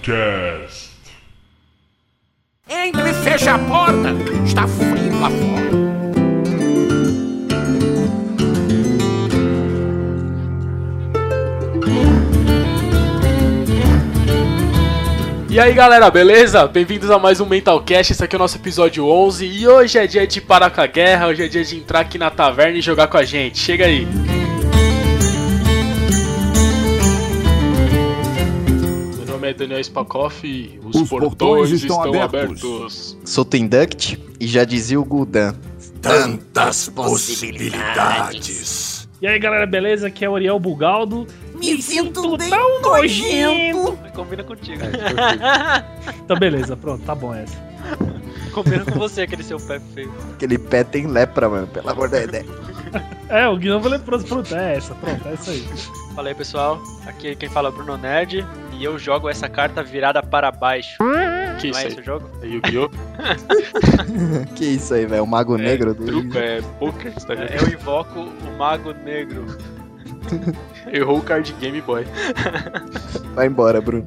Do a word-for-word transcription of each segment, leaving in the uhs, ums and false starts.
Nerdcast. Entre e fecha a porta, está frio lá fora. E aí galera, beleza? Bem-vindos a mais um Mentalcast, esse aqui é o nosso episódio onze. E hoje é dia de parar com a guerra, hoje é dia de entrar aqui na taverna e jogar com a gente. Chega aí! Meu nome é Daniel Spakoff e os, os portões, portões estão, estão abertos. abertos. Sou Tenduct e já dizia o Gul'dan: tantas possibilidades. E aí galera, beleza? Aqui é o Ariel Bugaldo. Me, Me sinto, sinto tão nojento. Combina contigo. Então beleza, pronto, tá bom essa. Combina com você, aquele seu pé feio. Aquele pé tem lepra, mano, pelo amor da ideia. É, o Gnomo leproso, pronto, é essa, pronto, é isso aí. Fala aí pessoal, aqui quem fala é o Bruno Nerd. E eu jogo essa carta virada para baixo. Que Não isso é aí? esse o jogo? É Yu-Gi-Oh! Que isso aí, velho, o Mago é, Negro do truco, é poker, você tá vendo? É, eu invoco o Mago Negro. Errou o card Game Boy. Vai embora, Bruno.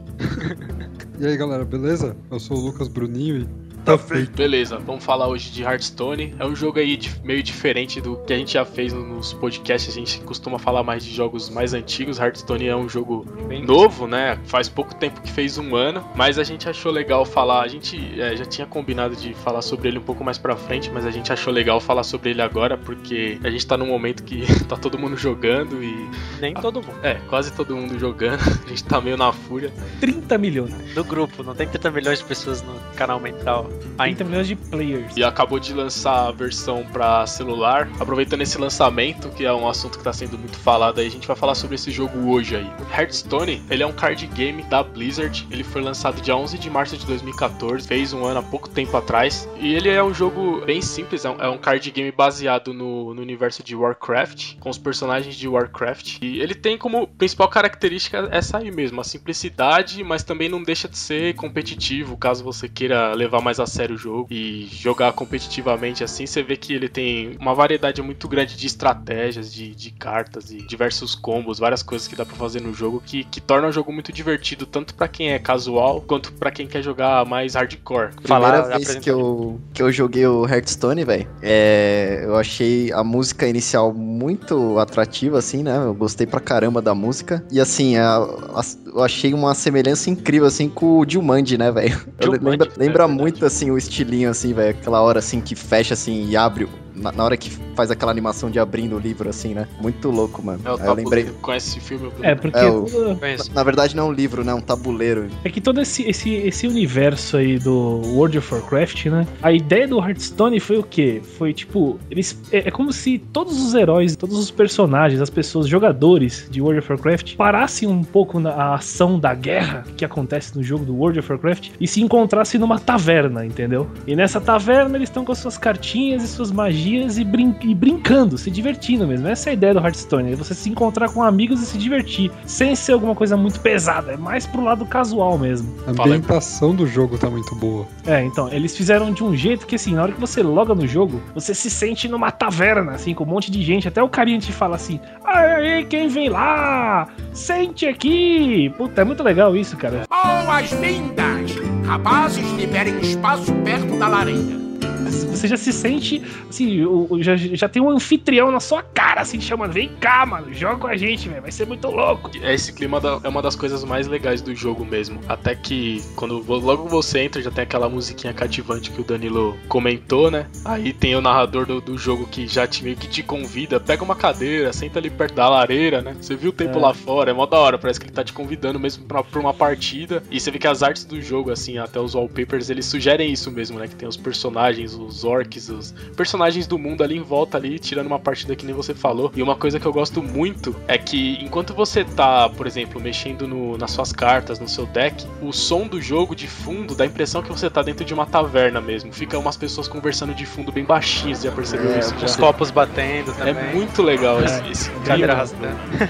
E aí galera, beleza? Eu sou o Lucas Bruninho e tá feito. Beleza, vamos falar hoje de Hearthstone. É um jogo aí de, meio diferente do que a gente já fez nos podcasts. A gente costuma falar mais de jogos mais antigos. Hearthstone é um jogo bem novo, né? Faz pouco tempo que fez um ano, mas a gente achou legal falar. A gente é, já tinha combinado de falar sobre ele um pouco mais pra frente, mas a gente achou legal falar sobre ele agora, porque a gente tá num momento que tá todo mundo jogando e... Nem todo mundo. É, quase todo mundo jogando. A gente tá meio na fúria. trinta milhões. No grupo, não tem trinta milhões de pessoas no canal mental. trinta milhões de players. E acabou de lançar a versão pra celular. Aproveitando esse lançamento, que é um assunto que tá sendo muito falado aí, a gente vai falar sobre esse jogo hoje aí. Hearthstone, ele é um card game da Blizzard. Ele foi lançado dia onze de março de dois mil e catorze, fez um ano há pouco tempo atrás. E ele é um jogo bem simples, é um, é um card game baseado no, no universo de Warcraft, com os personagens de Warcraft. E ele tem como principal característica essa aí mesmo, a simplicidade, mas também não deixa de ser competitivo, caso você queira levar mais a sério o jogo e jogar competitivamente assim. Você vê que ele tem uma variedade muito grande de estratégias, de, de cartas e diversos combos, várias coisas que dá pra fazer no jogo que, que torna o jogo muito divertido, tanto pra quem é casual quanto pra quem quer jogar mais hardcore. Primeira Falar, vez que eu, que eu joguei o Hearthstone, velho, é, eu achei a música inicial muito atrativa, assim, né? Eu gostei pra caramba da música. E assim, a, a, eu achei uma semelhança incrível, assim, com o Jumanji, né, velho? Lembra, lembra é muito, assim, o estilinho, assim, velho, aquela hora, assim, que fecha, assim, e abre, na, na hora que faz aquela animação de abrindo o livro, assim, né? Muito louco, mano. É o Aí eu lembrei... Conhece esse filme? É, porque... É, o... tudo... na, na verdade não é um livro, né? É um tabuleiro. É que todo esse, esse, esse universo aí do World of Warcraft, né? A ideia do Hearthstone foi o quê? Foi, tipo, eles... É, é como se todos os heróis, todos os personagens, as pessoas, jogadores de World of Warcraft, parassem um pouco na ação da guerra que acontece no jogo do World of Warcraft e se encontrassem numa taverna, entendeu? E nessa taverna eles estão com as suas cartinhas e suas magias e, brin- e brincando, se divertindo mesmo. Essa é a ideia do Hearthstone, é você se encontrar com amigos e se divertir, sem ser alguma coisa muito pesada, é mais pro lado casual mesmo. A ambientação do jogo tá muito boa. É, então, eles fizeram de um jeito que assim, na hora que você loga no jogo, você se sente numa taverna, assim, com um monte de gente, até o carinha te fala assim: aí, quem vem lá? Sente aqui! Puta, é muito legal isso, cara. Boas-vindas! Rapazes, liberem espaço perto da lareira. Você já se sente, assim, já, já tem um anfitrião na sua cara, assim, chamando: vem cá, mano, joga com a gente, velho, vai ser muito louco. Esse clima da, é uma das coisas mais legais do jogo mesmo. Até que, quando logo você entra, já tem aquela musiquinha cativante que o Danilo comentou, né? Aí tem o narrador do, do jogo que já te, meio que te convida: pega uma cadeira, senta ali perto da lareira, né? Você viu o tempo é. lá fora, é mó da hora, parece que ele tá te convidando mesmo pra, pra uma partida. E você vê que as artes do jogo, assim, até os wallpapers, eles sugerem isso mesmo, né? Que tem os personagens, os orcs, os personagens do mundo ali em volta ali, tirando uma partida que nem você falou. E uma coisa que eu gosto muito é que enquanto você tá, por exemplo, mexendo no, nas suas cartas, no seu deck, o som do jogo de fundo dá a impressão que você tá dentro de uma taverna mesmo. Fica umas pessoas conversando de fundo bem baixinhos, já percebeu é, isso? Os copos batendo também. É muito legal esse, é, esse cadeira arrastando.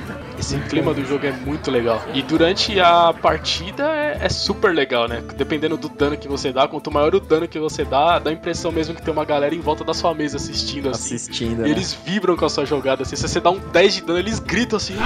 Esse clima do jogo é muito legal. E durante a partida é, é super legal, né? Dependendo do dano que você dá, quanto maior o dano que você dá, dá a impressão mesmo que tem uma galera em volta da sua mesa assistindo, assim. Assistindo, E né? eles vibram com a sua jogada, assim. Se você dá um dez de dano, eles gritam assim.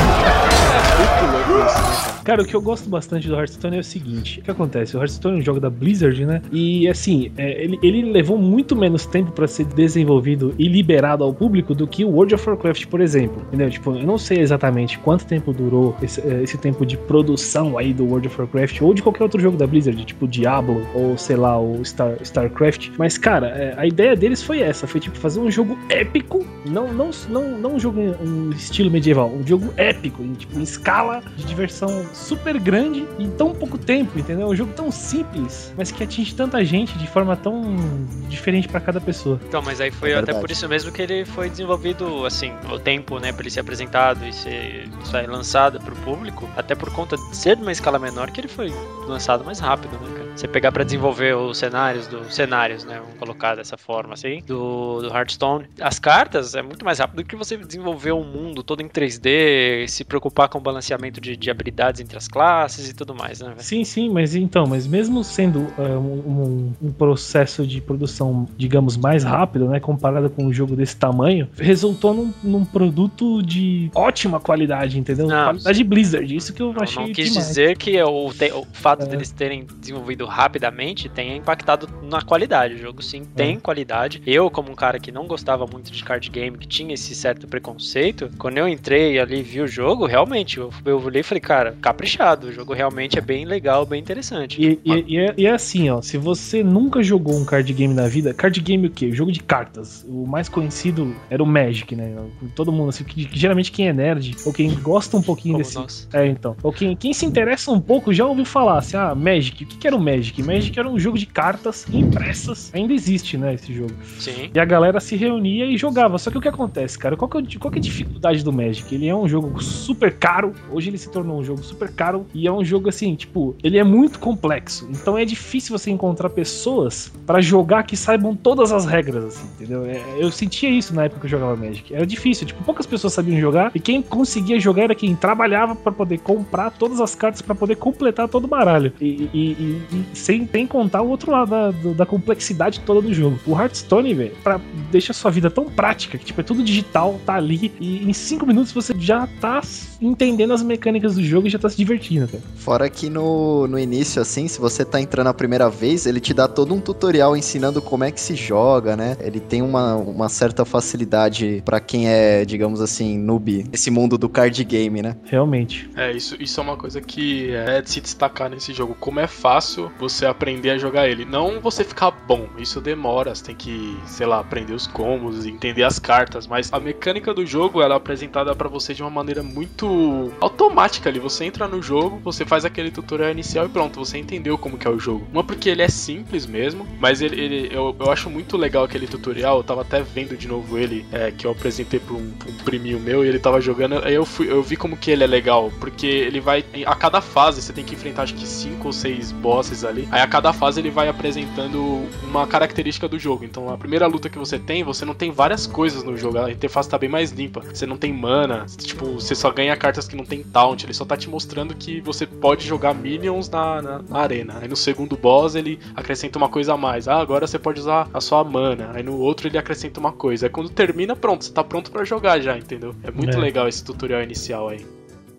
É muito louco isso, né, cara? Cara, o que eu gosto bastante do Hearthstone é o seguinte: o que acontece? O Hearthstone é um jogo da Blizzard, né? E assim, é, ele, ele levou muito menos tempo pra ser desenvolvido e liberado ao público do que o World of Warcraft, por exemplo. Entendeu? Tipo, eu não sei exatamente quanto tempo durou esse, esse tempo de produção aí do World of Warcraft ou de qualquer outro jogo da Blizzard, tipo Diablo ou sei lá, o Star, StarCraft. Mas, cara, é, a ideia deles foi essa: foi tipo fazer um jogo épico, não, não, não, não um jogo em um estilo medieval, um jogo épico, em, tipo, em escala de diversão super grande em tão pouco tempo, entendeu? Um jogo tão simples, mas que atinge tanta gente de forma tão diferente pra cada pessoa. Então, mas aí foi É até verdade. por isso mesmo que ele foi desenvolvido, assim, o tempo, né, pra ele ser apresentado e ser, ser lançado pro público, até por conta de ser de uma escala menor, que ele foi lançado mais rápido, né, cara? Você pegar pra desenvolver os cenários, do, cenários, né, vamos colocar dessa forma, assim, do, do Hearthstone, as cartas é muito mais rápido do que você desenvolver um mundo todo em três D, se preocupar com o balanceamento de, de habilidades entre as classes e tudo mais, né, velho? Sim, sim, mas então, mas mesmo sendo uh, um, um, um processo de produção, digamos, mais rápido, né, comparado com um jogo desse tamanho, resultou num, num produto de ótima qualidade, entendeu? Não, Qualidade Blizzard, isso que eu Não, achei não quis demais. dizer que o, te- o fato É. deles terem desenvolvido rapidamente tenha impactado na qualidade. O jogo sim tem É. qualidade. Eu, como um cara que não gostava muito de card game, que tinha esse certo preconceito, quando eu entrei ali e vi o jogo, realmente, eu, eu olhei e falei, cara, caprichado. O jogo realmente é bem legal, bem interessante. E, e- e é, e é assim, ó, se você nunca jogou um card game na vida, card game o quê? Jogo de cartas. O mais conhecido era o Magic, né? Todo mundo, assim, que, que geralmente quem é nerd, ou quem gosta um pouquinho Como desse... nós. É, então. Ou quem, quem se interessa um pouco já ouviu falar, assim, ah, Magic. O que, que era o Magic? Magic era um jogo de cartas impressas. Ainda existe, né, esse jogo. Sim. E a galera se reunia e jogava. Só que o que acontece, cara? Qual que, é, o- qual que é a dificuldade do Magic? Ele é um jogo super caro. Hoje ele se tornou um jogo super caro. E é um jogo assim, tipo, ele é muito complexo. Então é difícil você encontrar pessoas pra jogar que saibam todas as regras, assim, entendeu? É, eu sentia isso na época que eu jogava Magic. Era difícil, tipo, poucas pessoas sabiam jogar. E quem conseguia jogar era quem trabalhava pra poder comprar todas as cartas pra poder completar todo o baralho. E, e- e- e sem, sem contar o outro lado da, do- da complexidade toda do jogo. O Hearthstone, velho, pra- deixa a sua vida tão prática que, tipo, é tudo digital, tá ali, e em cinco minutos você já tá entendendo as mecânicas do jogo e já tá se divertindo, cara. Fora que no, no início, assim, se você tá entrando a primeira vez, ele te dá todo um tutorial ensinando como é que se joga, né? Ele tem uma, uma certa facilidade pra quem é, digamos assim, noob nesse mundo do card game, né? Realmente. É, isso, isso é uma coisa que é de se destacar nesse jogo. Como é fácil você aprender a jogar ele. Não você ficar bom, isso demora. Você tem que, sei lá, aprender os combos, entender as cartas. Mas a mecânica do jogo, ela é apresentada pra você de uma maneira muito automática ali. Você entra no jogo, você faz aquele tutorial inicial e pronto, você entendeu como que é o jogo. Uma porque ele é simples mesmo, mas ele, ele eu, eu acho muito legal aquele tutorial. Eu tava até vendo de novo ele, é, que eu apresentei pra um, pra um priminho meu e ele tava jogando. Aí eu, fui, eu vi como que ele é legal, porque ele vai, a cada fase você tem que enfrentar acho que cinco ou seis bosses ali. Aí a cada fase ele vai apresentando uma característica do jogo. Então a primeira luta que você tem, você não tem várias coisas no jogo, a interface tá bem mais limpa. Você não tem mana, tipo, você só ganha cartas que não tem taunt, ele só tá te mostrando que você pode jogar minions na, na, na arena. Aí no segundo boss ele acrescenta uma coisa a mais. Ah, agora você pode usar a sua mana. Aí no outro ele acrescenta uma coisa. Aí quando termina, pronto, você tá pronto pra jogar já, entendeu? É muito É. legal esse tutorial inicial aí.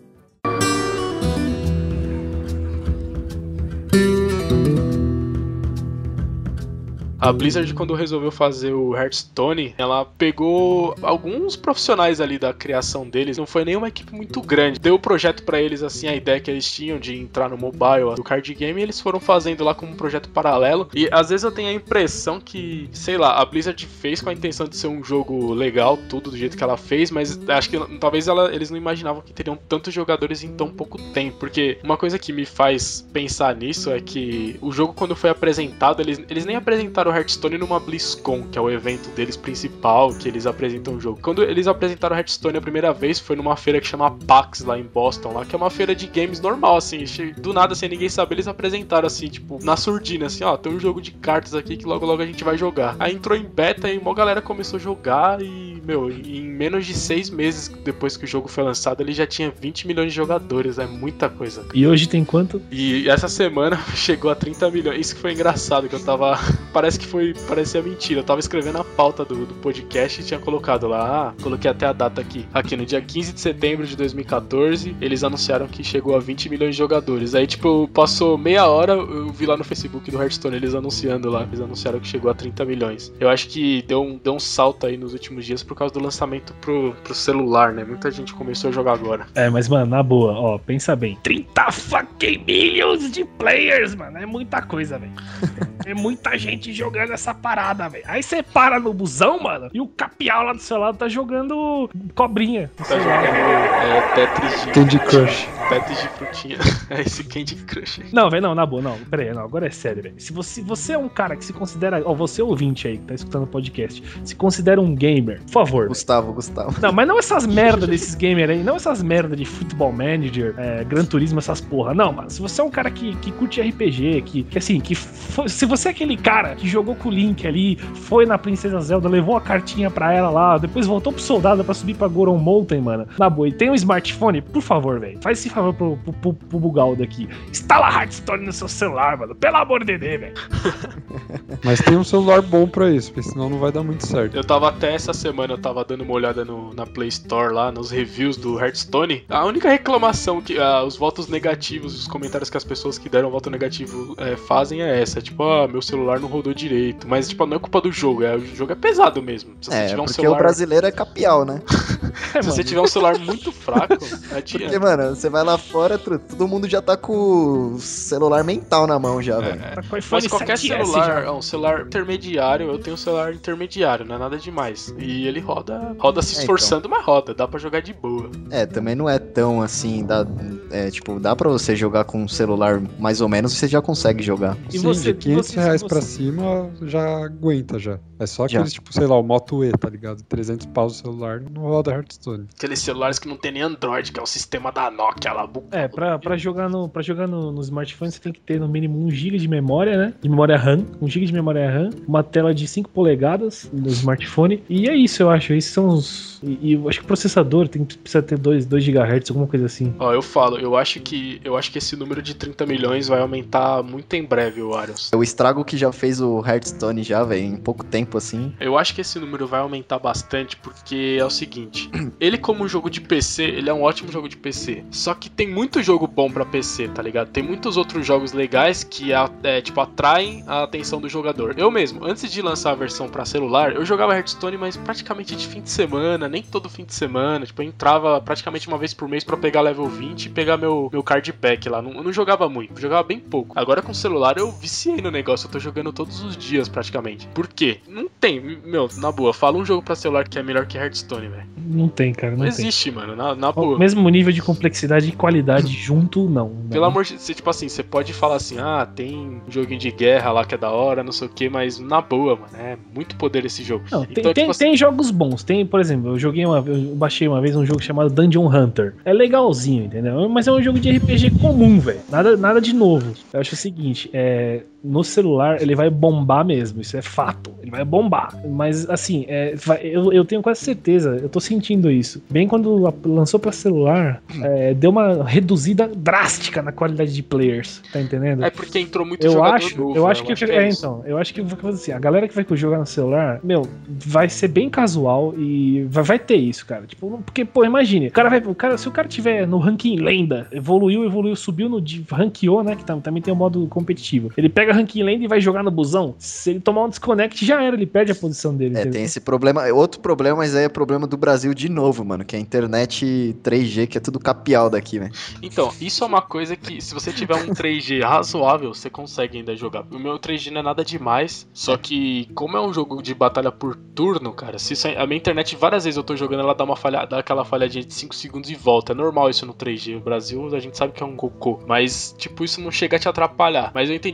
A Blizzard, quando resolveu fazer o Hearthstone, ela pegou alguns profissionais ali da criação deles, não foi nenhuma equipe muito grande. Deu o projeto pra eles, assim, a ideia que eles tinham de entrar no mobile do card game, e eles foram fazendo lá como um projeto paralelo. E às vezes eu tenho a impressão que, sei lá, a Blizzard fez com a intenção de ser um jogo legal, tudo do jeito que ela fez, mas acho que talvez ela, eles não imaginavam que teriam tantos jogadores em tão pouco tempo. Porque uma coisa que me faz pensar nisso é que o jogo, quando foi apresentado, eles, eles nem apresentaram apresentaram o Hearthstone numa BlizzCon, que é o evento deles principal, que eles apresentam o jogo. Quando eles apresentaram o Hearthstone a primeira vez, foi numa feira que chama PAX, lá em Boston, lá, que é uma feira de games normal, assim, do nada, sem ninguém saber, eles apresentaram, assim, tipo, na surdina, assim, ó, tem um jogo de cartas aqui que logo logo a gente vai jogar. Aí entrou em beta e uma galera começou a jogar e, meu, em menos de seis meses depois que o jogo foi lançado, ele já tinha vinte milhões de jogadores, é muita coisa. E hoje tem quanto? E essa semana chegou a trinta milhões, isso que foi engraçado, que eu tava, parece que foi, parecia mentira, eu tava escrevendo a pauta do, do podcast e tinha colocado lá, ah, coloquei até a data aqui, aqui no dia quinze de setembro de dois mil e catorze, eles anunciaram que chegou a vinte milhões de jogadores, aí tipo, passou meia hora, eu vi lá no Facebook do Hearthstone, eles anunciando lá, eles anunciaram que chegou a trinta milhões. Eu acho que deu um, deu um salto aí nos últimos dias por causa do lançamento pro, pro celular, né, muita gente começou a jogar agora. É, mas mano, na boa, ó, pensa bem, trinta fucking millions de players, mano, é muita coisa, velho. É muita gente jogando essa parada, velho. Aí você para no busão, mano, e o capial lá do seu lado tá jogando cobrinha. Tá jogando é, Tetris de... Candy Crush. Tetris de frutinha. É esse Candy Crush. Não, velho, não, na boa, não. Pera aí, não, agora é sério, velho. Se você, você é um cara que se considera... Ó, você ouvinte aí, que tá escutando o podcast, se considera um gamer, por favor. Gustavo, véio. Gustavo. Não, mas não essas merda desses gamers aí, não essas merda de Football Manager, é, Gran Turismo, essas porra. Não, mano, se você é um cara que, que curte R P G, que, que assim, que foi, se você é aquele cara que jogou com o Link ali, foi na Princesa Zelda, levou a cartinha pra ela lá, depois voltou pro soldado pra subir pra Goron Mountain, mano, na boa, e tem um smartphone, por favor, velho, faz esse favor pro, pro, pro, pro Bugaldo aqui, instala Hearthstone no seu celular, mano, pelo amor de Deus, velho. Mas tem um celular bom pra isso, porque senão não vai dar muito certo. Eu tava até essa semana, eu tava dando uma olhada no, na Play Store lá, nos reviews do Hearthstone. A única reclamação, que uh, os votos negativos, os comentários que as pessoas que deram voto negativo é, fazem é essa. Tipo, ah, meu celular não rodou direito. Mas, tipo, não é culpa do jogo, é, o jogo é pesado mesmo. Se você É, tiver um porque celular... o brasileiro é capial, né? É, Se mano. você tiver um celular muito fraco, adianta. Porque, mano, você vai lá fora, tru- todo mundo já tá com o celular mental na mão já, velho. É, Tá com o iPhone mas qualquer sete S celular, já. é um celular intermediário, eu tenho um celular intermediário, não é nada demais. E ele roda, roda se É, esforçando, mas roda, dá pra jogar de boa. É, também não é tão assim, dá, é, tipo, dá pra você jogar com um celular mais ou menos, você já consegue jogar. E Sim, você- de quinhentos você- reais você- pra cima já aguenta já. É só Já. aqueles, tipo, sei lá, o Moto E, tá ligado? trezentos paus o celular, não roda Hearthstone. Aqueles celulares que não tem nem Android, que é o sistema da Nokia lá. bu- É, pra, pra jogar, no, pra jogar no, no smartphone você tem que ter no mínimo um giga de memória, né? De memória RAM, um giga de memória RAM, uma tela de cinco polegadas no smartphone. E é isso, eu acho. Esses são os. E, e eu acho que o processador tem, precisa ter dois gigahertz, alguma coisa assim. Ó, eu falo, eu acho que eu acho que esse número de trinta milhões vai aumentar muito em breve, o Arius. O estrago que já fez o Hearthstone já, velho, em pouco tempo assim. Eu acho que esse número vai aumentar bastante porque é o seguinte, ele como um jogo de P C, ele é um ótimo jogo de P C. Só que tem muito jogo bom pra P C, tá ligado? Tem muitos outros jogos legais que é, tipo atraem a atenção do jogador. Eu mesmo, antes de lançar a versão pra celular, eu jogava Hearthstone, mas praticamente de fim de semana, nem todo fim de semana. Tipo, eu entrava praticamente uma vez por mês pra pegar level vinte e pegar meu, meu card pack lá. Não, eu não jogava muito, eu jogava bem pouco. Agora com o celular eu viciei no negócio, eu tô jogando todos os dias praticamente. Por quê? Não tem, meu, na boa, fala um jogo pra celular que é melhor que Hearthstone, velho. Não tem, cara, não, Não tem. existe, mano, na, na O boa. mesmo nível de complexidade e qualidade junto, não. não. Pelo amor de Deus, tipo assim, você pode falar assim, ah, tem um joguinho de guerra lá que é da hora, não sei o que, mas na boa, mano, é muito poder esse jogo. Não, tem, Então, tem, tipo assim, tem jogos bons. Tem, por exemplo, eu joguei uma eu baixei uma vez um jogo chamado Dungeon Hunter. É legalzinho, entendeu? Mas é um jogo de R P G comum, velho. Nada, nada de novo. Eu acho o seguinte, é, no celular ele vai bombar mesmo, isso é fato. Ele vai bombar. Mas assim, é, vai, eu, eu tenho quase certeza, eu tô sentindo isso. Bem quando a- lançou pra celular, é, deu uma reduzida drástica na qualidade de players, tá entendendo? é porque entrou muito Eu jogador acho, novo, eu né? acho que, é é, isso. então, eu acho que vou fazer assim, a galera que vai jogar no celular, meu, vai ser bem casual e vai, vai ter isso, cara. Tipo, porque, pô, imagine, o cara vai, o cara, se o cara tiver no ranking lenda, evoluiu, evoluiu, subiu no de- ranqueou, né, que tam- também tem o modo competitivo. Ele pega ranking lenda e vai jogar no busão. Se ele tomar um desconnect, já era, ele perde a posição dele. É, entendeu? tem esse problema. Outro problema, mas aí é problema do Brasil de novo, mano, que é a internet três G, que é tudo capial daqui, velho. Então, isso é uma coisa que, se você tiver um três G razoável, você consegue ainda jogar. O meu três G não é nada demais, só que, como é um jogo de batalha por turno, cara, se isso, a minha internet, várias vezes eu tô jogando, ela dá uma falha, dá aquela falhadinha de cinco segundos e volta. É normal isso no três G. O Brasil, a gente sabe que é um cocô. Mas, tipo, isso não chega a te atrapalhar. Mas eu entendi isso, que o,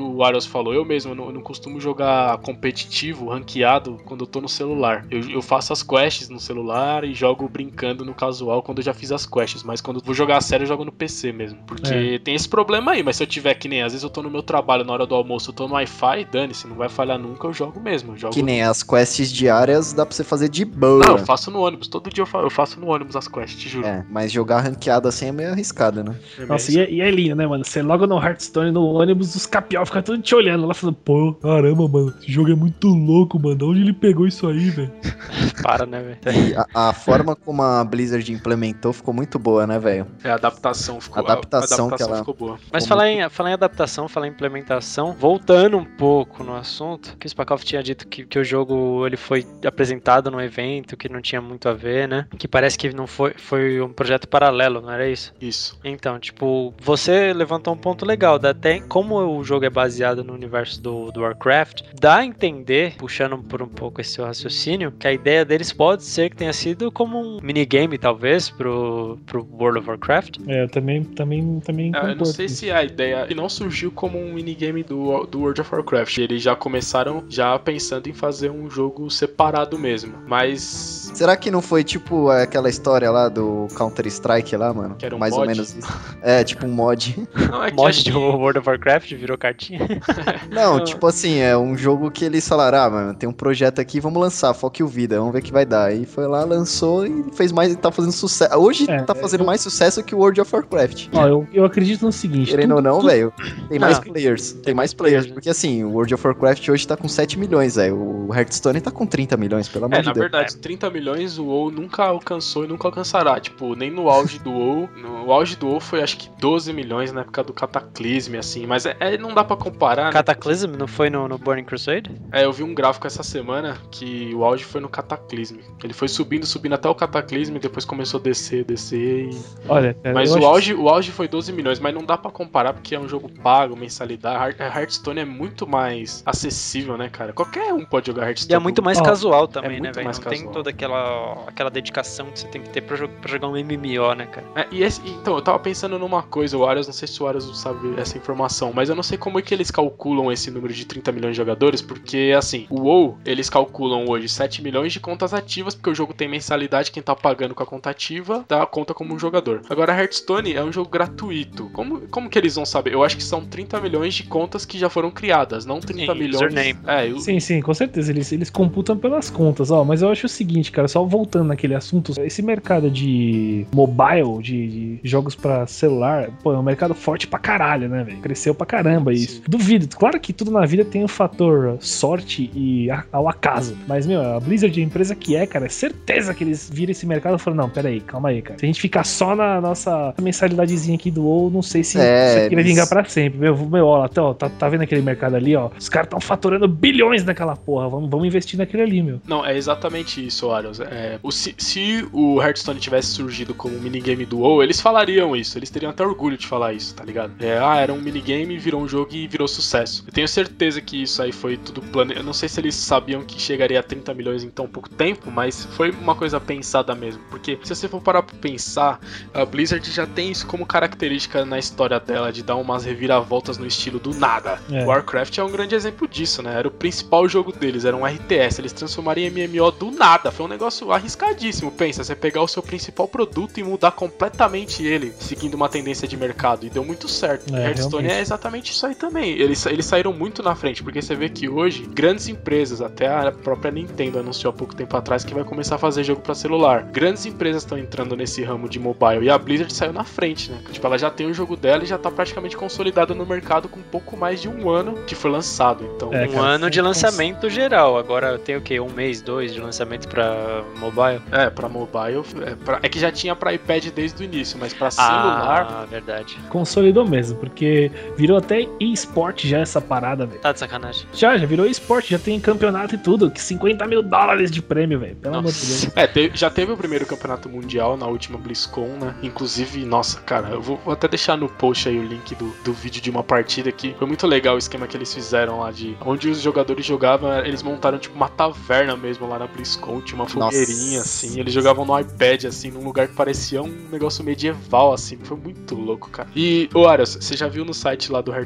o Arios falou, eu mesmo, eu não, eu não costumo jogar competitivo, ranqueado, quando eu tô no celular. Eu, eu faço as quests no celular e jogo brincando no casual quando eu já fiz as quests, mas quando eu vou jogar a sério eu jogo no P C mesmo. Porque é. tem esse problema aí, mas se eu tiver que nem, às vezes eu tô no meu trabalho, na hora do almoço, eu tô no Wi-Fi, dane-se, não vai falhar nunca, eu jogo mesmo. Eu jogo que nem no... as quests diárias dá pra você fazer de boa. Não, eu faço no ônibus, todo dia eu faço, eu faço no ônibus as quests, te juro. É, mas jogar ranqueado assim é meio arriscado, né? É Nossa, e é, e é lindo, né, mano? Você logo no Hearthstone, no ônibus, os capial ficam tudo te olhando lá, falando, pô, caramba, mano, esse jogo é muito louco, mano, onde ele pegou isso aí, velho? Para, né, velho? A, a forma como a Blizzard implementou ficou muito boa, né, velho? É, a adaptação ficou, a adaptação, a, a adaptação que ela... ficou boa. Mas falar em, falar em adaptação, falar em implementação, voltando um pouco no assunto, que o Spakov tinha dito que, que o jogo ele foi apresentado num evento que não tinha muito a ver, né? Que parece que não foi, foi um projeto paralelo, não era isso? Isso. Então, tipo, você levantou um ponto legal, dá até, como o jogo é baseado no universo do, do Warcraft, dá a entender, puxando por um pouco esse seu raciocínio, que a ideia deles pode ser que tenha sido como um minigame, talvez, pro, pro World of Warcraft. É, eu também, também, também é, eu não sei se a ideia não surgiu como um minigame do, do World of Warcraft. Eles já começaram já pensando em fazer um jogo separado mesmo, mas... Será que não foi tipo aquela história lá do Counter-Strike lá, mano? Que era um Mais mod? ou menos isso. É, tipo um mod. Não, é que mod aqui... do World of Warcraft virou cartinha? Não, tipo assim, é um jogo que eles falaram, ah, mano, tem um projeto aqui, vamos lançar, foque o vida, vamos ver o que vai dar. E foi lá, lançou e fez mais, tá fazendo sucesso. Hoje é, tá fazendo eu... mais sucesso que o World of Warcraft. Ó, eu, eu acredito no seguinte... Querendo tudo, ou não, tudo... velho, tem Não, mais players, tem, tem mais players, players, porque assim, o World of Warcraft hoje tá com sete milhões, velho, o Hearthstone tá com trinta milhões, pelo amor É, de na Deus. verdade, trinta milhões o WoW nunca alcançou e nunca alcançará. Tipo, nem no auge do WoW. No auge do WoW foi acho que doze milhões na época do Cataclysm, assim. Mas é, é, não dá pra comparar, né? Cataclysm não foi no, no Burning Crusade? É, eu vi um gráfico essa semana que o auge foi no Cataclysm. Ele foi subindo, subindo até o Cataclysm e depois começou a descer, descer e... Olha, cara, mas eu o acho... auge, o auge foi doze milhões, mas não dá pra comparar porque é um jogo pago, mensalidade. Hearthstone é muito mais acessível, né, cara? Qualquer um pode jogar Hearthstone. E é muito mais Ó, casual também, é né, muito velho? mais Não casual. tem toda aquela, aquela dedicação que você tem que ter pra, jo- pra jogar um M M O, né, cara? É, e esse, então, eu tava pensando numa coisa, o Arias, não sei se o Arias sabe essa informação, mas eu não sei como é que eles calculam esse número de trinta milhões de jogadores, porque, assim, o WoW, eles calculam hoje sete milhões de contas ativas, porque o jogo tem mensalidade, quem tá pagando com a conta ativa, dá conta como um jogador. Agora, Hearthstone é um jogo gratuito. Como, como que eles vão saber? Eu acho que são trinta milhões de contas que já foram criadas, não trinta Sim, milhões... username. É, eu... Sim, sim, com certeza, eles, eles computam pelas contas, ó, mas eu acho o seguinte, cara, só voltando naquele assunto, esse mercado de mobile, de, de jogos pra celular, pô, é um mercado forte pra caralho, né, velho? Cresceu pra caramba isso. Sim. Duvido, claro que tudo na vida tem o um fator sorte e a, ao acaso, mas, meu, a Blizzard, a empresa que é, cara, é certeza que eles viram esse mercado e falaram, não, pera aí, calma aí, cara, se a gente ficar só na nossa mensalidadezinha aqui do WoW, não sei se é, isso aqui vai vingar pra sempre, meu, meu, ó, tá, tá, tá vendo aquele mercado ali, ó, os caras tão faturando bilhões naquela porra, vamos, vamos investir naquele ali, meu. Não, é exatamente isso, Arios. É, o, se, se o Hearthstone tivesse surgido como um minigame do WoW, eles falariam isso, eles teriam até orgulho de falar isso, tá ligado? É, ah, era um minigame, virou um jogo e virou sucesso. Eu tenho certeza que isso aí foi tudo plano. Eu não sei se eles sabiam que chegaria a trinta milhões em tão pouco tempo, mas foi uma coisa pensada mesmo. Porque se você for parar pra pensar, a Blizzard já tem isso como característica na história dela, de dar umas reviravoltas no estilo do nada. É. Warcraft é um grande exemplo disso, né? Era o principal jogo deles, era um R T S. Eles transformariam em M M O do nada. Foi um negócio arriscadíssimo. Pensa, você pegar o seu principal produto e mudar completamente ele, seguindo uma tendência de mercado. E deu muito certo. É, Hearthstone é exatamente isso aí também. Eles, eles saíram muito na frente, porque você vê que hoje, grandes empresas, até a própria Nintendo anunciou há pouco tempo atrás que vai começar a fazer jogo pra celular. Grandes empresas estão entrando nesse ramo de mobile. E a Blizzard saiu na frente, né? Tipo, ela já tem o jogo dela e já tá praticamente consolidada no mercado com pouco mais de um ano que foi lançado. Então, é, um cara, ano de lançamento geral. Agora tem o quê? Um mês, dois de lançamento pra mobile? É, pra mobile. É, pra... é que já tinha pra iPad desde o início, mas pra celular. Ah, verdade. Consolidou mesmo, porque virou até eSport já essa parada, velho. Tá de sacanagem. Já, já virou eSport, já tem campeonato e tudo. Que cinquenta mil dólares de prêmio, velho. Pelo amor de Deus. É, teve, já teve o primeiro campeonato mundial na última BlizzCon, né? Inclusive, nossa, cara, eu vou, vou até deixar no post aí o link do, do vídeo de uma partida que foi muito legal o esquema que eles fizeram lá de onde os jogadores jogavam, eles montaram tipo uma taverna mesmo lá na BlizzCon, tinha uma fogueirinha assim, eles jogavam no iPad assim, num lugar que parecia um negócio medieval assim, foi muito louco, cara. E, ô Arias, você já viu no site lá do Hearthstone os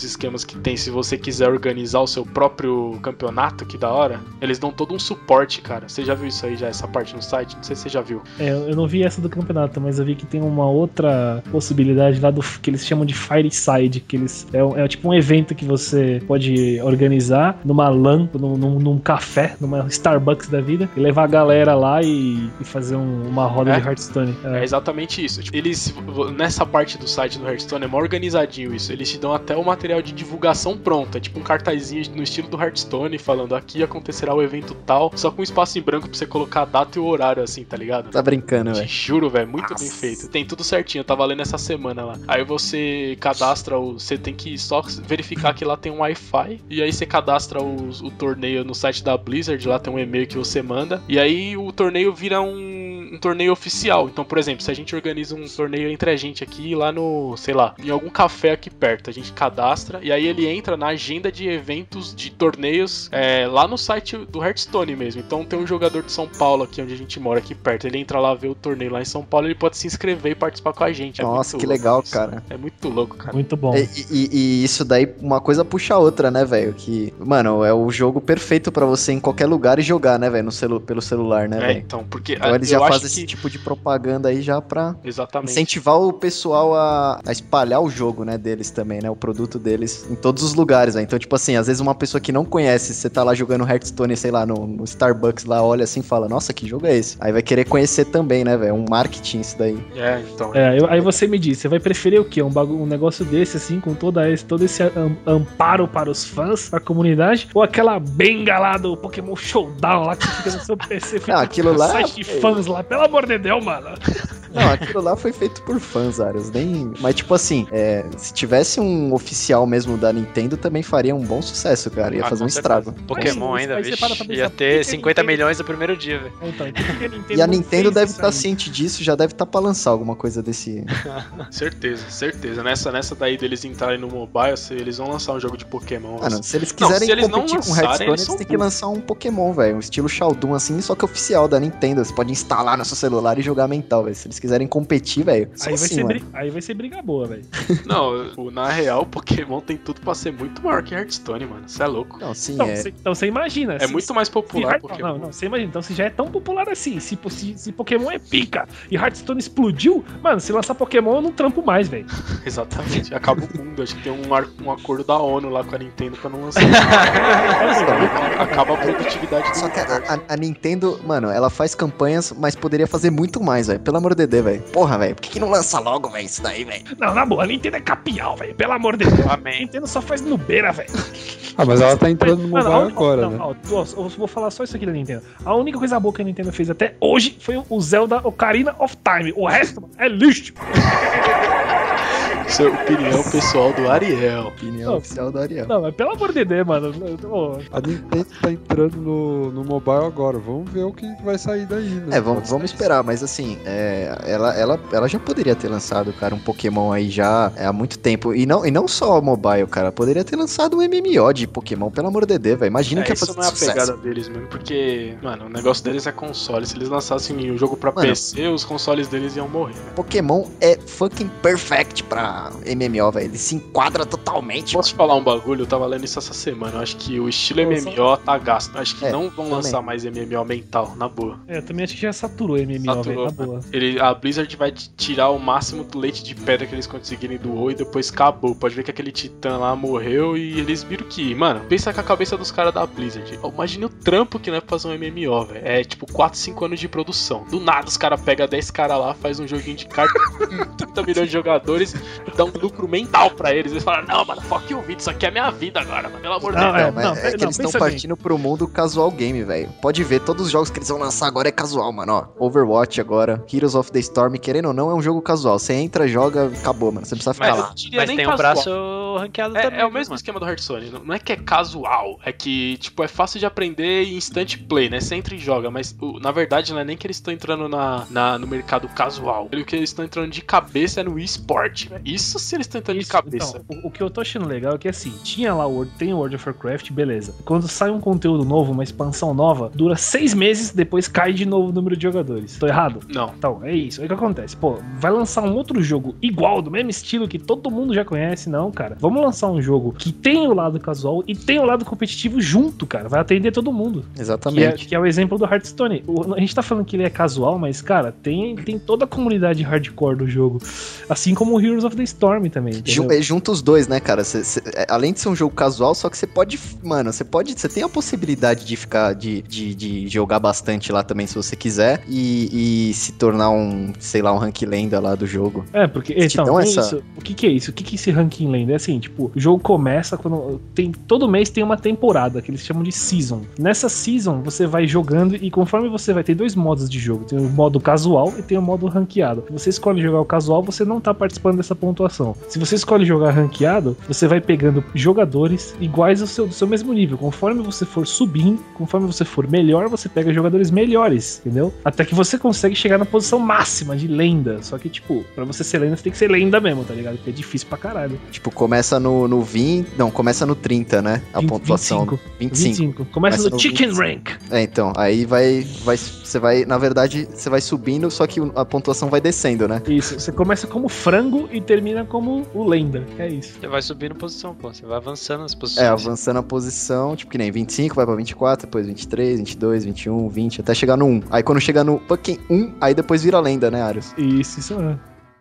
esquemas que tem se você quiser organizar o seu próprio campeonato, que da hora, eles dão todo um suporte, cara. Você já viu isso aí, já, essa parte no site? Não sei se você já viu. É, eu não vi essa do campeonato, mas eu vi que tem uma outra possibilidade lá do que eles chamam de Fireside, que eles é, é tipo um evento que você pode organizar numa LAN, num, num, num café, numa Starbucks da vida, e levar a galera lá e, e fazer um, uma roda é? de Hearthstone. É. é exatamente isso. Tipo, eles, nessa parte do site do Hearthstone, é mais organizadinho isso. Eles te dão até o material de divulgação pronto. É tipo um cartazinho no estilo do Hearthstone, falando aqui acontecerá o evento tal, só com um espaço em branco pra você colocar a data e o horário, assim, tá ligado? Tá brincando, velho. Te juro, velho, muito Nossa. bem feito. Tem tudo certinho, eu tava lendo essa semana lá. Aí você cadastra, o, você tem que só verificar que lá tem um Wi-Fi, e aí você cadastra o, o torneio no site da Blizzard, lá tem um e-mail que você manda, e aí o torneio vira um, um torneio oficial. Então, por exemplo, se a gente organiza um torneio entre a gente aqui, lá no, sei lá, em algum café aqui perto, a gente cadastra, e aí ele entra na agenda de eventos, de torneios, é, lá no site do Hearthstone mesmo. Então tem um jogador de São Paulo aqui, onde a gente mora, aqui perto, ele entra lá, vê o torneio lá em São Paulo, ele pode se inscrever e participar com a gente. É Nossa, que louco legal, isso. cara. É muito louco, cara. Muito bom. E, e- e isso daí, uma coisa puxa a outra, né, velho? Que, mano, é o jogo perfeito pra você ir em qualquer lugar e jogar, né, velho? No celu- pelo celular, né, É, velho? então, porque Então a- eles eu já acho fazem esse que... tipo de propaganda aí já pra Exatamente. incentivar o pessoal a, a espalhar o jogo, né, deles também, né? O produto deles em todos os lugares, né? Então, tipo assim, às vezes uma pessoa que não conhece, você tá lá jogando Hearthstone, sei lá, no, no Starbucks lá, olha assim e fala, nossa, que jogo é esse? Aí vai querer conhecer também, né, velho? É um marketing isso daí. É, então. É, eu- aí você me diz, você vai preferir o quê? Um, bagu- um negócio desse, assim, com toda esse, todo esse am- amparo para os fãs, pra comunidade, ou aquela benga lá do Pokémon Showdown lá que fica no seu P C, fica Ah, aquilo lá- site de fãs lá, pelo amor de Deus, mano. Não, aquilo lá foi feito por fãs, Arias, nem... Mas, tipo assim, é, se tivesse um oficial mesmo da Nintendo, também faria um bom sucesso, cara. Ia Ah, fazer com um estrago. Pokémon Mas, ainda, aí você vixe, para pra pensar, ia por que ter que cinquenta Nintendo- milhões no primeiro dia, velho. Então, então por que a Nintendo E a não Nintendo fez deve isso estar aí? ciente disso, já deve estar pra lançar alguma coisa desse... Certeza, certeza. Nessa, nessa daí deles entrarem no mobile, se eles vão lançar um jogo de Pokémon. Mano, se eles Não, quiserem se eles não competir com lançarem, Hearthstone, eles eles são têm que burros. lançar um Pokémon, velho. Um estilo Showdown, assim, só que oficial da Nintendo. Você pode instalar no seu celular e jogar mental, velho. Se eles quiserem competir, velho, só Aí vai, assim, ser mano. bri- aí vai ser briga boa, velho. Não, o- na real, o Pokémon tem tudo pra ser muito maior que Hearthstone, mano. Isso é louco. Não, sim, Então, é... você, então você imagina. É se- muito mais se popular Heart- Pokémon. Não, não, você imagina. Então, se já é tão popular assim, se, se, se Pokémon é pica e Hearthstone explodiu, mano, se lançar Pokémon eu não trampo mais, velho. Exatamente. Acaba o mundo. Acho que tem um, ar- um acordo da ONU lá com a Nintendo pra não lançar. Acaba a produtividade do Só que a, universo. a- a Nintendo, mano, ela faz campanhas, mas poderia fazer muito mais, velho. Pelo amor de Deus, velho. Porra, velho. Por que, que não lança logo, velho, isso daí, velho? Não, na boa, a Nintendo é capial, velho. Pelo amor de Deus. A Amém. Nintendo só faz nubeira, velho. Ah, mas ela tá entrando no Mano, mobile a un- agora, não, né? ó, ó, eu vou falar só isso aqui da Nintendo. A única coisa boa que a Nintendo fez até hoje foi o Zelda Ocarina of Time. O resto, mano, é lixo. Isso é opinião pessoal do Ariel. Opinião Não. oficial da Ariel. Não, mas pelo amor de Deus, mano. Ô, A Nintendo tá entrando no, no mobile agora. Vamos ver o que vai sair daí, né? É, vamos, vamos esperar, mas assim, é, ela, ela, ela já poderia ter lançado, cara, um Pokémon aí já é, há muito tempo. E não, e não só o mobile, cara. Poderia ter lançado um M M O de Pokémon, pelo amor de Deus, velho. Imagina É, que ia isso fazer não é a sucesso. pegada deles mesmo, porque, mano, o negócio deles é console. Se eles lançassem o jogo pra Mano. P C, os consoles deles iam morrer, né? Pokémon é fucking perfect pra M M O, velho. Ele se enquadra totalmente. Posso te falar um bagulho? Eu tava lendo isso essa semana. Eu acho que o estilo M M O tá gasto. Eu acho que É, não vão também. lançar mais M M O mental, na boa. É, eu também acho que já saturou M M O, velho, Saturou, na boa. Ele, a Blizzard vai t- tirar o máximo do leite de pedra que eles conseguirem do WoW e depois acabou. Pode ver que aquele titã lá morreu e eles viram que, mano, pensa com a cabeça dos caras da Blizzard. Imagine o trampo que não é pra fazer um M M O, velho. É tipo quatro, cinco anos de produção. Do nada os caras pegam dez caras lá, faz um joguinho de carta com trinta milhões de jogadores, dá um lucro mental pra eles. Eles falam, não, mano, fuck you, vídeo, isso aqui é minha vida agora, mano. Pelo amor de Não, Deus. é, Não, mas não, é, pera- que não, eles estão pensa bem. partindo pro mundo casual game, velho. Pode ver, todos os jogos que eles vão lançar agora é casual, mano. Ó, Overwatch agora, Heroes of the Storm, querendo ou não, é um jogo casual. Você entra, joga, acabou, mano. Você não precisa ficar Mas lá. eu não diria Mas nem tem um casual. braço ranqueado É, também. é o né, mesmo mano? esquema do Hearthstone, não não é que é casual, é que, tipo, é fácil de aprender e instant play, né? Você entra e joga, mas o- na verdade não é nem que eles estão entrando na, na- no mercado casual. O que eles estão entrando de cabeça é no eSport, velho. Isso se eles estão entrando de Isso, cabeça. então, o, o que eu tô achando legal é que assim, tinha lá o World, tem o World of Warcraft, beleza. Quando sai um conteúdo novo, uma expansão nova, dura seis meses, depois cai de novo o número de jogadores. Tô errado? Não. Então, é isso. Aí o que acontece? Pô, vai lançar um outro jogo igual, do mesmo estilo que todo mundo já conhece, não, cara. vamos lançar um jogo que tem o lado casual e tem o lado competitivo junto, cara. Vai atender todo mundo. Exatamente. Que é, que é o exemplo do Hearthstone. O, a gente tá falando que ele é casual, mas, cara, tem, tem toda a comunidade hardcore do jogo. Assim como o Heroes of the Storm também. Jun, junta os dois, né, cara? Cê, cê, além de ser um jogo casual, só que você pode. Mano, você pode. Você tem a possibilidade de ficar. De, de, de jogar bastante lá também, se você quiser. E, e se tornar um, sei lá, um rank lenda lá do jogo. É, porque. Então, essa... isso, o que, que é isso? O que, que é esse ranking lenda? É assim, tipo, o jogo começa quando. Tem, todo mês tem uma temporada, que eles chamam de season. Nessa season, você vai jogando e conforme você vai ter dois modos de jogo. Tem o modo casual e tem o modo ranqueado. Se você escolhe jogar o casual, você não tá participando dessa pontuação. Se você escolhe jogar ranqueado, você vai pegando jogadores iguais ao seu, do seu mesmo nível. Conforme você for subindo, conforme você for melhor, você pega jogadores melhores, entendeu? Até que você consegue chegar na posição máxima de lenda. Só que, tipo, pra você ser lenda, você tem que ser lenda mesmo, tá ligado? Porque é difícil pra caralho. Tipo, começa no, no vinte... Não, começa no trinta, né? A vinte, pontuação. vinte e cinco. vinte e cinco. vinte e cinco. Começa, começa no, no Chicken vinte e cinco. Rank. É, então. Aí vai... vai você vai... Na verdade, você vai subindo, só que a pontuação vai descendo, né? Isso. Você começa como frango e termina como o lenda. É isso. Você vai subindo posição, pô. Você vai avançando as posições. É, avançando a posição, tipo que nem vinte e cinco, vai pra vinte e quatro, depois vinte e três, vinte e dois, vinte e um, vinte, até chegar no um. Aí quando chega no fucking um, aí depois vira lenda, né, Arius? Isso, isso é.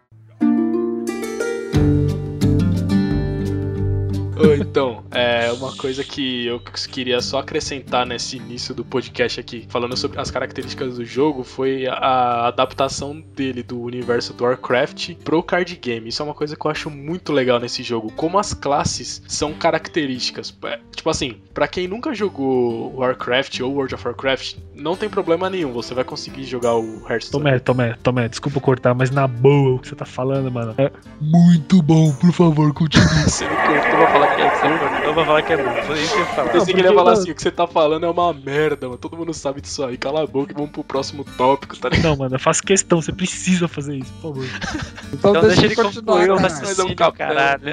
Então, é uma coisa que eu queria só acrescentar nesse início do podcast aqui, falando sobre as características do jogo, foi a adaptação dele do universo do Warcraft pro card game. Isso é uma coisa que eu acho muito legal nesse jogo, como as classes são características. Tipo assim, pra quem nunca jogou Warcraft ou World of Warcraft, não tem problema nenhum, você vai conseguir jogar o Hearthstone. Tomé, Tomé, Tomé, desculpa cortar, mas na boa o que você tá falando, mano, é muito bom, por favor, continue. Você me cortou pra falar que é bom, eu vou falar que é bom, foi isso que eu ia falar. Eu pensei que ele ia falar assim, o que você tá falando é uma merda, mano, todo mundo sabe disso aí, cala a boca e vamos pro próximo tópico, tá ligado? Não, mano, eu faço questão, você precisa fazer isso, por favor. Então, Então deixa ele concluir o Mas é um raciocínio, capel, caralho.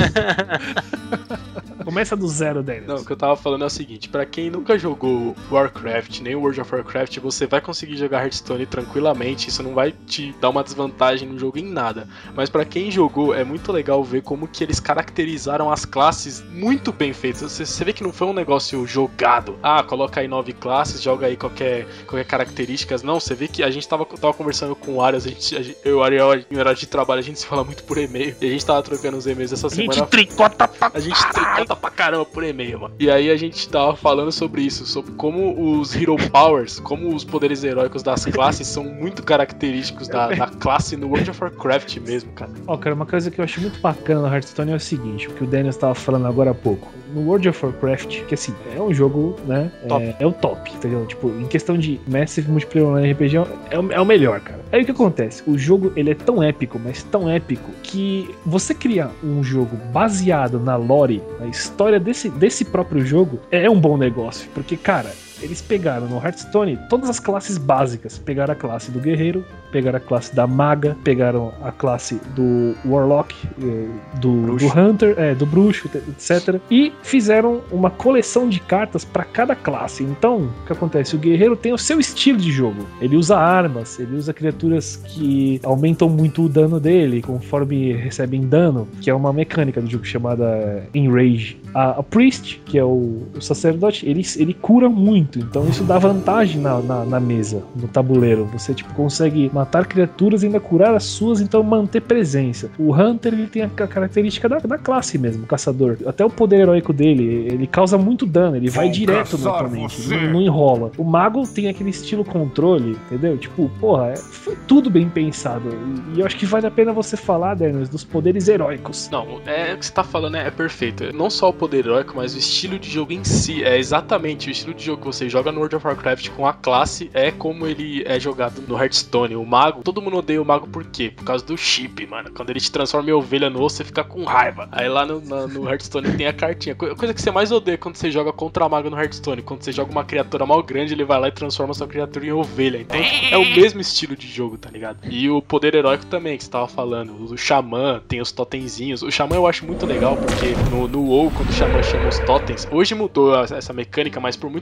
Começa do zero, Dennis. Não, o que eu tava falando é o seguinte, pra quem nunca jogou Warcraft, nem World of Warcraft, você vai conseguir jogar Hearthstone tranquilamente, isso não vai te dar uma desvantagem no jogo em nada. Mas pra quem jogou, é muito legal ver como que eles caracterizaram as classes muito bem feitas. Você, você vê que não foi um negócio jogado. Ah, coloca aí nove classes, joga aí qualquer, qualquer características. Não, você vê que a gente tava, tava conversando com o Arias, a gente, a gente, eu e o Ariel, em horário de trabalho, a gente se fala muito por e-mail, e a gente tava trocando os e-mails essa A semana. gente tricota pra A gente tricota pra caramba por e-mail, mano. E aí a gente tava falando sobre isso, sobre como os Hero Powers, como os poderes heróicos das classes são muito característicos da, da classe no World of Warcraft mesmo, cara. Ó, cara, uma coisa que eu acho muito bacana no Hearthstone é o seguinte, o que o Daniel estava falando agora há pouco. No World of Warcraft, que assim, é um jogo, né, é, é o top, entendeu? Tipo, em questão de Massive Multiplayer Online R P G, é o, é o melhor, cara. Aí o que acontece? O jogo, ele é tão épico, mas tão épico, que você criar um jogo baseado na lore, na história desse, desse próprio jogo, é um bom negócio, porque, cara, eles pegaram no Hearthstone todas as classes básicas. Pegaram a classe do guerreiro, pegaram a classe da maga, pegaram a classe do warlock, do, do hunter, é, do bruxo, etcétera. E fizeram uma coleção de cartas para cada classe. Então, o que acontece? O guerreiro tem o seu estilo de jogo. Ele usa armas, ele usa criaturas que aumentam muito o dano dele conforme recebem dano, que é uma mecânica do jogo chamada Enrage. A, a Priest, que é o, o sacerdote, ele, ele cura muito. Então isso dá vantagem na, na, na mesa, no tabuleiro. Você tipo, consegue matar criaturas e ainda curar as suas, então manter presença. O Hunter, ele tem a característica da, da classe mesmo, o caçador. Até o poder heróico dele, ele causa muito dano, ele vai Vou direto no oponente, não, não enrola. O Mago tem aquele estilo controle, entendeu? Tipo, porra, é, foi tudo bem pensado. E, e eu acho que vale a pena você falar, Dennis, dos poderes heróicos. Não, é o que você tá falando é, é perfeito. Não só o poder heróico, mas o estilo de jogo em si. É exatamente o estilo de jogo que você Você joga no World of Warcraft com a classe, é como ele é jogado no Hearthstone. O mago, todo mundo odeia o mago por quê? Por causa do chip, mano. Quando ele te transforma em ovelha no osso, você fica com raiva. Aí lá no, no, no Hearthstone tem a cartinha. A coisa que você mais odeia quando você joga contra a mago no Hearthstone. Quando você joga uma criatura mal grande, ele vai lá e transforma a sua criatura em ovelha. Então é o mesmo estilo de jogo, tá ligado? E o poder heróico também, que você tava falando. O Xamã, tem os totemzinhos. O Xamã eu acho muito legal, porque no, no WoW, quando o Xamã chama os totens, hoje mudou essa mecânica, mas por muito tempo,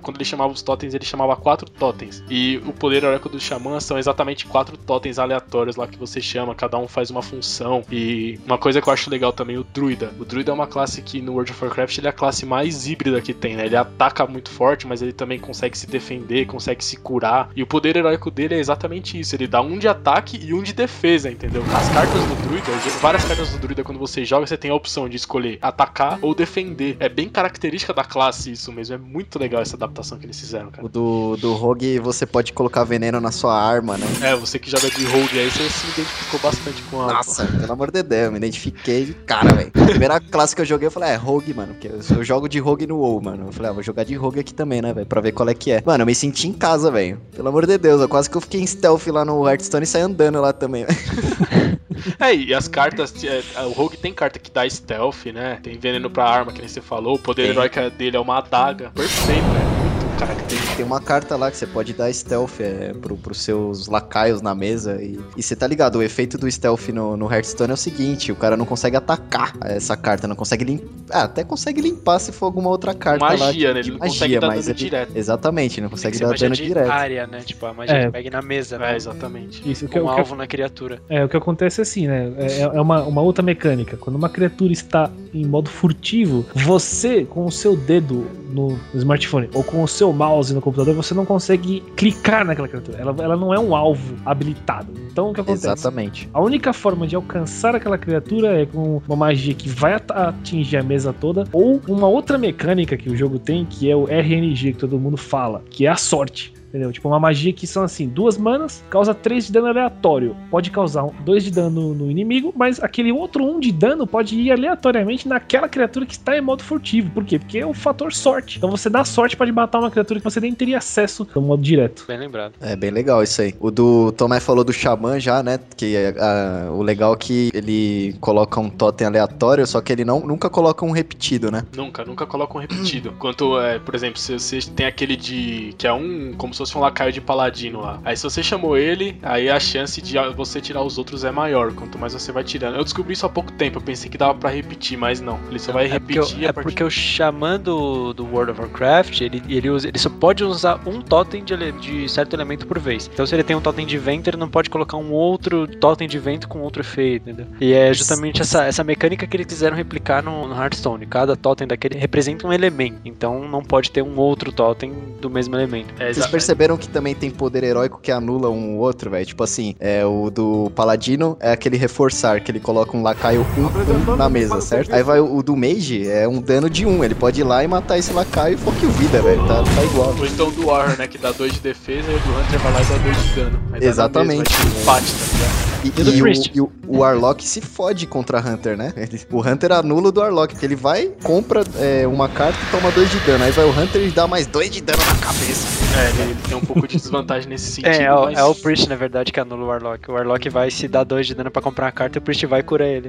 quando ele chamava os totens, ele chamava quatro totens. E o poder heróico do Xamã são exatamente quatro totens aleatórios lá que você chama, cada um faz uma função. E uma coisa que eu acho legal também, o Druida. O Druida é uma classe que no World of Warcraft ele é a classe mais híbrida que tem, né? Ele ataca muito forte, mas ele também consegue se defender, consegue se curar. E o poder heróico dele é exatamente isso. Ele dá um de ataque e um de defesa, entendeu? As cartas do Druida, várias cartas do Druida, quando você joga, você tem a opção de escolher atacar ou defender. É bem característica da classe isso mesmo. É muito legal essa adaptação que eles fizeram, cara. O do, do Rogue, você pode colocar veneno na sua arma, né? É, você que joga de Rogue aí, você se identificou bastante com a... Nossa, pelo amor de Deus, eu me identifiquei de cara, velho. Primeira classe que eu joguei, eu falei, é, Rogue, mano, porque eu, eu jogo de Rogue no WoW, mano. Eu falei, ah, vou jogar de Rogue aqui também, né, velho, pra ver qual é que é. Mano, eu me senti em casa, velho. Pelo amor de Deus, eu quase que eu fiquei em stealth lá no Hearthstone e saí andando lá também, velho. É, e as cartas, é, o Rogue tem carta que dá stealth, né? Tem veneno pra arma, que nem você falou. O poder heróico dele é uma adaga. Perfeito, né? Muito característico. Tem uma carta lá que você pode dar stealth é, pro, pros seus lacaios na mesa. E, e você tá ligado, o efeito do stealth no, no Hearthstone é o seguinte: o cara não consegue atacar essa carta, não consegue limpar. Ah, até consegue limpar se for alguma outra carta magia, lá. Magia, né? Ele não magia, consegue dar mas dano ele, direto. Exatamente, não consegue dar magia dano de direto. área, né? Tipo, a magia É. que pega na mesa, né? É, exatamente. Isso, o que, Um o que, alvo na criatura. é, o que acontece é assim, né? É, é uma, uma outra mecânica. Quando uma criatura está em modo furtivo, você, com o seu dedo no smartphone ou com o seu mouse no computador, você não consegue clicar naquela criatura. Ela, ela não é um alvo habilitado. Então, o que acontece? Exatamente. A única forma de alcançar aquela criatura é com uma magia que vai at- atingir a mesa toda, ou uma outra mecânica que o jogo tem, que é o R N G, que todo mundo fala, que é a sorte. Entendeu? Tipo, uma magia que são assim, duas manas, causa três de dano aleatório. Pode causar dois de dano no inimigo, mas aquele outro um de dano pode ir aleatoriamente naquela criatura que está em modo furtivo. Por quê? Porque é o fator sorte. Então você dá sorte para matar uma criatura que você nem teria acesso no modo direto. Bem lembrado. É bem legal isso aí. O do Tomé falou do Xamã já, né? Que é, a, o legal é que ele coloca um totem aleatório, só que ele não, nunca coloca um repetido, né? Nunca, nunca coloca um repetido. Quanto, é, por exemplo, se você tem aquele de... que é um... como se fosse um lacaio de paladino lá. Aí se você chamou ele, aí a chance de você tirar os outros é maior, quanto mais você vai tirando. Eu descobri isso há pouco tempo, eu pensei que dava pra repetir, mas não. Ele só vai é repetir porque, a é partir... porque o Xamã do, do World of Warcraft, ele, ele, usa, ele só pode usar um totem de, ele- de certo elemento por vez. Então se ele tem um totem de vento, ele não pode colocar um outro totem de vento com outro efeito, entendeu? E é justamente essa, essa mecânica que eles quiseram replicar no, no Hearthstone. Cada totem daquele representa um elemento, então não pode ter um outro totem do mesmo elemento. É, Vocês exa- perceberam que também tem poder heróico que anula um outro, velho? Tipo assim, é o do Paladino é aquele reforçar, que ele coloca um lacaio um, um na mesa, certo? Aí vai o, o do Mage, é um dano de um. Ele pode ir lá e matar esse lacaio e fuck o vida, velho. Tá, tá igual. Ou então do Warrior, né, que dá dois de defesa e o do Hunter vai lá e dá dois de dano. Aí dá na Exatamente. mesma, tipo, empate, tá ligado? E, E o do e o, Priest? e o, o Warlock se fode contra Hunter, né? Ele- o Hunter anula o do Warlock, porque ele vai, compra é, uma carta e toma dois de dano. Aí vai o Hunter e dá mais dois de dano na cabeça. É, ele, ele tem um pouco de desvantagem nesse sentido, É, é, o, mas... é o Priest, na verdade, que anula o Warlock. O Warlock vai se dar dois de dano pra comprar uma carta e o Priest vai curar ele.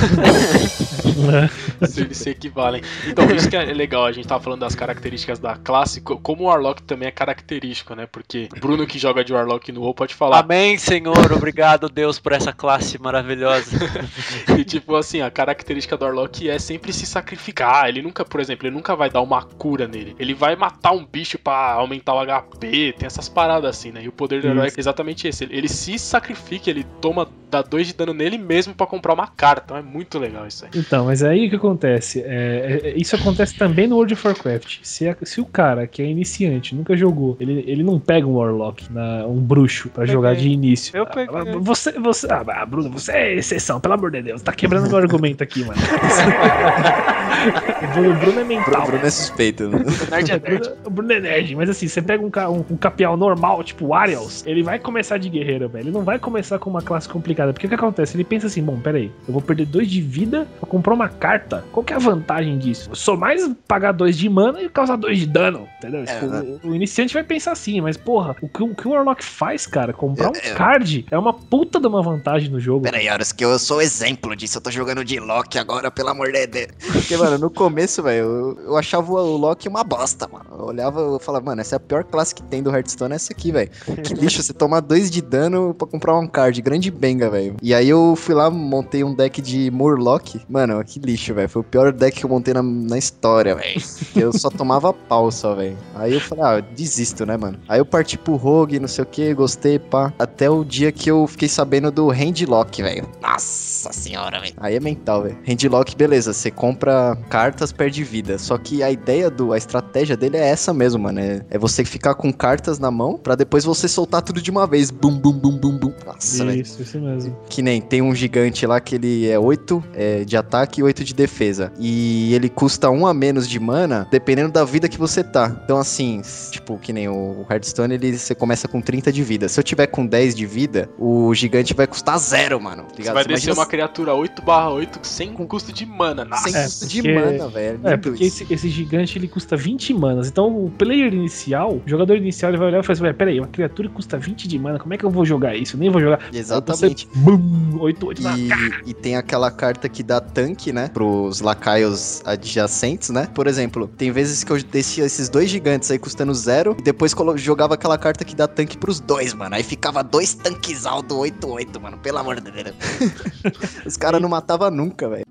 se eles se equivalem. Então, isso que é legal, a gente tava falando das características da classe, co- como o Warlock também é característico, né? Porque o Bruno que joga de Warlock no WoW pode falar. Amém, Senhor. Obrigado, Deus, por essa classe maravilhosa. E tipo assim, a característica do Warlock é sempre se sacrificar. Ele nunca, por exemplo, ele nunca vai dar uma cura nele. Ele vai matar um bicho pra aumentar o H P, tem essas paradas assim, né? E o poder do herói é exatamente esse. Ele, ele se sacrifica, ele toma, dá dois de dano nele mesmo pra comprar uma carta. Então é muito legal isso aí. Então, mas aí o que acontece? É, é- isso acontece também no World of Warcraft. Se, a- se o cara que é iniciante, nunca jogou, ele, ele não pega um Warlock, na- um bruxo, pra Peguei. jogar de início. Eu peguei. Ah, Você, você, ah, ah, Bruno, você é exceção, pelo amor de Deus. Tá quebrando meu argumento aqui, mano. o Bruno, o Bruno é O mental. Bruno é suspeito, né? Nerd é O Bruno, nerd. o Bruno é nerd, mas assim, você pega um, ca- um, um capial normal, tipo o Ariels, ele vai começar de guerreiro, velho. Ele não vai começar com uma classe complicada. Porque o que acontece? Ele pensa assim, bom, peraí, eu vou perder dois de vida pra comprar uma carta. Qual que é a vantagem disso? Eu sou mais pagar dois de mana e causar dois de dano, entendeu? Tipo, né? o, o iniciante vai pensar assim, mas porra, o que o, que o Warlock faz, cara, comprar um É, é. card é uma puta de uma vantagem no jogo. Pera aí, horas que eu sou exemplo disso. Eu tô jogando de Loki agora, pelo amor de Deus. Porque, mano, no começo começo, velho, eu, eu achava o Loki uma bosta, mano. Eu olhava e falava, mano, essa é a pior classe que tem do Hearthstone, é essa aqui, velho. Que lixo, você toma dois de dano pra comprar um card, grande benga, velho. E aí eu fui lá, montei um deck de Murloc. Mano, que lixo, velho. Foi o pior deck que eu montei na, na história, velho. Eu só tomava pau só, velho. Aí eu falei, ah, eu desisto, né, mano? Aí eu parti pro Rogue, não sei o que, gostei, pá. Até o dia que eu fiquei sabendo do Handlock, velho. Nossa senhora, velho. Aí é mental, velho. Handlock, beleza, você compra cartas, perde vida. Só que a ideia do, a estratégia dele é essa mesmo, mano. É, é você ficar com cartas na mão pra depois você soltar tudo de uma vez. Bum, bum, bum, bum, bum. Nossa, velho. Isso, isso mesmo. Que nem tem um gigante lá que ele é oito é, de ataque e oito de defesa. E ele custa um a menos de mana, dependendo da vida que você tá. Então, assim, tipo, que nem o Hearthstone, ele, você começa com trinta de vida. Se eu tiver com dez de vida, o gigante vai custar zero, mano. Ligado? Você vai você descer imagina... uma criatura oito barra oito sem custo de mana. Nossa. Sem É, custo porque... de mana, velho. É, porque esse, esse gigante ele custa vinte manas. Então o player inicial, o jogador inicial, ele vai olhar e fala assim: peraí, uma criatura custa vinte de mana, como é que eu vou jogar isso? Eu nem vou jogar. Exatamente. Você, bum, oito, oito na E, cara. e tem aquela carta que dá tanque, né? Pros lacaios adjacentes, né? Por exemplo, tem vezes que eu descia esses dois gigantes aí custando zero e depois colo- jogava aquela carta que dá tanque pros dois, mano. Aí ficava dois tanquezal do oito oito, mano. Pelo amor de Deus. Os caras não matavam nunca, velho.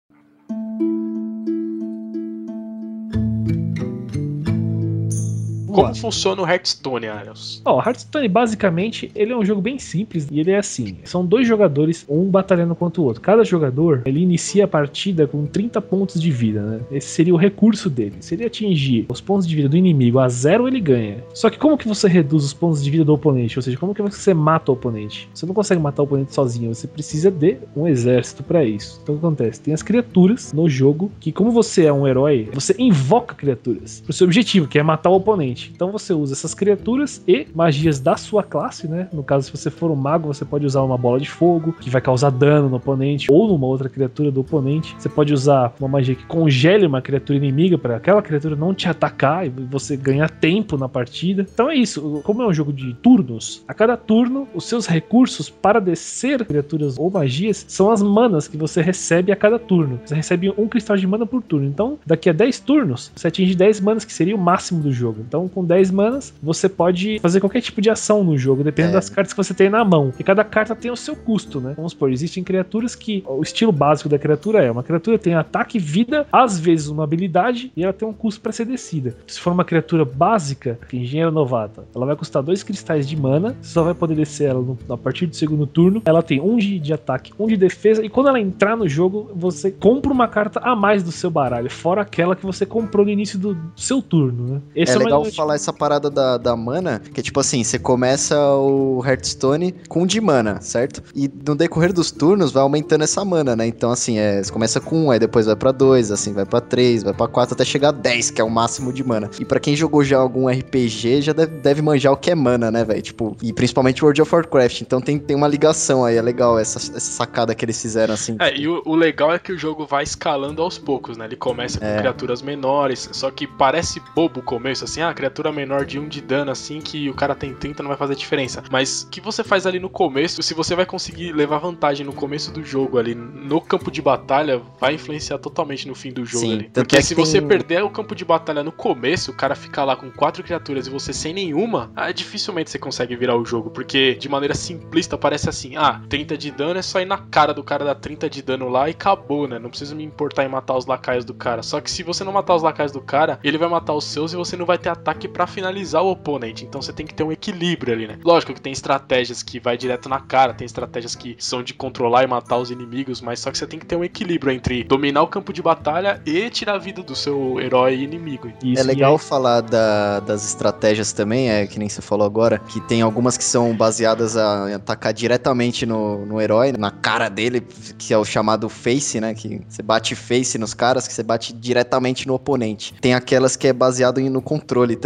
Como funciona o Hearthstone, Arius? Ó, Hearthstone, basicamente, ele é um jogo bem simples e ele é assim, são dois jogadores, um batalhando contra o outro. Cada jogador, ele inicia a partida com trinta pontos de vida, né? Esse seria o recurso dele. Se ele atingir os pontos de vida do inimigo a zero, ele ganha. Só que como que você reduz os pontos de vida do oponente? Ou seja, como que você mata o oponente? Você não consegue matar o oponente sozinho, você precisa de um exército pra isso. Então o que acontece? Tem as criaturas no jogo que, como você é um herói, você invoca criaturas pro seu objetivo, que é matar o oponente. Então você usa essas criaturas e magias da sua classe, né? No caso, se você for um mago, você pode usar uma bola de fogo, que vai causar dano no oponente, ou numa outra criatura do oponente. Você pode usar uma magia que congele uma criatura inimiga para aquela criatura não te atacar e você ganhar tempo na partida. Então é isso. Como é um jogo de turnos, a cada turno, os seus recursos para descer criaturas ou magias são as manas que você recebe a cada turno. Você recebe um cristal de mana por turno. Então, daqui a dez turnos, você atinge dez manas, que seria o máximo do jogo. Então, com dez manas, você pode fazer qualquer tipo de ação no jogo, dependendo é. das cartas que você tem na mão. E cada carta tem o seu custo, né? Vamos supor, existem criaturas que o estilo básico da criatura é: uma criatura tem ataque, vida, às vezes uma habilidade, e ela tem um custo para ser descida. Se for uma criatura básica, que é engenheiro novata, ela vai custar dois cristais de mana, você só vai poder descer ela no, a partir do segundo turno. Ela tem um de, de ataque, um de defesa, e quando ela entrar no jogo, você compra uma carta a mais do seu baralho, fora aquela que você comprou no início do, do seu turno, né? Esse é, é legal uma... falar essa parada da, da mana, que é tipo assim, você começa o Hearthstone com um de mana, certo? E no decorrer dos turnos vai aumentando essa mana, né? Então assim, é, você começa com um, aí depois vai pra dois, assim, vai pra três, vai pra quatro, até chegar a dez, que é o máximo de mana. E pra quem jogou já algum R P G, já deve, deve manjar o que é mana, né, velho? Tipo, e principalmente World of Warcraft, então tem, tem uma ligação aí, é legal essa, essa sacada que eles fizeram, assim. É, e o, o legal é que o jogo vai escalando aos poucos, né? Ele começa com é. criaturas menores, só que parece bobo o começo, assim, ah, criatura menor de um de dano, assim, que o cara tem trinta, não vai fazer diferença. Mas o que você faz ali no começo, se você vai conseguir levar vantagem no começo do jogo ali, no campo de batalha, vai influenciar totalmente no fim do jogo. Sim, ali. Porque é se tem... você perder o campo de batalha no começo, o cara ficar lá com quatro criaturas e você sem nenhuma, ah, dificilmente você consegue virar o jogo, porque de maneira simplista parece assim, ah, trinta de dano é só ir na cara do cara dar trinta de dano lá e acabou, né? Não precisa me importar em matar os lacaios do cara. Só que se você não matar os lacaios do cara, ele vai matar os seus e você não vai ter ataque pra finalizar o oponente. Então você tem que ter um equilíbrio ali, né? Lógico que tem estratégias que vai direto na cara, tem estratégias que são de controlar e matar os inimigos, mas só que você tem que ter um equilíbrio entre dominar o campo de batalha e tirar a vida do seu herói inimigo. Isso, é legal aí... falar da, das estratégias também, é que nem você falou agora, que tem algumas que são baseadas a, em atacar diretamente no, no herói, na cara dele, que é o chamado face, né? Que você bate face nos caras, que você bate diretamente no oponente. Tem aquelas que é baseado no controle também.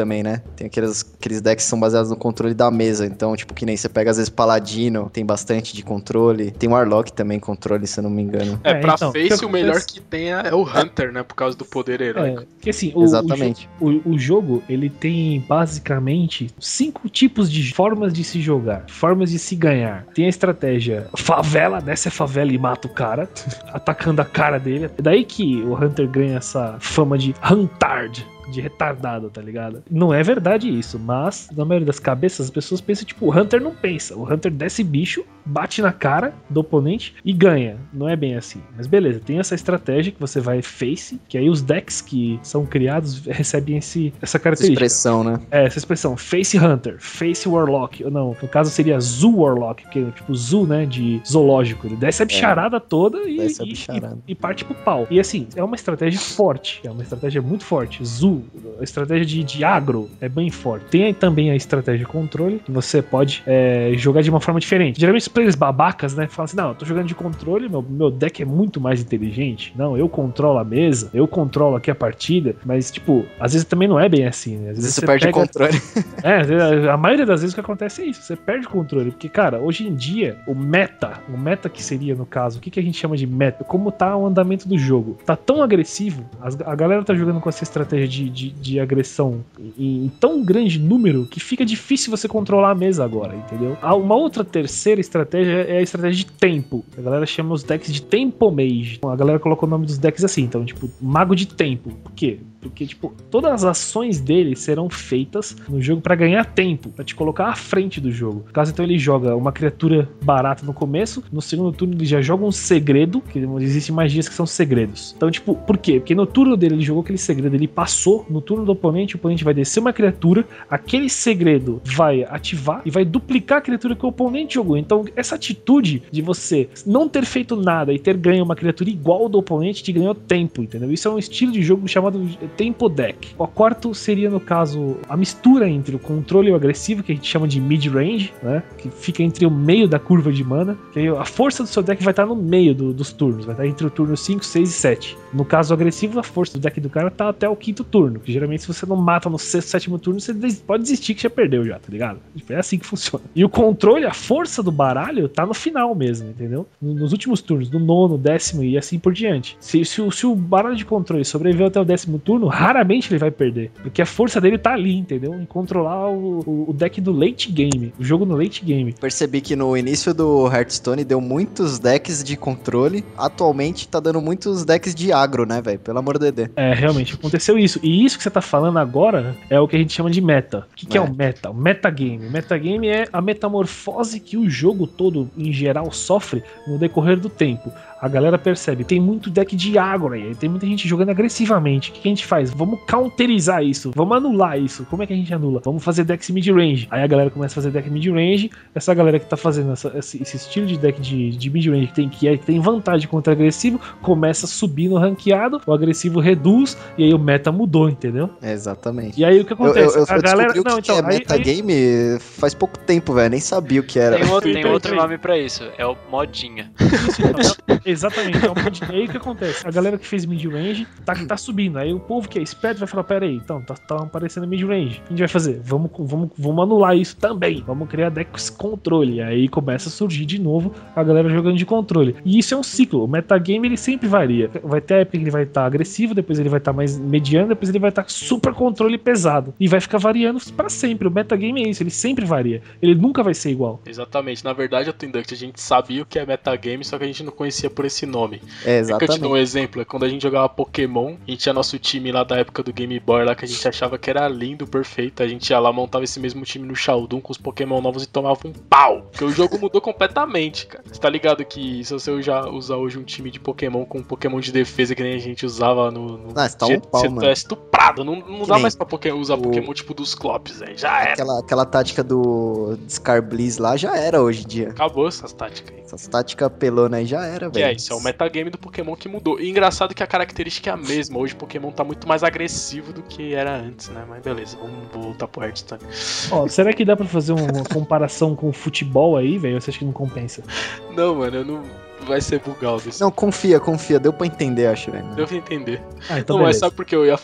também, né? Tem aqueles, aqueles decks que são baseados no controle da mesa. Então, tipo, que nem você pega às vezes Paladino, tem bastante de controle. Tem Warlock também, controle, se eu não me engano. É, É, pra então, Face que o melhor acontece- que tem é o Hunter, né? Por causa do poder heróico. É, que assim, o, Exatamente. O, jo- o, o jogo, ele tem basicamente cinco tipos de formas de se jogar, formas de se ganhar. Tem a estratégia favela, desce a favela e mata o cara, atacando a cara dele. É daí que o Hunter ganha essa fama de Huntard, de retardado, tá ligado? Não é verdade isso, mas na maioria das cabeças as pessoas pensam, tipo, o Hunter não pensa. O Hunter desce bicho, bate na cara do oponente e ganha. Não é bem assim. Mas beleza, tem essa estratégia que você vai face, que aí os decks que são criados recebem esse, essa Essa característica. expressão, né? É, essa expressão, Face Hunter, Face Warlock, ou não, no caso seria Zoo Warlock, que é tipo Zoo, né, de zoológico. Ele desce a bicharada toda e, desce a e- bicharada. e- e parte pro pau. E assim, é uma estratégia forte, é uma estratégia muito forte. Zoo, a estratégia de, de agro é bem forte. Tem aí também a estratégia de controle, que você pode é, jogar de uma forma diferente. Geralmente os players babacas, né, falam assim, não, eu tô jogando de controle, meu, meu deck é muito mais inteligente. Não, eu controlo a mesa, eu controlo aqui a partida, mas tipo, às vezes também não é bem assim, né? Às Às vezes vezes você perde pega- o controle. é, às vezes, a maioria das vezes o que acontece é isso, você perde o controle, porque, cara, hoje em dia, o meta, o meta que seria, no caso, o que, que a gente chama de meta? Como tá o andamento do jogo? Tá tão agressivo, as- a galera tá jogando com essa estratégia de, de, de agressão em, em tão grande número que fica difícil você controlar a mesa agora, entendeu? Há uma outra terceira estratégia é a estratégia de tempo. A galera chama os decks de Tempo Mage. A galera coloca o nome dos decks assim, então, tipo, Mago de Tempo. Por quê? Porque, tipo, todas as ações dele serão feitas no jogo pra ganhar tempo, pra te colocar à frente do jogo. No caso, então, ele joga uma criatura barata no começo, no segundo turno ele já joga um segredo, que existem magias que são segredos. Então, tipo, por quê? Porque no turno dele ele jogou aquele segredo, ele passou, no turno do oponente, o oponente vai descer uma criatura, aquele segredo vai ativar e vai duplicar a criatura que o oponente jogou. Então, essa atitude de você não ter feito nada e ter ganho uma criatura igual do oponente te ganhou tempo, entendeu? Isso é um estilo de jogo chamado Tempo Deck. O quarto seria, no caso, a mistura entre o controle e o agressivo, que a gente chama de mid-range, né? Que fica entre o meio da curva de mana. Que aí a força do seu deck vai estar no meio do- dos turnos, vai estar entre o turno cinco, seis e sete. No caso agressivo, a força do deck do cara tá até o quinto turno, que geralmente se você não mata no sexto, sétimo turno, você des- pode desistir que já perdeu já, tá ligado? Tipo, é assim que funciona. E o controle, a força do baralho, tá no final mesmo, entendeu? Nos últimos turnos, no nono, décimo e assim por diante. Se, se, o- se o baralho de controle sobreviveu até o décimo turno, raramente ele vai perder. Porque a força dele tá ali, entendeu? Em controlar o, o- o deck do late game. O jogo no late game. Percebi que no início do Hearthstone deu muitos decks de controle. Atualmente tá dando muitos decks de agro, né, velho? Pelo amor de Deus. É, realmente, aconteceu isso. E isso que você tá falando agora é o que a gente chama de meta. O que, que é. É. o meta? O metagame. O metagame é a metamorfose que o jogo todo, em geral, sofre no decorrer do tempo. A galera percebe, tem muito deck de agro aí, tem muita gente jogando agressivamente. O que, que a gente faz? Vamos counterizar isso, vamos anular isso. Como é que a gente anula? Vamos fazer decks mid-range. Aí a galera começa a fazer deck mid-range. Essa galera que tá fazendo essa- esse, esse estilo de deck de, de mid-range que tem, que, é, que tem vantagem contra agressivo, começa a subir no ranqueado, o agressivo reduz, e aí o meta mudou, entendeu? É, exatamente. E aí o que Eu, acontece? eu, eu a galera. descobri o que, Não, que então, é aí, aí, metagame faz pouco tempo, velho. Nem sabia o que era. Tem outro, tem Peraí, outro peraí. nome pra isso, é o modinha. Isso, então, é- exatamente. É um mod- e aí o que acontece? A galera que fez mid-range tá, tá subindo. Aí o povo que é esperto vai falar: pera aí, então, tá, tá aparecendo mid-range. O que a gente vai fazer? Vamos, vamos, vamos anular isso também. Vamos criar decks controle. Aí começa a surgir de novo a galera jogando de controle. E isso é um ciclo. O metagame ele sempre varia. Vai ter a época que ele vai estar agressivo, depois ele vai estar mais mediano, depois ele vai estar super controle pesado. E vai ficar variando pra sempre. O metagame é isso, ele sempre varia. Ele nunca vai ser igual. Exatamente. Na verdade, a Twinduct, a gente sabia o que é metagame, só que a gente não conhecia por esse nome. É, É que eu te dou um exatamente. exemplo, é quando a gente jogava Pokémon, a gente tinha nosso time lá da época do Game Boy lá, que a gente achava que era lindo, perfeito, a gente ia lá, montava esse mesmo time no Shaldun com os Pokémon novos e tomava um pau, porque o jogo mudou completamente, cara. Você tá ligado que se você já usar hoje um time de Pokémon com um Pokémon de defesa que nem a gente usava no... no Ah, você tá um dia- pau, você mano. tá estuprado, não, não Que dá nem mais pra Pokémon, usar o- Pokémon tipo dos Clops, velho, já era. Aquela, aquela tática do Scarbliss lá já era hoje em dia. Acabou essas táticas aí. Essas táticas pelona aí já era, Que velho. é isso, é o metagame do Pokémon que mudou. E engraçado que a característica é a mesma. Hoje o Pokémon tá muito mais agressivo do que era antes, né? Mas beleza, vamos voltar pro Hearthstone. Ó, será que dá pra fazer uma comparação com o futebol aí, velho? Ou você acha que não compensa? Não, mano, eu não. Vai ser bugal desse. Não, confia, confia. Deu pra entender, acho, velho. Deu pra entender. Ah, então não, mas beleza. sabe por que eu ia falar? Porque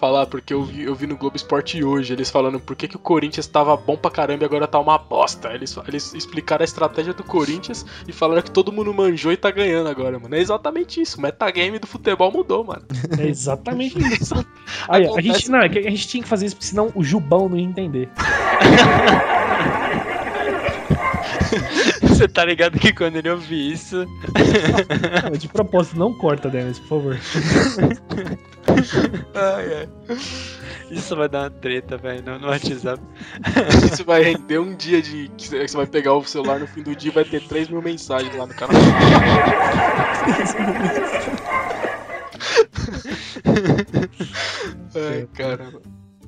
que eu vi, eu vi no Globo Esporte hoje, eles falando por que, que o Corinthians tava bom pra caramba e agora tá uma bosta. Eles, eles explicaram a estratégia do Corinthians e falaram que todo mundo manjou e tá ganhando agora, mano. É exatamente isso, o metagame do futebol mudou, mano. É exatamente isso. Aí, a, gente, não, a gente tinha que fazer isso, porque senão o Jubão não ia entender. Você tá ligado que quando ele ouvir isso... Não, de propósito, não corta, Dennis, por favor. Ai, ai. Isso vai dar uma treta, velho, no, no WhatsApp. Isso vai render um dia de... que você vai pegar o celular no fim do dia e vai ter três mil mensagens lá no canal. Ai, caramba.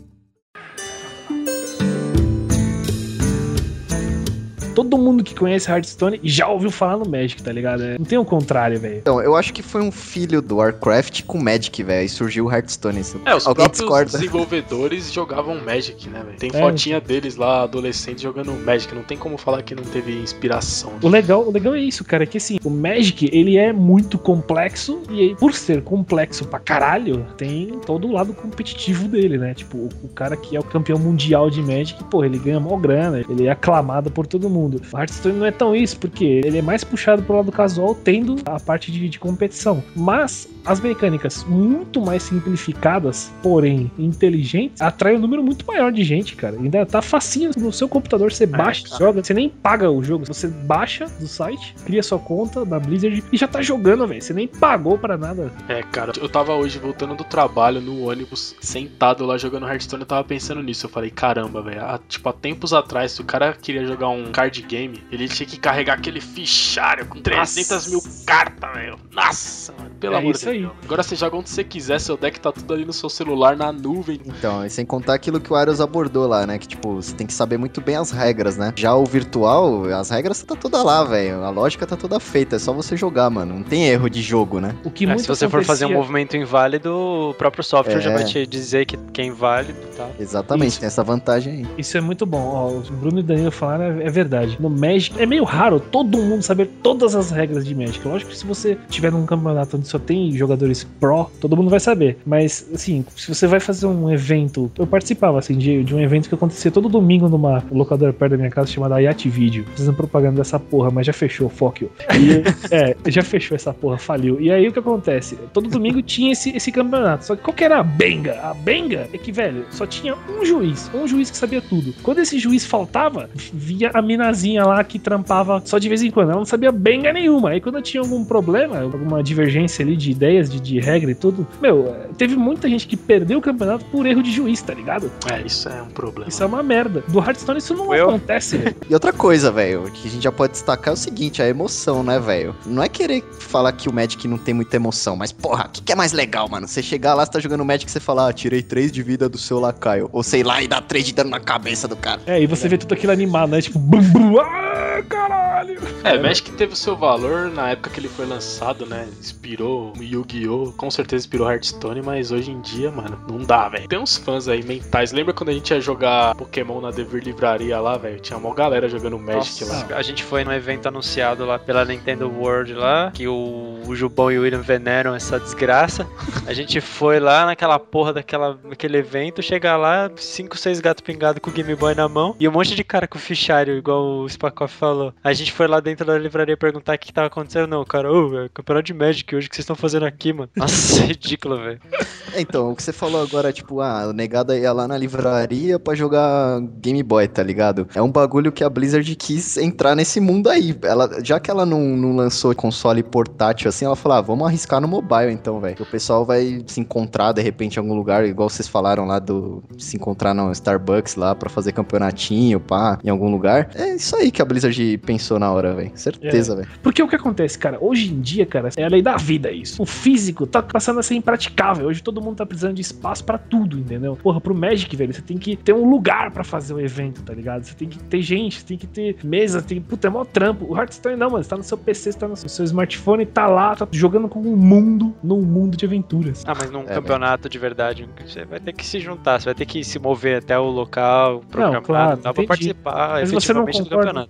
Todo mundo que conhece Hearthstone já ouviu falar no Magic, tá ligado? Não tem o contrário, velho. Então, eu acho que foi um filho do Warcraft com Magic, velho. E surgiu o Hearthstone. É, os Alguém próprios discorda? desenvolvedores jogavam Magic, né, velho? Tem É. fotinha deles lá, adolescentes, jogando Magic. Não tem como falar que não teve inspiração. O legal, o legal é isso, cara, é que assim, o Magic, ele é muito complexo e aí, por ser complexo pra caralho, tem todo o lado competitivo dele, né? Tipo, o, o cara que é o campeão mundial de Magic, pô, ele ganha mó grana, ele é aclamado por todo mundo. O Hearthstone não é tão isso, porque ele é mais puxado pro lado casual, tendo a parte de, de competição. Mas as mecânicas muito mais simplificadas, porém inteligentes, atraem um número muito maior de gente, cara. Ainda tá facinho no seu computador, você baixa, cara. joga, você nem paga o jogo, você baixa do site, cria sua conta da Blizzard e já tá jogando, velho. Você nem pagou pra nada. É, cara, eu tava hoje voltando do trabalho no ônibus, sentado lá jogando Hearthstone, eu tava pensando nisso. Eu falei, caramba, velho, há, tipo, há tempos atrás, se o cara queria jogar um card game, ele tinha que carregar aquele fichário com trezentas mil cartas, velho. Nossa, mano, pelo É amor isso de aí. Deus. Agora você joga onde você quiser, seu deck tá tudo ali no seu celular, na nuvem. Então, e sem contar aquilo que o Arius abordou lá, né? Que, tipo, você tem que saber muito bem as regras, né? Já o virtual, as regras tá toda lá, velho. A lógica tá toda feita, é só você jogar, mano. Não tem erro de jogo, né? O que É, muito se você for fazer um acontecia- movimento inválido, o próprio software É. já vai te dizer que, que é inválido e tal. Exatamente, Isso. tem essa vantagem aí. Isso é muito bom. Ó, o Bruno e o Danilo falaram, é é verdade. No Magic, é meio raro todo mundo saber todas as regras de Magic. Lógico que se você tiver num campeonato onde só tem jogadores pro, todo mundo vai saber. Mas, assim, se você vai fazer um evento... Eu participava, assim, de, de um evento que acontecia todo domingo numa locadora perto da minha casa chamada Ayat Video. Fazendo propaganda dessa porra, mas já fechou, fuck you. E, é, já fechou essa porra, faliu. E aí o que acontece? Todo domingo tinha esse, esse campeonato. Só que qual que era a benga? A benga é que, velho, só tinha um juiz. Um juiz que sabia tudo. Quando esse juiz faltava, via a minazinha lá que trampava só de vez em quando. Ela não sabia benga nenhuma. Aí quando tinha algum problema, alguma divergência ali de ideias, de, de regra e tudo, meu, teve muita gente que perdeu o campeonato por erro de juiz, tá ligado? É, isso é um problema. Isso é uma merda. Do Hearthstone isso não Eu? acontece, velho. E outra coisa, velho, que a gente já pode destacar é o seguinte, a emoção, né, velho? Não é querer falar que o Magic não tem muita emoção, mas, porra, o que, que é mais legal, mano? Você chegar lá, você tá jogando Magic e você falar, ah, tirei três de vida do seu lacaio. Ou sei lá, e dá três de dano na cabeça do cara. É, e você vê tudo aquilo animado, né? Tipo, bum, bum, ah, caralho! É, Magic teve o seu valor na época que ele foi lançado, né? Inspirou o Yu-Gi-Oh! Com certeza inspirou Hearthstone, mas hoje em dia, mano, não dá, velho. Tem uns fãs aí mentais. Lembra quando a gente ia jogar Pokémon na Devir Livraria lá, velho? Tinha uma galera jogando Magic Nossa, lá. a gente foi num evento anunciado lá pela Nintendo World lá, que o, o Jubão e o William veneram essa desgraça. A gente foi lá naquela porra daquela, daquele evento, chegar lá, cinco, seis gatos pingados com o Game Boy na mão e um monte de cara com fichário, igual o Spakoff falou. A gente foi lá dentro da livraria perguntar o que, que tava acontecendo. Não, cara, ô, é campeonato de Magic hoje, o que vocês estão fazendo aqui, mano? Nossa, ridículo, velho. É, então, o que você falou agora, tipo, ah, o negado ia lá na livraria pra jogar Game Boy, tá ligado? É um bagulho que a Blizzard quis entrar nesse mundo aí. Ela, já que ela não, não lançou console portátil assim, ela falou, ah, vamos arriscar no mobile então, velho. O pessoal vai se encontrar, de repente, em algum lugar, igual vocês falaram lá do... se encontrar no Starbucks lá pra fazer campeonatinho, pá, em algum lugar. É isso aí que a Blizzard pensou na hora, velho. Certeza, É. velho. Porque o que acontece, cara, hoje em dia, cara, é a lei da vida isso. O físico tá passando a ser impraticável. Hoje todo mundo tá precisando de espaço pra tudo, entendeu? Porra, pro Magic, velho, você tem que ter um lugar pra fazer o evento, tá ligado? Você tem que ter gente, você tem que ter mesa, tem que... Puta, é mó trampo. O Hearthstone não, mano, você tá no seu P C, você tá no seu smartphone, tá lá, tá jogando com um mundo, num mundo de aventuras. Ah, mas num É, campeonato de verdade, você vai ter que se juntar, você vai ter que se mover até o local programado, claro, dá pra entendi. participar Mas você não efetivamente do concorda, campeonato. realmente,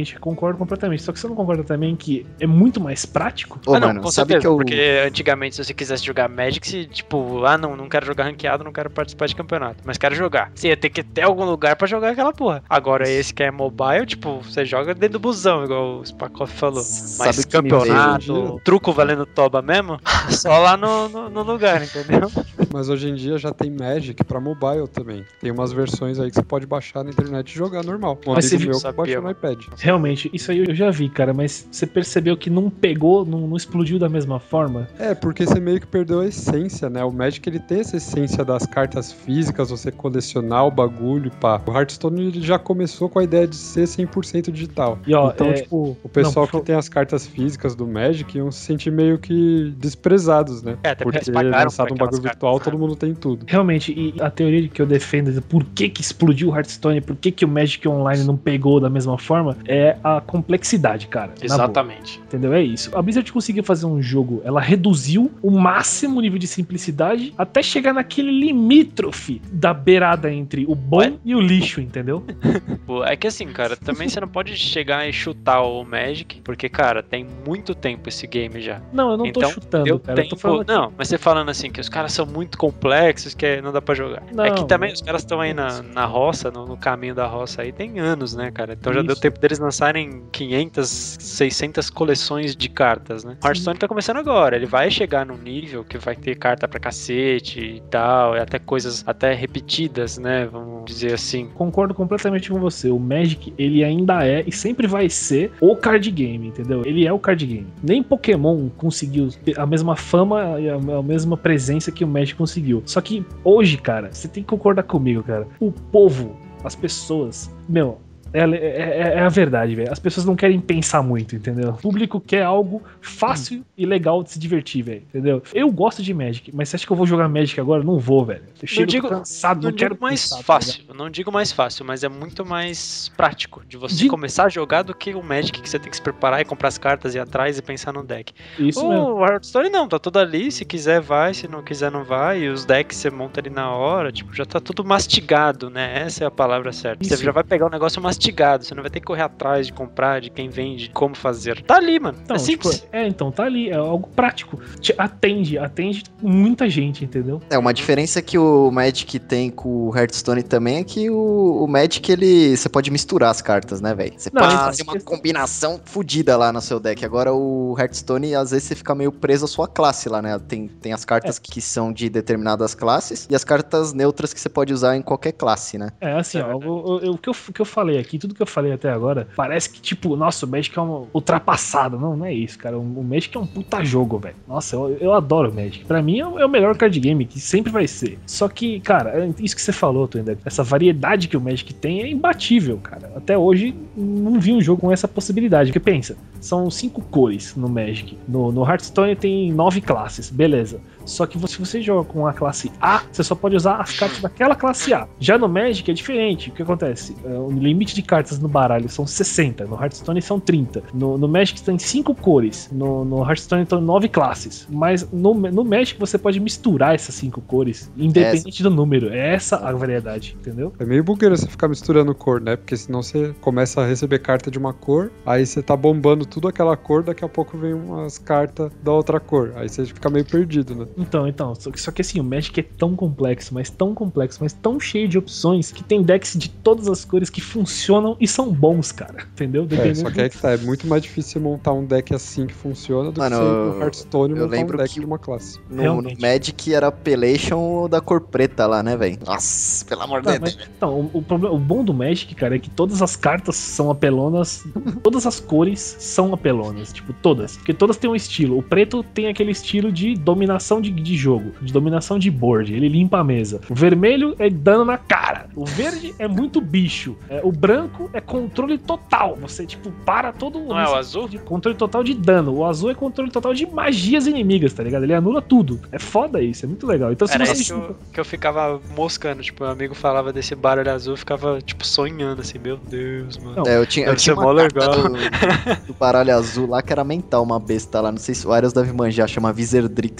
completamente, concordo completamente. Só que você não concorda também que é muito mais prático? Ô, ah, não, mano, com sabe certeza, que eu... porque antigamente se você quisesse jogar Magic, se, tipo, ah não, não quero jogar ranqueado, não quero participar de campeonato, mas quero jogar. Você ia ter que ter algum lugar pra jogar aquela porra. Agora esse que é mobile, tipo, você joga dentro do busão, igual o Spakoff falou. Sabe Mas o que me campeonato, veio? truco valendo toba mesmo, só lá no, no, no lugar, entendeu? Mas hoje em dia já tem Magic pra mobile também. Tem umas versões aí que você pode baixar na internet e jogar normal. Um Mas você amigo viu- meu que baixou no iPad. Realmente, isso aí eu já vi, cara, mas você percebeu que não pegou, não, não explodiu da mesma forma? É, porque você meio que perdeu a essência, né? O Magic, ele tem essa essência das cartas físicas, você colecionar o bagulho, pá. O Hearthstone, ele já começou com a ideia de ser cem por cento digital. E, ó, então, é- tipo, o pessoal Não, por que tem as cartas físicas do Magic iam se sentir meio que desprezados, né? É, até porque porque eles pagaram lançado por um bagulho aquelas virtual, cartas, todo né? mundo tem tudo. Realmente, e a teoria que eu defendo de por que que explodiu o Hearthstone, por que que o Magic Online não pegou da mesma forma, é a complexidade, cara. na boa. Exatamente. Entendeu? É isso. A Blizzard conseguiu fazer um jogo, ela reduziu o máximo nível de simplicidade até chegar naquele limítrofe da beirada entre o bom Ué? e o lixo, entendeu? Pô, é que assim, cara, também você não pode chegar e chutar o Magic, porque, cara, tem muito tempo esse game já. Não, eu não tô Então, chutando, Deu cara. Eu tempo... tô falando aqui. Não, mas você falando assim, que os caras são muito complexos, que não dá pra jogar. Não, é que também não. os caras estão aí na, na roça, no, no caminho da roça aí, tem anos, né, cara? Então já deu Isso. tempo deles lançarem quinhentas, seiscentas coleções de cartas, né? O Hearthstone tá começando agora, ele vai chegar num nível que vai ter carta pra cacete e tal, e até coisas até repetidas, né? Vamos dizer assim. Concordo completamente com você. O Magic, ele ainda é e sempre vai ser o card game, entendeu? Ele é o card game. Nem Pokémon conseguiu ter a mesma fama e a, a mesma presença que o Magic conseguiu. Só que hoje, cara, você tem que concordar comigo, cara. O povo, as pessoas, meu... É, é, é a verdade, velho. As pessoas não querem pensar muito, entendeu? O público quer algo fácil e legal de se divertir, velho, entendeu? Eu gosto de Magic, mas você acha que eu vou jogar Magic agora? Não vou, velho. Eu chego digo- cansado, Não não, quero digo mais pensar, tá fácil, eu não digo mais fácil, mas é muito mais prático de você De- começar a jogar do que o Magic, que você tem que se preparar e comprar as cartas e ir atrás e pensar no deck. ligado? Isso mesmo. O Hearthstone não, tá tudo ali, se quiser vai, se não quiser não vai, e os decks você monta ali na hora, tipo, já tá tudo mastigado, né? Essa é a palavra certa. Isso. Você já vai pegar o negócio mastigado, você não vai ter que correr atrás de comprar, de quem vende, de como fazer. Tá ali, mano. Então, é tipo, simples. é, então, tá ali, é algo prático. Te atende, atende muita gente, entendeu? É, uma diferença que o Magic tem com o Hearthstone também é que o, o Magic, ele... Você pode misturar as cartas, né, velho? Você Não, pode isso- fazer uma isso- combinação fodida lá no seu deck. Agora, o Hearthstone, às vezes, você fica meio preso à sua classe lá, né? Tem, tem as cartas É. que são de determinadas classes e as cartas neutras que você pode usar em qualquer classe, né? É, assim, É ó, verdade. o, o- o que eu, o que eu falei aqui, tudo que eu falei até agora, parece que, tipo, nossa, o Magic é uma ultrapassado. Não, não é isso, cara. O, o Magic é um puta jogo, velho. Nossa, eu, eu adoro o Magic. Pra mim é o, é o melhor card game, que sempre vai ser. Só que, cara, é isso que você falou, Twender, essa variedade que o Magic tem é imbatível, cara. Até hoje, não vi um jogo com essa possibilidade. Porque pensa, são cinco cores no Magic. No, no Hearthstone tem nove classes, beleza. Só que se você joga com a classe A, você só pode usar as cartas daquela classe A. Já no Magic é diferente. O que acontece? É, o limite de cartas no baralho são sessenta, no Hearthstone são trinta. No, no Magic tem cinco cores, no, no Hearthstone tem nove classes. Mas no, no Magic você pode misturar essas cinco cores, independente do número. É essa a variedade, entendeu? É meio bugueira você ficar misturando cor, né? Porque senão você começa a receber carta de uma cor, aí você tá bombando tudo aquela cor, daqui a pouco vem umas cartas da outra cor. Aí você fica meio perdido, né? Então, então, só que, só que assim, o Magic é tão complexo, mas tão complexo, mas tão cheio de opções, que tem decks de todas as cores que funcionam e são bons, cara. Entendeu? É, Dependendo só que é que tá, é muito mais difícil montar um deck assim que funciona do Mano, que você no Hearthstone eu montar um lembro deck que- de uma classe. No, no Realmente. Magic era Appellation da cor preta lá, né, velho? Nossa, pelo amor Não, de mas, Deus. então, o, o, problema, o bom do Magic, cara, é que todas as cartas são apelonas, todas as cores são apelonas, tipo, todas. Porque todas têm um estilo. O preto tem aquele estilo de dominação de, de jogo, de dominação de board, ele limpa a mesa. O vermelho é dano na cara. O verde é muito bicho. É, o branco é controle total. Você, tipo, para todo Não é o azul? de controle total de dano. O azul é controle total de magias inimigas, tá ligado? Ele anula tudo. É foda isso, é muito legal. Então, se Era você isso que eu, que eu ficava moscando, tipo, meu amigo falava desse baralho azul, eu ficava, tipo, sonhando, assim, meu Deus, mano. Não, É, eu tinha, eu deve tinha ser uma mó carta legal. do, do baralho azul lá que era mental, uma besta lá. Não sei se o Arias deve manjar, chama Wizardrix, mano.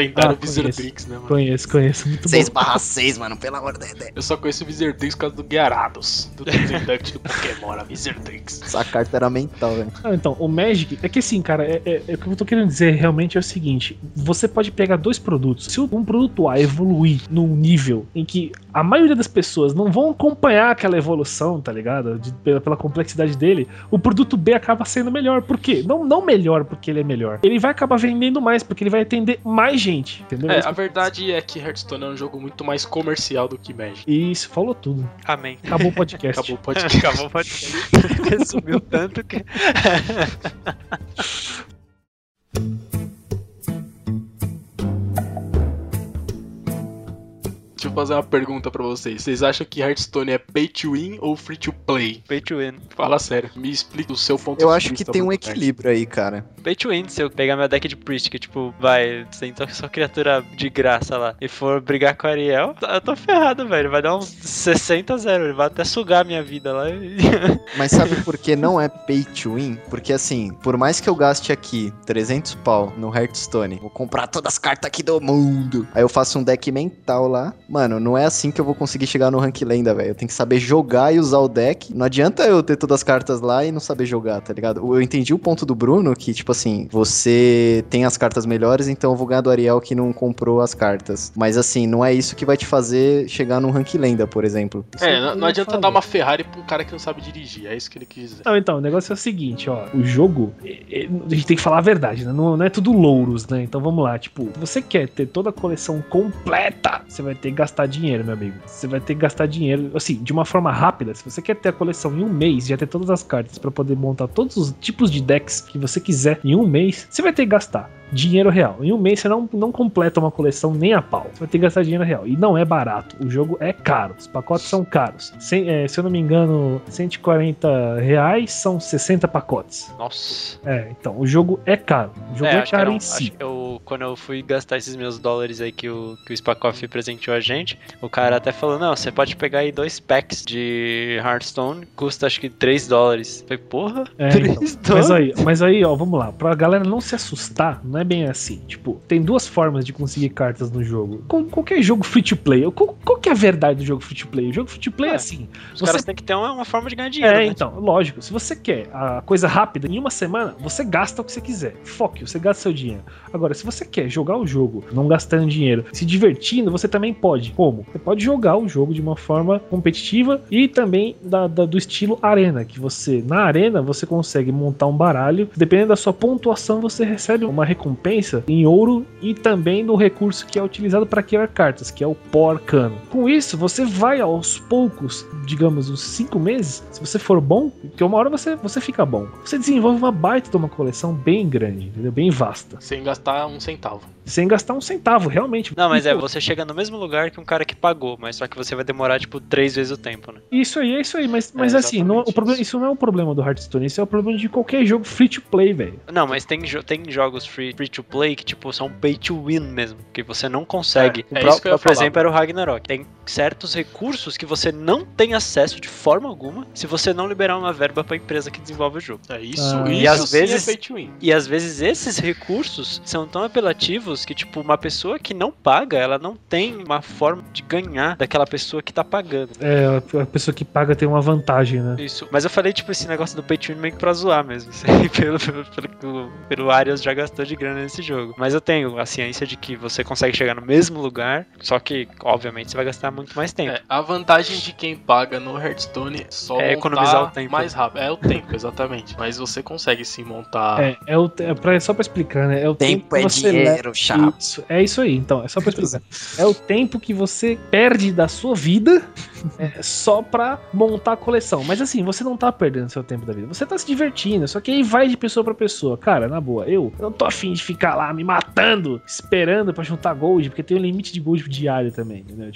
lendário Ah, Wizardrix, né, mano? Conheço, conheço. Muito seis bom. barra seis, mano, pelo amor de Deus. Eu só conheço o Wizardrix por causa do Gyarados, do Transcendent do Pokémon, a Wizardrix. Essa carta era mental, velho. Ah, então, o Magic, é que assim, cara, é, é, é o que eu tô querendo dizer realmente é o seguinte: você pode pegar dois produtos. Se um produto A evoluir num nível em que a maioria das pessoas não vão acompanhar aquela evolução, tá ligado? De, pela, pela complexidade dele, o produto B acaba sendo melhor. Por quê? Não, não melhor porque ele é melhor. Ele vai acabar vendendo mais, porque ele vai atender mais gente, entendeu? É, a verdade é que Hearthstone é um jogo muito mais comercial do que Magic. Isso, falou tudo. Amém. Acabou o podcast. Acabou o podcast. Acabou o podcast. Resumiu tanto que... Deixa eu fazer uma pergunta pra vocês. Vocês acham que Hearthstone é pay to win ou free to play? Pay to win. Fala sério, me explica o seu ponto Eu de acho vista. que tem um sobre equilíbrio aí, cara. Pay to win, se eu pegar meu deck de Priest, que tipo, vai, tem só criatura de graça lá, e for brigar com o Ariel, eu tô ferrado, velho. Vai dar uns sessenta a zero, ele vai até sugar a minha vida lá. Mas sabe por que não é pay to win? Porque assim, por mais que eu gaste aqui trezentos pau no Hearthstone, vou comprar todas as cartas aqui do mundo. Aí eu faço um deck mental lá. Mano, não é assim que eu vou conseguir chegar no rank lenda, velho. Eu tenho que saber jogar e usar o deck. Não adianta eu ter todas as cartas lá e não saber jogar, tá ligado? Eu entendi o ponto do Bruno, que tipo assim, você tem as cartas melhores, então eu vou ganhar do Ariel que não comprou as cartas. Mas assim, não é isso que vai te fazer chegar no rank lenda, por exemplo. Isso É, não, eu não adianta falo. dar uma Ferrari pro cara que não sabe dirigir. É isso que ele quis dizer. Não, então, o negócio é o seguinte, ó. O jogo, é- é- a gente tem que falar a verdade, né? Não, não é tudo louros, né? Então vamos lá, tipo, você quer ter toda a coleção completa, você vai ter que gastar dinheiro, meu amigo. Você vai ter que gastar dinheiro, assim, de uma forma rápida. Se você quer ter a coleção em um mês, já ter todas as cartas pra poder montar todos os tipos de decks que você quiser em um mês, você vai ter que gastar dinheiro real. Em um mês você não, não completa uma coleção nem a pau. Você vai ter que gastar dinheiro real. E não é barato. O jogo é caro. Os pacotes são caros. Sem- é, se eu não me engano, cento e quarenta reais são sessenta pacotes. Nossa. É, então, o jogo é caro. O jogo é, acho que caro era um- em acho si. que eu, quando eu fui gastar esses meus dólares aí que o, que o Spacoff presenteou a gente, o cara até falou, não, você pode pegar aí dois packs de Hearthstone, custa acho que três dólares. Eu falei, porra, É, três então. Mas dólares? aí, mas aí, ó, vamos lá. Pra galera não se assustar, não é bem assim. Tipo, tem duas formas de conseguir cartas no jogo. Qual- Qualquer jogo free to play. Qual, qual que é a verdade do jogo free to play? O jogo free to play é, É, assim. Os Você caras têm que ter uma, uma forma de ganhar dinheiro, É, né? então, lógico. Se você quer a coisa rápida, em uma semana, você gasta o que você quiser. Foque, você gasta seu dinheiro. Agora, se você quer jogar o jogo, não gastando dinheiro, se divertindo, você também pode. Como? Você pode jogar o jogo de uma forma competitiva e também da, da- do estilo arena, que você, na arena, você consegue montar um baralho. Dependendo da sua pontuação, você recebe uma recompensa em ouro e também no recurso que é utilizado para criar cartas, que é o pó arcano. Com isso, você vai aos poucos, digamos, uns cinco meses, se você for bom, porque uma hora você, você fica bom. Você desenvolve uma baita de uma coleção bem grande, entendeu? Bem vasta. Sem gastar um centavo. Sem gastar um centavo, realmente. Não, mas E, é, pô, você chega no mesmo lugar que um cara que pagou, mas só que você vai demorar, tipo, três vezes o tempo, né? Isso aí, é isso aí. Mas, mas É, assim, não, é- o exatamente problema, isso. isso não é o problema do Hearthstone, isso é o problema de qualquer jogo free to play, velho. Não, mas tem, jo- tem jogos free, free to play que, tipo, são pay to win mesmo, que você não consegue. É, é o isso que eu ia por falar. exemplo, era o Ragnarok. Tem certos recursos que você não tem acesso de forma alguma se você não liberar uma verba pra empresa que desenvolve o jogo. É isso, Ah. isso E às sim vezes- é pay to win. E às vezes esses recursos são tão apelativos que, tipo, uma pessoa que não paga, ela não tem uma forma de ganhar daquela pessoa que tá pagando. É, a pessoa que paga tem uma vantagem, né? Isso. Mas eu falei, tipo, esse negócio do pay to win meio que pra zoar mesmo. Isso aí, pelo, pelo, pelo que o pelo Arias já gastou de grana nesse jogo. Mas eu tenho a ciência de que você consegue chegar no mesmo lugar, só que, obviamente, você vai gastar muito mais tempo. É, a vantagem de quem paga no Hearthstone é só É montar economizar o tempo. mais rápido. É o tempo, exatamente. Mas você consegue sim montar. É, é, o, te- é pra, só pra explicar, né? É o tempo, Tempo é que você dinheiro, leva. chapa. Isso, é isso aí, então, é só pra explicar. É o tempo que você perde da sua vida é, só pra montar a coleção. Mas assim, você não tá perdendo seu tempo da vida, você tá se divertindo, só que aí vai de pessoa pra pessoa. Cara, na boa, eu, eu não tô afim de ficar lá me matando, esperando pra juntar gold, porque tem um limite de gold diário também, entendeu? Tipo, se é de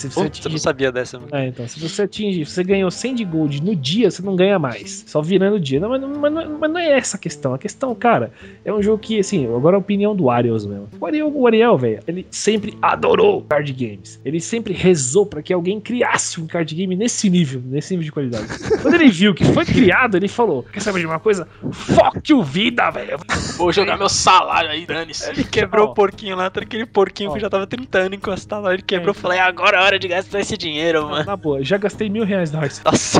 Se você Putz, atingir... eu não sabia dessa, mano. É, então, se você atinge, se você ganhou cem de gold no dia, você não ganha mais. Só virando o dia. Não, mas, mas, mas não é essa a questão. A questão, cara, é um jogo que, assim, agora a opinião do Ariels mesmo. O Ariel, o Ariel, velho, ele sempre adorou card games. Ele sempre rezou pra que alguém criasse um card game nesse nível, nesse nível de qualidade. Quando ele viu que foi criado, ele falou: quer saber de uma coisa? Fuck you, vida, velho. Vou jogar meu salário aí, dane-se. Ele quebrou Ó. o porquinho lá, aquele porquinho Ó. que eu já tava tentando encostar lá. Ele quebrou, É, eu falei, agora é a hora de gastar esse dinheiro, mano. Na boa, já gastei mil reais no Hearthstone. Nossa.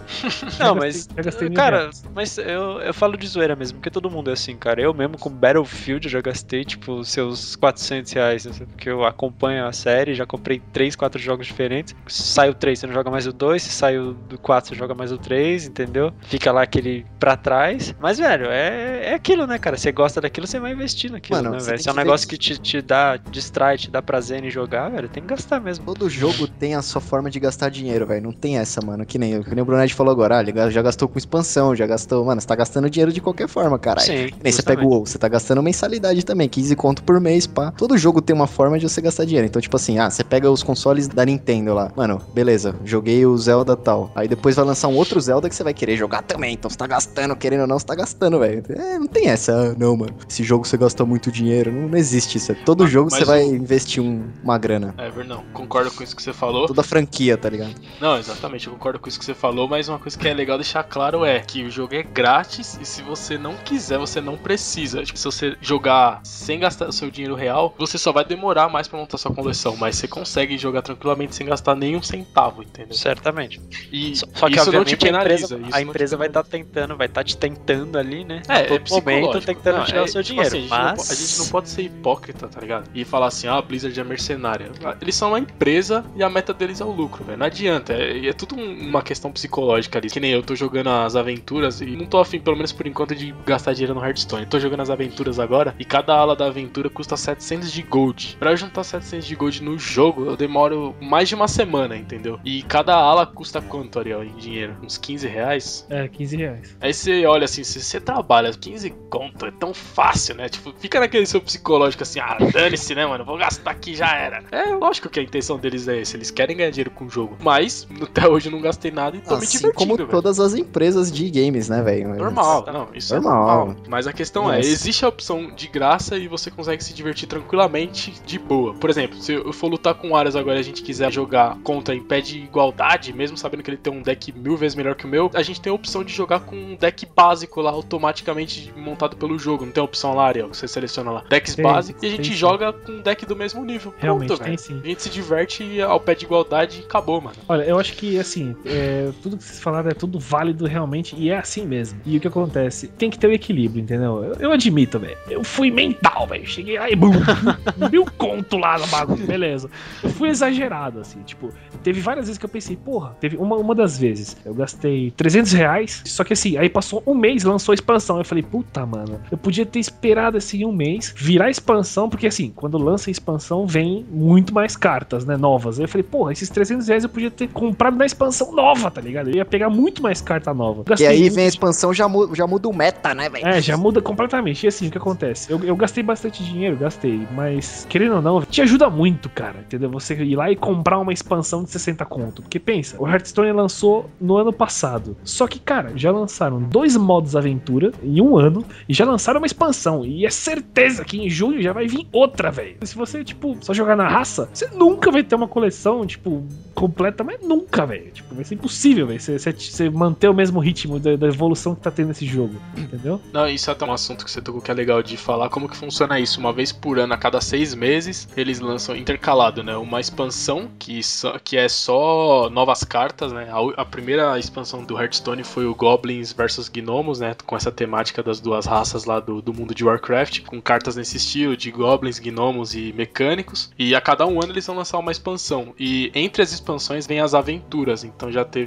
Não, Já mas. gastei- já gastei mil Cara, reais. mas eu, eu falo de zoeira mesmo, porque todo mundo é assim, cara. Eu mesmo com Battlefield já gastei, tipo, seus quatrocentos reais, né? Porque eu acompanho a série, já comprei três, quatro jogos diferentes. Se sai o três, você não joga mais o dois. Se sai o do quatro, você joga mais o três, entendeu? Fica lá aquele pra trás. Mas, velho, é, é aquilo, né, cara? Você gosta daquilo, você vai investir naquilo, Mano, né, você velho? tem Se é um que ver negócio isso. que te, te dá, distrai, te dá prazer em jogar, velho, tem que gastar mesmo. Todo jogo tem a sua forma de gastar dinheiro, velho. Não tem essa, mano. Que nem, que nem o Brunet falou agora. Ah, ele já gastou com expansão, já gastou. Mano, você tá gastando dinheiro de qualquer forma, caralho. Sim, Que nem você pega o WoW, você tá gastando mensalidade também, quinze conto por mês, pá. Todo jogo tem uma forma de você gastar dinheiro. Então, tipo assim, ah, você pega os consoles da Nintendo lá. Mano, beleza, joguei o Zelda tal. Aí depois vai lançar um outro Zelda que você vai querer jogar também. Então você tá gastando, querendo ou não, você tá gastando, velho. É, não tem essa, ah, não, mano. Esse jogo você gastou muito dinheiro. Não, não existe isso. Todo Mas- jogo mas você vai o- investir um- uma grana. Ever, não, concordo com isso que você falou. Toda a franquia, tá ligado? Não, exatamente, eu concordo com isso que você falou, mas uma coisa que é legal deixar claro é que o jogo é grátis e se você não quiser, você não precisa. Tipo, se você jogar sem gastar o seu dinheiro real, você só vai demorar mais pra montar sua coleção, mas você consegue jogar tranquilamente sem gastar nenhum centavo, entendeu? Certamente. E Só, só que, isso não te obviamente, a penaliza. empresa, isso a não te empresa vai penaliza. estar tentando, vai estar te tentando ali, né? É, a é todo momento psicológico. tentando Não, tirar é, o seu tipo dinheiro. assim, a, gente não, po- mas a gente não pode ser hipócrita, tá ligado? E falar assim, ah, a Blizzard é mercenária. Eles são uma empresa e a meta deles é o lucro, velho. Não adianta. É, é tudo um- uma questão psicológica ali. Que nem eu tô jogando as aventuras e não tô afim, pelo menos por enquanto, de gastar dinheiro no Hearthstone. Tô jogando as aventuras agora e cada ala da aventura custa setecentos de gold. Pra eu juntar setecentos de gold no jogo, eu demoro mais de uma semana, entendeu? E cada ala custa quanto, Ariel, em dinheiro? Uns quinze reais? É, quinze reais. Aí você olha assim, se você trabalha quinze conto, é tão fácil, né? Tipo, fica naquele seu psicológico assim, ah, dane-se, né, mano? Vou gastar aqui, já era. É lógico que a intenção deles é essa, eles querem ganhar dinheiro com o jogo. Mas, até hoje eu não gastei nada e tô me Assim divertindo, como velho. todas as empresas de games, né, velho? Normal, não, isso Normal. é normal. Mas a questão é, Nossa. existe a opção de graça e você consegue se divertir tranquilamente de boa. Por exemplo, se eu for lutar com o Arias agora e a gente quiser jogar contra em pé de igualdade, mesmo sabendo que ele tem um deck mil vezes melhor que o meu, a gente tem a opção de jogar com um deck básico lá, automaticamente montado pelo jogo. Não tem a opção lá, Ariel, que você seleciona lá. Decks Tem, básicos e a gente tem sim. joga com um deck do mesmo nível. Realmente Pronto, tem velho. sim. A gente se diverte ao pé de igualdade e acabou, mano. Olha, eu acho que, assim, é, tudo que vocês falaram é tudo válido realmente, e é assim mesmo. E o que acontece? Tem que ter o equilíbrio, entendeu? Eu, eu admito, velho. Eu fui mental, velho. Cheguei lá e bum, mil conto lá na bagulho, beleza. Eu fui exagerado, assim, tipo, teve várias vezes que eu pensei, porra, teve uma, uma das vezes, eu gastei trezentos reais, só que assim, aí passou um mês, lançou a expansão. Eu falei, puta, mano, eu podia ter esperado assim um mês, virar a expansão, porque assim, quando lança a expansão, vem muito mais cartas, né, novas. Aí eu falei, porra, esses trezentos reais eu podia ter comprado na expansão nova, tá ligado? Eu ia pegar muito mais carta nova. E Gastei aí muito vem a expansão, já muda, já muda o meta, né, velho? é, já muda completamente. E assim, o que acontece? Eu, eu gastei bastante dinheiro, gastei, mas querendo ou não, te ajuda muito, cara, entendeu? Você ir lá e comprar uma expansão de sessenta conto. Porque pensa, o Hearthstone lançou no ano passado. Só que, cara, já lançaram dois modos aventura em um ano e já lançaram uma expansão. E é certeza que em junho já vai vir outra, velho. Se você, tipo, só jogar na raça, você nunca vai ter uma coleção, tipo, completa, mas nunca, velho. Tipo, vai ser impossível, velho. Você, você, você manter o mesmo ritmo da, da evolução que tá tendo nesse jogo, entendeu? Não, isso é até um assunto que você tocou que é legal de falar. Como que funciona isso? Uma vez por ano, a cada seis meses, eles lançam intercalado, né? Uma expansão que, só, que é só novas cartas, né? A, a primeira expansão do Hearthstone foi o Goblins versus Gnomos, né? Com essa temática das duas raças lá do, do mundo de Warcraft, com cartas nesse estilo de Goblins, Gnomos e Mecânicos. E a cada um ano eles vão lançar uma expansão. E entre as expansões vem as aventuras. Então já teve a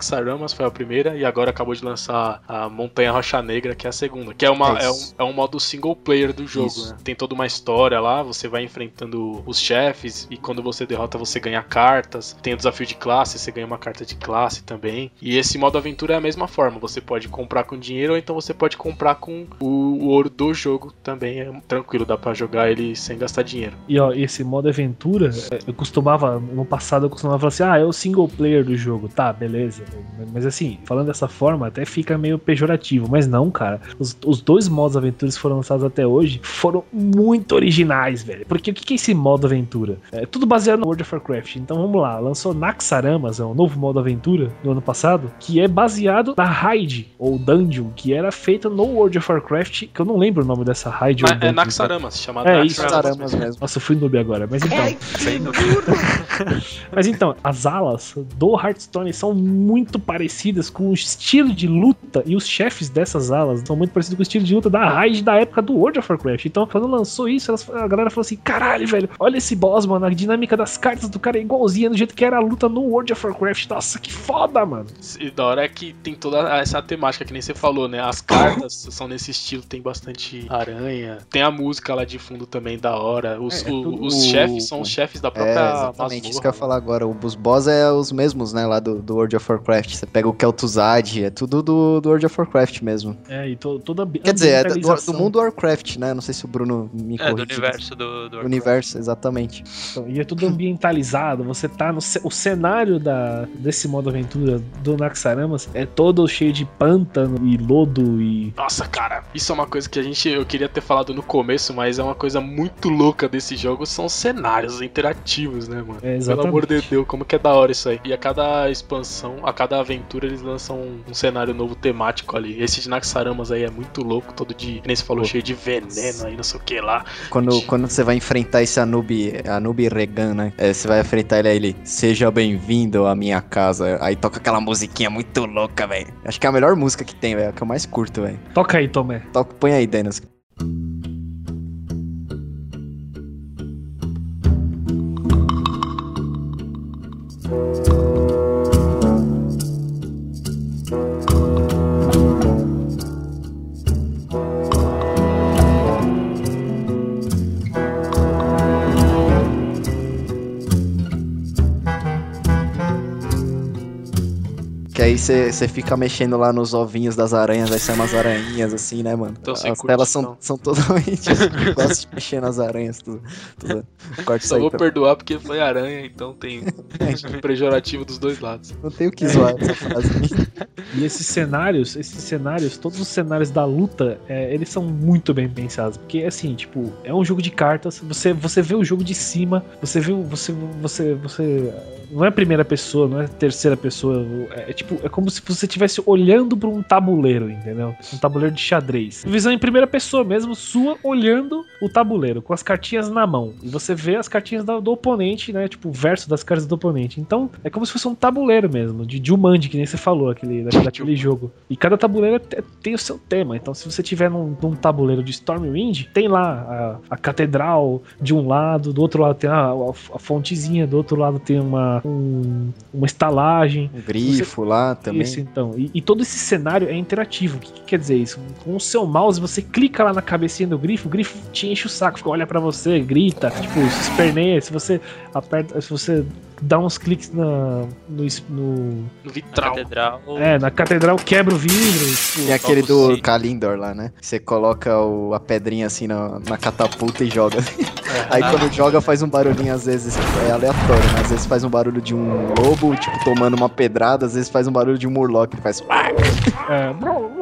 Naxxramas foi a primeira, e agora acabou de lançar a Montanha Rocha Negra, que é a segunda. Que é, uma, é, um, é um modo single player do jogo, né? Tem toda uma história lá, você vai enfrentando os chefes, e quando você derrota você ganha cartas. Tem o desafio de classe, você ganha uma carta de classe também. E esse modo aventura é a mesma forma, você pode comprar com dinheiro, ou então você pode comprar com o, o ouro do jogo também. É tranquilo, dá pra jogar ele sem gastar dinheiro. E ó, esse modo aventura, eu costumava, no passado eu costumava falar assim, ah, é o single player do jogo, tá, beleza. Mas assim, falando dessa forma, até fica meio pejorativo, mas não, cara. Os, os dois modos aventuras que foram lançados até hoje foram muito originais, velho. Porque o que é esse modo aventura? É tudo baseado no World of Warcraft. Então vamos lá, lançou Naxxramas, é um novo modo aventura do ano passado, que é baseado na raid, ou dungeon, que era feita no World of Warcraft, que eu não lembro o nome dessa raid. Mas é Naxxramas, chamado é, Naxxramas mesmo. Nossa, eu fui noob agora, mas então. Ai, Mas então, as alas do Hearthstone são muito parecidas com o estilo de luta, e os chefes dessas alas são muito parecidos com o estilo de luta da raid da época do World of Warcraft. Então, quando lançou isso, elas, a galera falou assim: caralho, velho, olha esse boss, mano, a dinâmica das cartas do cara é igualzinha do jeito que era a luta no World of Warcraft. Nossa, que foda, mano. E da hora é que tem toda essa temática que nem você falou, né? As cartas são nesse estilo, tem bastante aranha, tem a música lá de fundo também da hora. Os, É, é o- tudo- os chefes são os chefes da É, própria exatamente masmorra, isso que eu ia né? falar agora. Os boss é os mesmos, né, lá do, do World of Warcraft. Você pega o Kel'Thuzad, é tudo do, do World of Warcraft mesmo. É, e to, toda a Quer dizer, é do, do ambientalização. mundo Warcraft, né? Não sei se o Bruno me É, do corrige. universo do, do Warcraft. Universo, exatamente. Então, e é tudo ambientalizado, você tá no ce- o cenário da, desse modo aventura do Naxxramas é todo cheio de pântano e lodo e... Nossa, cara, isso é uma coisa que a gente, eu queria ter falado no começo, mas é uma coisa muito louca desse jogo, são cenários interativos, né, mano? É, Pelo exatamente. amor de Deus, como que é da hora isso aí. E a cada expansão, a cada aventura, eles lançam um, um cenário novo temático ali. Esse de Naxxramas aí é muito louco, todo de, que nem você falou, Pô. cheio de veneno aí, não sei o que lá. Quando, quando você vai enfrentar esse Anub, Anub Regan, né? É, você vai enfrentar ele aí, ele, seja bem-vindo à minha casa. Aí toca aquela musiquinha muito louca, velho. Acho que é a melhor música que tem, velho. É a que eu mais curto, velho. Toca aí, Tomé. Toca, põe aí, Dennis. Que aí você fica mexendo lá nos ovinhos das aranhas, aí sai umas aranhinhas assim, né, mano? Então, você As curte, telas são, então. são totalmente. Eu gosto de mexer nas aranhas, tudo. tudo. Corta isso Só aí. vou pra- perdoar porque foi aranha, então tem pejorativo dos dois lados. Não tenho o que zoar essa frase. E esses cenários, esses cenários, todos os cenários da luta, é, eles são muito bem pensados. Porque, assim, tipo, é um jogo de cartas, você, você vê o jogo de cima, você vê o. Você, você, você. Não é primeira pessoa, não é terceira pessoa. É, é tipo, é como se você estivesse olhando pra um tabuleiro, entendeu? Um tabuleiro de xadrez. Visão em primeira pessoa mesmo, sua, olhando o tabuleiro, com as cartinhas na mão. E você vê as cartinhas do, do oponente, né? Tipo, o verso das cartas do oponente. Então, é como se fosse um tabuleiro mesmo, de Jumanji, que nem você falou, aquele, daquele, daquele jogo. E cada tabuleiro te- tem o seu tema. Então, se você tiver num, num tabuleiro de Stormwind, tem lá a, a catedral de um lado, do outro lado tem a, a, a fontezinha, do outro lado tem uma, um- uma estalagem. Um grifo lá também. Isso, então. E, e todo esse cenário é interativo. O que, que quer dizer isso? Com o seu mouse, você clica lá na cabecinha do grifo, o grifo te enche o saco, fica, olha pra você, grita, tipo, se esperneia. Se você aperta, se você dá uns cliques na, no, no- No Na vitral. catedral. é, na catedral, quebra o vidro. Tipo, Tem aquele Toca o do sino. Kalindor lá, né? Você coloca o- a pedrinha assim na, na catapulta e joga. Aí quando joga faz um barulhinho, às vezes é aleatório, né? Às vezes faz um barulho de um lobo, tipo, tomando uma pedrada, às vezes faz um barulho de um murloc, que faz... é,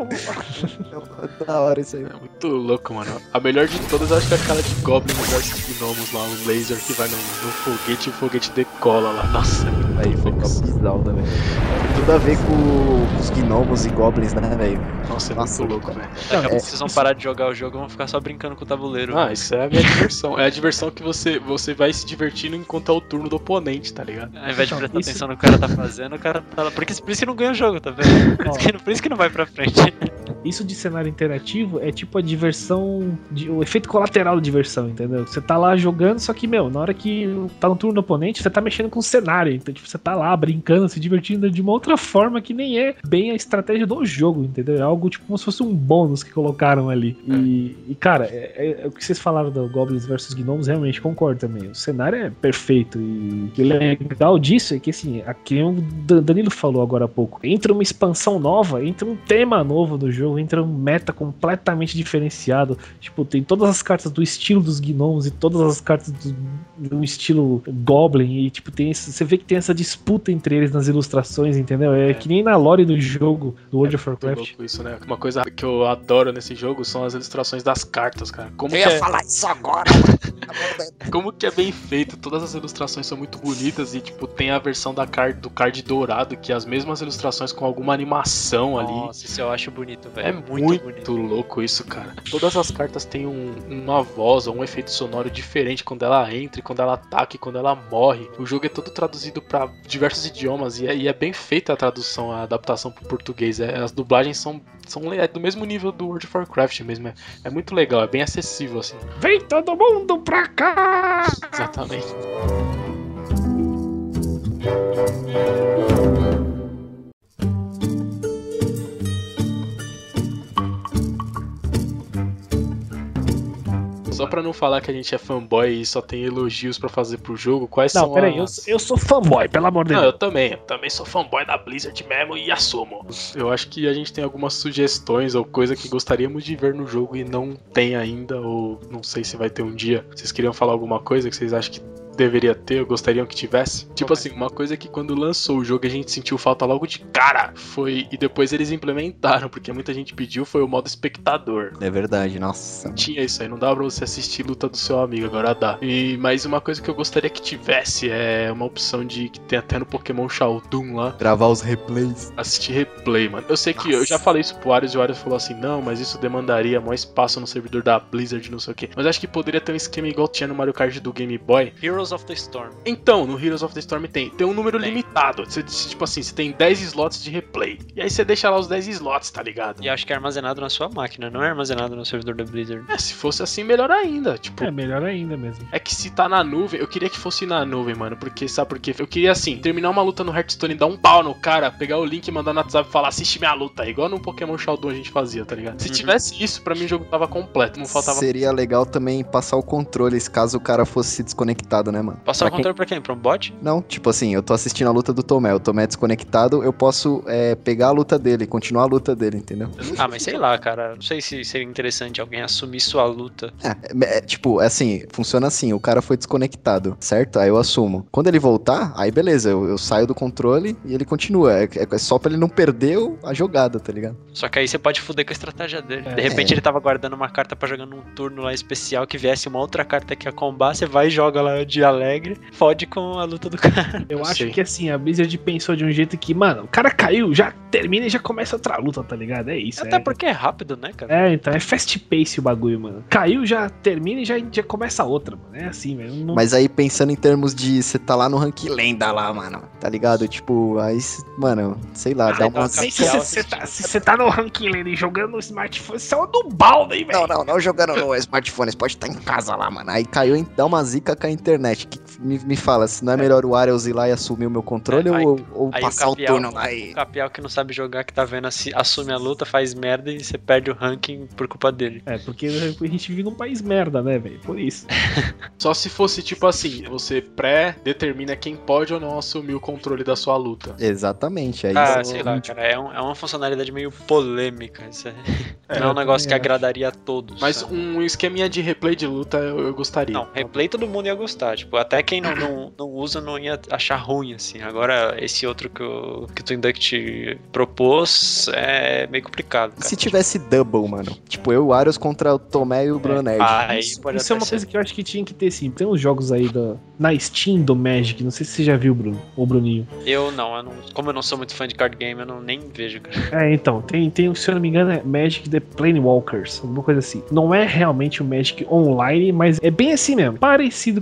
Da hora isso aí. É muito louco, mano. A melhor de todas, eu acho que é aquela de Goblin versus Gnomos lá, o laser que vai no, no foguete e o foguete decola lá. Nossa, é muito Aí foi louco. Zelda, velho. Tem tudo a ver com os gnomos e goblins, né, velho? Nossa, é Nossa, muito louco, velho. Daqui a pouco é- vocês vão parar de jogar o jogo e vão ficar só brincando com o tabuleiro. Ah, isso é a minha diversão. É a diversão que você, você vai se divertindo enquanto é o turno do oponente, tá ligado? Ao invés de prestar Isso- atenção no que o cara tá fazendo, o cara tá lá. Porque por isso que não ganha o jogo, tá vendo? Por isso que, por isso que não vai pra frente. isso de cenário interativo é tipo a diversão, de, o efeito colateral da diversão, entendeu? Você tá lá jogando, só que, meu, na hora que tá no turno do oponente, você tá mexendo com o cenário, então tipo, você tá lá brincando, se divertindo de uma outra forma que nem é bem a estratégia do jogo, entendeu? É algo tipo como se fosse um bônus que colocaram ali. É. E, e, cara, é, é, é o que vocês falaram do Goblins versus Gnomes, realmente concordo também. O cenário é perfeito e o legal disso é que, assim, aqui o Danilo falou agora há pouco, entra uma expansão nova, entra um tema novo do jogo, entra um meta completamente diferenciado. Tipo, tem todas as cartas do estilo dos Gnomes e todas as cartas do, do estilo Goblin e, tipo, tem esse, você vê que tem essa disputa entre eles nas ilustrações, entendeu? É, é. que nem na lore do jogo do World of Warcraft. Isso, né? Uma coisa que eu adoro nesse jogo são as ilustrações das cartas, cara. Como eu que ia é... falar isso agora. Como que é bem feito, todas as ilustrações são muito bonitas e, tipo, tem a versão da card, do card dourado, que é as mesmas ilustrações com alguma animação ali. Nossa, isso eu acho bonito, velho. É muito, muito bonito. louco isso, cara. Todas as cartas têm um, uma voz ou um efeito sonoro diferente quando ela entra, quando ela ataca e quando ela morre. O jogo é todo traduzido pra diversos idiomas e é, e é bem feita a tradução, a adaptação pro português. É, as dublagens são, são é do mesmo nível do World of Warcraft mesmo. É, é muito legal, é bem acessível, assim. Vem todo mundo pra cá! Exatamente. Só pra não falar que a gente é fanboy e só tem elogios pra fazer pro jogo, quais não, são peraí, as... eu, eu sou fanboy, pelo amor de Deus. Não, eu também, eu também sou fanboy da Blizzard mesmo e assumo. Eu acho que a gente tem algumas sugestões ou coisa que gostaríamos de ver no jogo e não tem ainda, ou não sei se vai ter um dia. Vocês queriam falar alguma coisa que vocês acham que deveria ter, ou gostariam que tivesse? Tipo assim, uma coisa que quando lançou o jogo a gente sentiu falta logo de cara foi, e depois eles implementaram, porque muita gente pediu, foi o modo espectador. É verdade, nossa. Tinha isso aí, não dava pra você assistir luta do seu amigo, agora dá. E mais uma coisa que eu gostaria que tivesse é uma opção de, que tem até no Pokémon Showdown lá, gravar os replays. Assistir replay, mano. Eu sei que nossa. Eu já falei isso pro Arius e o Arius falou assim, não, mas isso demandaria mais espaço no servidor da Blizzard, não sei o que. Mas acho que poderia ter um esquema igual tinha no Mario Kart do Game Boy. Heroes of the Storm. Então, no Heroes of the Storm tem. Tem um número tem. limitado. Você, tipo assim, você tem dez slots de replay. E aí você deixa lá os dez slots, tá ligado? E acho que é armazenado na sua máquina, não é armazenado no servidor da Blizzard. É, se fosse assim, melhor ainda. Tipo, é, melhor ainda mesmo. É que se tá na nuvem, eu queria que fosse na nuvem, mano. Porque, sabe por quê? Eu queria, assim, terminar uma luta no Hearthstone e dar um pau no cara, pegar o link e mandar no WhatsApp e falar, assiste minha luta. Igual no Pokémon Showdown a gente fazia, tá ligado? Se uhum. tivesse isso, pra mim o jogo tava completo. Não faltava. Seria legal também passar o controle, caso o cara fosse desconectado, né, mano? Passar pra o controle quem? pra quem? Pra um bot? Não, tipo assim, eu tô assistindo a luta do Tomé, o Tomé é desconectado, eu posso é, pegar a luta dele, continuar a luta dele, entendeu? Ah, mas sei lá, cara, não sei se seria interessante alguém assumir sua luta. É, é, tipo, é assim, funciona assim, o cara foi desconectado, certo? Aí eu assumo. Quando ele voltar, aí beleza, eu, eu saio do controle e ele continua, é, é só pra ele não perder a jogada, tá ligado? Só que aí você pode foder com a estratégia dele. É. De repente ele tava guardando uma carta pra jogar num turno lá especial, que viesse uma outra carta que ia combar, você vai e joga lá de alegre, fode com a luta do cara. Eu, eu acho sei. que assim, a Blizzard pensou de um jeito que, mano, o cara caiu, já termina e já começa outra luta, tá ligado? É isso. Até é, porque é rápido, né, cara? É, então é fast pace o bagulho, mano. Caiu, já termina e já, já começa outra, mano. É assim, velho. Não... Mas aí pensando em termos de você tá lá no rank lenda lá, mano, tá ligado? Tipo, aí, mano, sei lá, ah, dá uma... Se você tá, se tá no rank lenda e jogando no smartphone, você é do balde, hein, velho? Não, não, não jogando no smartphone, você pode estar em casa lá, mano. Aí caiu, em, dá uma zica com a internet. Que, me, me fala, se não é melhor o Arius ir lá e assumir o meu controle é, aí, ou, ou passar o, capial, o turno lá e... O Capial que não sabe jogar, que tá vendo, assume a luta, faz merda e você perde o ranking por culpa dele. É, porque a gente vive num país merda, né, velho? Por isso. Só se fosse tipo assim, você pré-determina quem pode ou não assumir o controle da sua luta. Exatamente, é ah, isso. sei lá, cara, é, um, é uma funcionalidade meio polêmica. Isso é, é, não é um negócio que agradaria a todos. Mas sabe? Um esqueminha de replay de luta eu, eu gostaria. Não, replay todo mundo ia gostar. Tipo, até quem não, não, não usa não ia achar ruim, assim. Agora, esse outro que o, que o Twin Duct propôs é meio complicado. Cara. E se tivesse double, mano? Tipo, eu, o Arius contra o Tomé e o Bruno Nerd. Ah, isso isso é uma ser. coisa que eu acho que tinha que ter, sim. Tem uns jogos aí da, na Steam do Magic, não sei se você já viu, Bruno, ou Bruninho. Eu não, eu não, como eu não sou muito fã de card game, eu não, nem vejo, cara. É, então, tem, tem, se eu não me engano, é Magic the Planewalkers, alguma coisa assim. Não é realmente o Magic online, mas é bem assim mesmo, parecido com Hearthstone.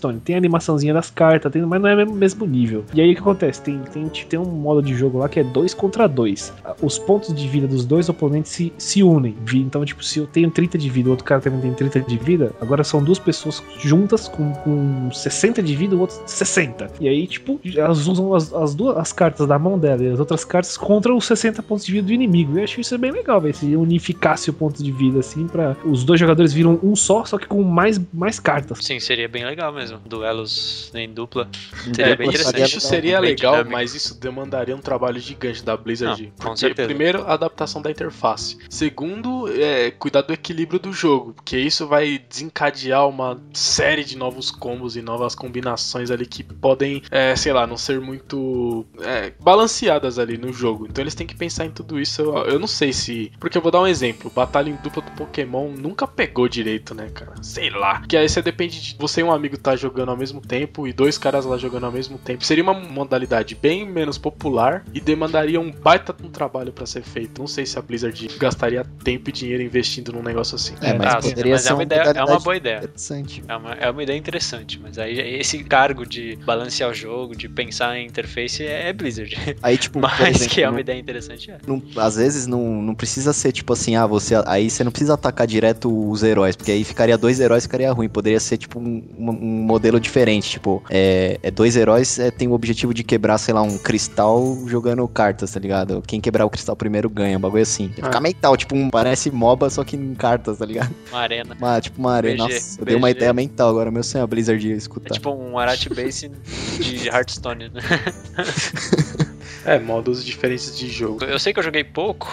Hearthstone. Tem a animaçãozinha das cartas, tem, mas não é o mesmo nível. E aí o que acontece? Tem, tem, tem um modo de jogo lá que é dois contra dois. Os pontos de vida dos dois oponentes se, se unem. Então, tipo, se eu tenho trinta de vida, o outro cara também tem trinta de vida, agora são duas pessoas juntas com, com sessenta de vida, o outro sessenta. E aí, tipo, elas usam as, as duas as cartas da mão dela e as outras cartas contra os sessenta pontos de vida do inimigo. Eu acho isso bem legal, velho. Se unificasse o ponto de vida, assim, pra os dois jogadores viram um só, só que com mais, mais cartas. Sim, seria bem legal mesmo. Duelos em dupla. Seria é, bem interessante. Isso seria bem legal, dinâmico. Mas isso demandaria um trabalho gigante da Blizzard. Não, com porque, certeza. primeiro, a adaptação da interface. Segundo, é, cuidar do equilíbrio do jogo, porque isso vai desencadear uma série de novos combos e novas combinações ali que podem, é, sei lá, não ser muito é, balanceadas ali no jogo. Então eles têm que pensar em tudo isso. Eu, eu não sei se... Porque eu vou dar um exemplo. Batalha em dupla do Pokémon nunca pegou direito, né, cara? Sei lá. Que aí você depende de você e um amigo tá jogando ao mesmo tempo e dois caras lá jogando ao mesmo tempo. Seria uma modalidade bem menos popular e demandaria um baita de um trabalho pra ser feito. Não sei se a Blizzard gastaria tempo e dinheiro investindo num negócio assim. É, mas Ah, poderia mas ser é uma, ideia, é uma boa ideia. Interessante. É uma, é uma ideia interessante, mas aí esse cargo de balancear o jogo, de pensar em interface é Blizzard. Aí, tipo, mas por exemplo, que é uma não, ideia interessante, é. não, às vezes não, não precisa ser tipo assim, ah, você. Aí você não precisa atacar direto os heróis, porque aí ficaria dois heróis, ficaria ruim. Poderia ser tipo um, um, um modelo diferente. Tipo, é, é dois heróis é, tem o objetivo de quebrar, sei lá, um cristal jogando cartas, tá ligado? Quem quebrar o cristal primeiro ganha, um bagulho assim. Ah. Fica mental, tipo, um, parece MOBA, só que em cartas, tá ligado? Uma arena. Uma, tipo uma arena. B G, Nossa, eu dei uma B G. ideia mental agora, meu sonho é a Blizzard ia É escutar. tipo um Arate Base de Hearthstone, né? É, modos diferentes de jogo. Eu sei que eu joguei pouco,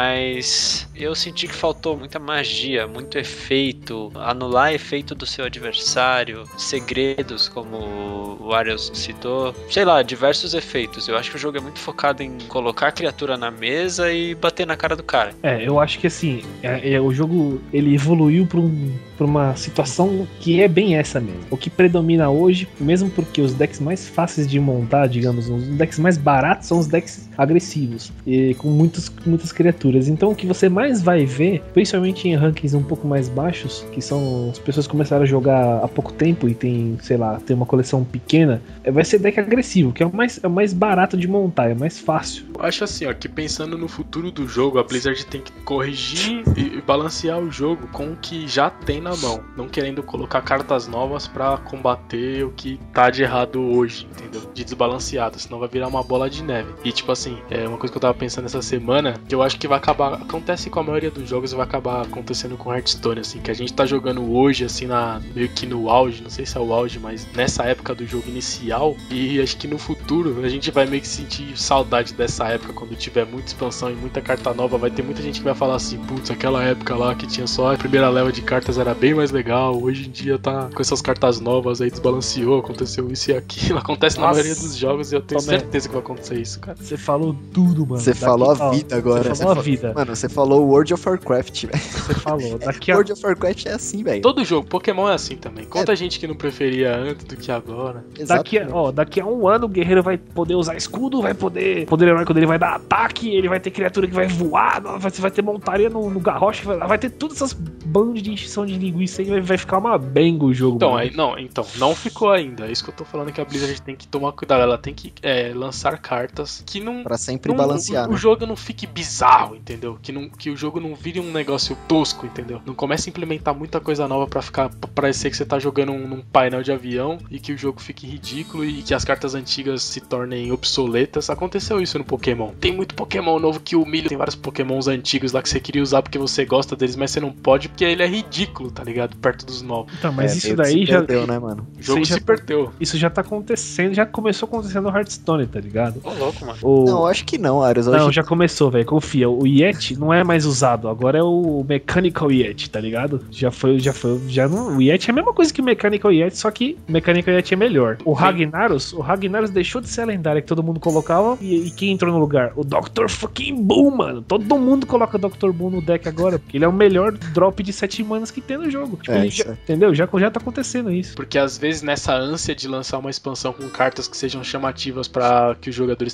mas eu senti que faltou muita magia, muito efeito, anular efeito do seu adversário, segredos, como o Arius citou, sei lá, diversos efeitos. Eu acho que o jogo é muito focado em colocar a criatura na mesa e bater na cara do cara. É, eu acho que assim, é, é, o jogo ele evoluiu para um, pra uma situação que é bem essa mesmo. O que predomina hoje, mesmo porque os decks mais fáceis de montar, digamos, os decks mais baratos são os decks agressivos, e com muitas, muitas criaturas. Então o que você mais vai ver, principalmente em rankings um pouco mais baixos, que são as pessoas que começaram a jogar há pouco tempo e tem, sei lá, tem uma coleção pequena, vai ser deck agressivo, que é o mais, é o mais barato de montar, é mais fácil. Eu acho assim, ó, que pensando no futuro do jogo, a Blizzard tem que corrigir e balancear o jogo com o que já tem na mão, não querendo colocar cartas novas pra combater o que tá de errado hoje, entendeu? De desbalanceado, senão vai virar uma bola de neve. E tipo assim, é uma coisa que eu tava pensando essa semana, que eu acho que vai acabar, acontece com a maioria dos jogos e vai acabar acontecendo com Hearthstone, assim, que a gente tá jogando hoje, assim, na, meio que no auge, não sei se é o auge, mas nessa época do jogo inicial, e acho que no futuro a gente vai meio que sentir saudade dessa época, quando tiver muita expansão e muita carta nova, vai ter muita gente que vai falar assim, putz, aquela época lá que tinha só a primeira leva de cartas era bem mais legal, hoje em dia tá com essas cartas novas aí, desbalanceou, aconteceu isso e aquilo, acontece Nossa. na maioria dos jogos e eu tenho Toma aí. certeza que vai acontecer isso, cara. Você falou tudo, mano. Você Daqui- falou a ó, vida agora. Você falou a fa- vida. Mano, você falou World of Warcraft, velho. Você falou. Daqui a World of Warcraft é assim, velho. Todo jogo, Pokémon é assim também. Conta gente que não preferia antes do que agora. Daqui a, ó, daqui a um ano o guerreiro vai poder usar escudo, vai poder. Poder heróico dele vai dar ataque, ele vai ter criatura que vai voar, vai, vai ter montaria no, no garrote, vai, vai ter todas essas bandas de encheção de linguiça aí, vai, vai ficar uma benga o jogo. Então, mano. aí, não, então, não ficou ainda. É isso que eu tô falando, que a Blizzard tem que tomar cuidado. Ela tem que é, lançar cartas que não. Pra sempre não- balancear, o, o né? jogo não fique bizarro, entendeu? Que, não, que o jogo não vire um negócio tosco, entendeu? Não comece a implementar muita coisa nova pra ficar pra parecer que você tá jogando um, num painel de avião e que o jogo fique ridículo e que as cartas antigas se tornem obsoletas. Aconteceu isso no Pokémon. Tem muito Pokémon novo que humilha. Tem vários Pokémons antigos lá que você queria usar porque você gosta deles, mas você não pode porque ele é ridículo, tá ligado? Perto dos novos. Então, mas É, isso meio que daí se já. perdeu, né, mano? O jogo Você já- se perdeu. Isso já tá acontecendo, já começou acontecendo no Hearthstone, tá ligado? Ô, louco, mano. O... Não, eu acho que não, Arius. Hoje... Não, já começou, velho. Confia. O Yeti não é mais usado. Agora é o Mechanical Yeti, tá ligado? Já foi, já foi. Já não... O Yeti é a mesma coisa que o Mechanical Yeti, só que o Mechanical Yeti é melhor. O Ragnaros, o Ragnaros deixou de ser a lendária que todo mundo colocava. E, e quem entrou no lugar? O doutor fucking Boom, mano. Todo mundo coloca o doutor Boom no deck agora, porque ele é o melhor drop de sete manas que tem no jogo. Tipo, É, ele isso já- é. entendeu? Já, já tá acontecendo isso. Porque às vezes nessa ânsia de lançar uma expansão com cartas que sejam chamativas para que os jogadores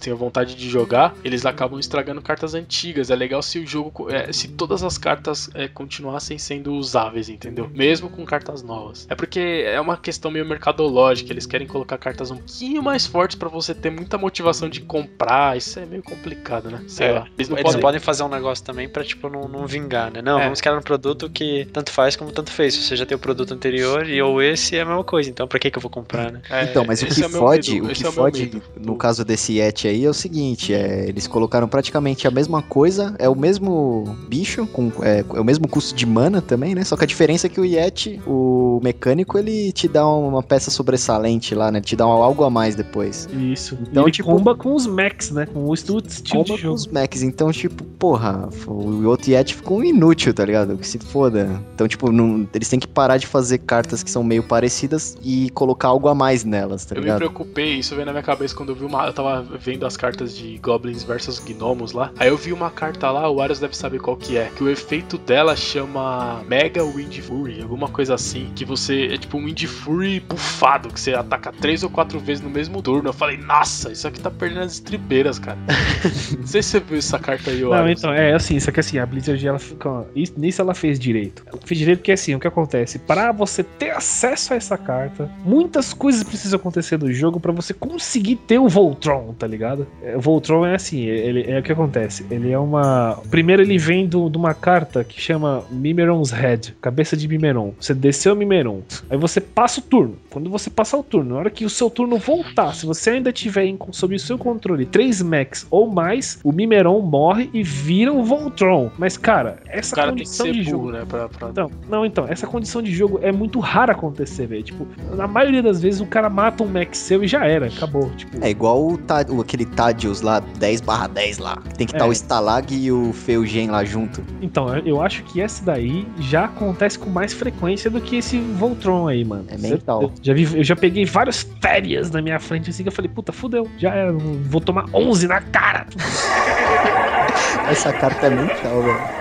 tenham vontade de jogar, eles acabam estragando cartas antigas. É legal se o jogo, é, se todas as cartas é, continuassem sendo usáveis, entendeu? Mesmo com cartas novas. É porque é uma questão meio mercadológica, eles querem colocar cartas um pouquinho mais fortes pra você ter muita motivação de comprar. Isso é meio complicado, né? Sei é, lá. Eles não eles podem... podem fazer um negócio também pra, tipo, não, não vingar, né? Não, É. vamos criar um produto que tanto faz como tanto fez. Você já tem o produto anterior e ou esse é a mesma coisa, então pra que que eu vou comprar, né? É, Então, mas o esse que é meu fode, medo, o esse que é meu fode medo. no caso desse Yeti aí é o seguinte, é, eles colocaram praticamente a mesma coisa, é o mesmo bicho, com, é, é o mesmo custo de mana também, né? Só que a diferença é que o Yeti, o mecânico, ele te dá uma peça sobressalente lá, né? Te dá algo a mais depois. Isso. Então, Então, ele tipo- comba com os mechs, né? Com o estilo, estilo Como de com jogo. os mechs, então, tipo, porra, o outro Yeti ficou inútil, tá ligado? Que se foda. Então, tipo, não, eles têm que parar de fazer cartas que são meio parecidas e colocar algo a mais nelas, tá Eu me ligado? preocupei, isso veio na minha cabeça quando eu vi uma. Eu tava vendo as cartas de Goblins versus Gnomos lá. Aí eu vi uma carta lá, o Arius deve saber qual que é. Que o efeito dela chama Mega Wind Fury, alguma coisa assim. Que você é tipo um Wind Fury bufado, que você ataca três ou quatro vezes no mesmo turno. Eu falei, nossa, isso aqui tá perdendo as estribeiras, cara. Não sei se você viu essa carta aí, o Não, Arius. então, é assim, só que assim, a Blizzard, ela fica. Isso, nisso ela fez direito. Ela fez direito porque assim, o que acontece? Pra você ter acesso a essa carta, muitas coisas precisam acontecer no jogo pra você conseguir ter o Voltron, tá ligado? É, O Voltron é assim, ele é o que acontece. Ele é uma. Primeiro ele vem do, de uma carta que chama Mimeron's Head, cabeça de Mimeron. Você desceu o Mimeron, aí você passa o turno. Quando você passar o turno, na hora que o seu turno voltar, se você ainda tiver em, sob o seu controle três mechs ou mais, o Mimeron morre e vira o Voltron. Mas, cara, essa O cara tem que condição ser de burro, jogo. né? Pra, pra... Então, não, então, essa condição de jogo é muito rara acontecer, velho. Tipo, na maioria das vezes o cara mata um mech seu e já era, acabou. Tipo, É igual o, Tad- o- aquele Tadius lá, dez barra dez lá. que Tem que estar É. o Stalag e o Feugen lá junto. então, eu acho que essa daí já acontece com mais frequência do que esse Voltron aí, mano. É mental. Eu já, vi, eu já peguei várias férias na minha frente assim que eu falei, puta, fudeu, já era, vou tomar onze na cara. Essa carta é mental, velho.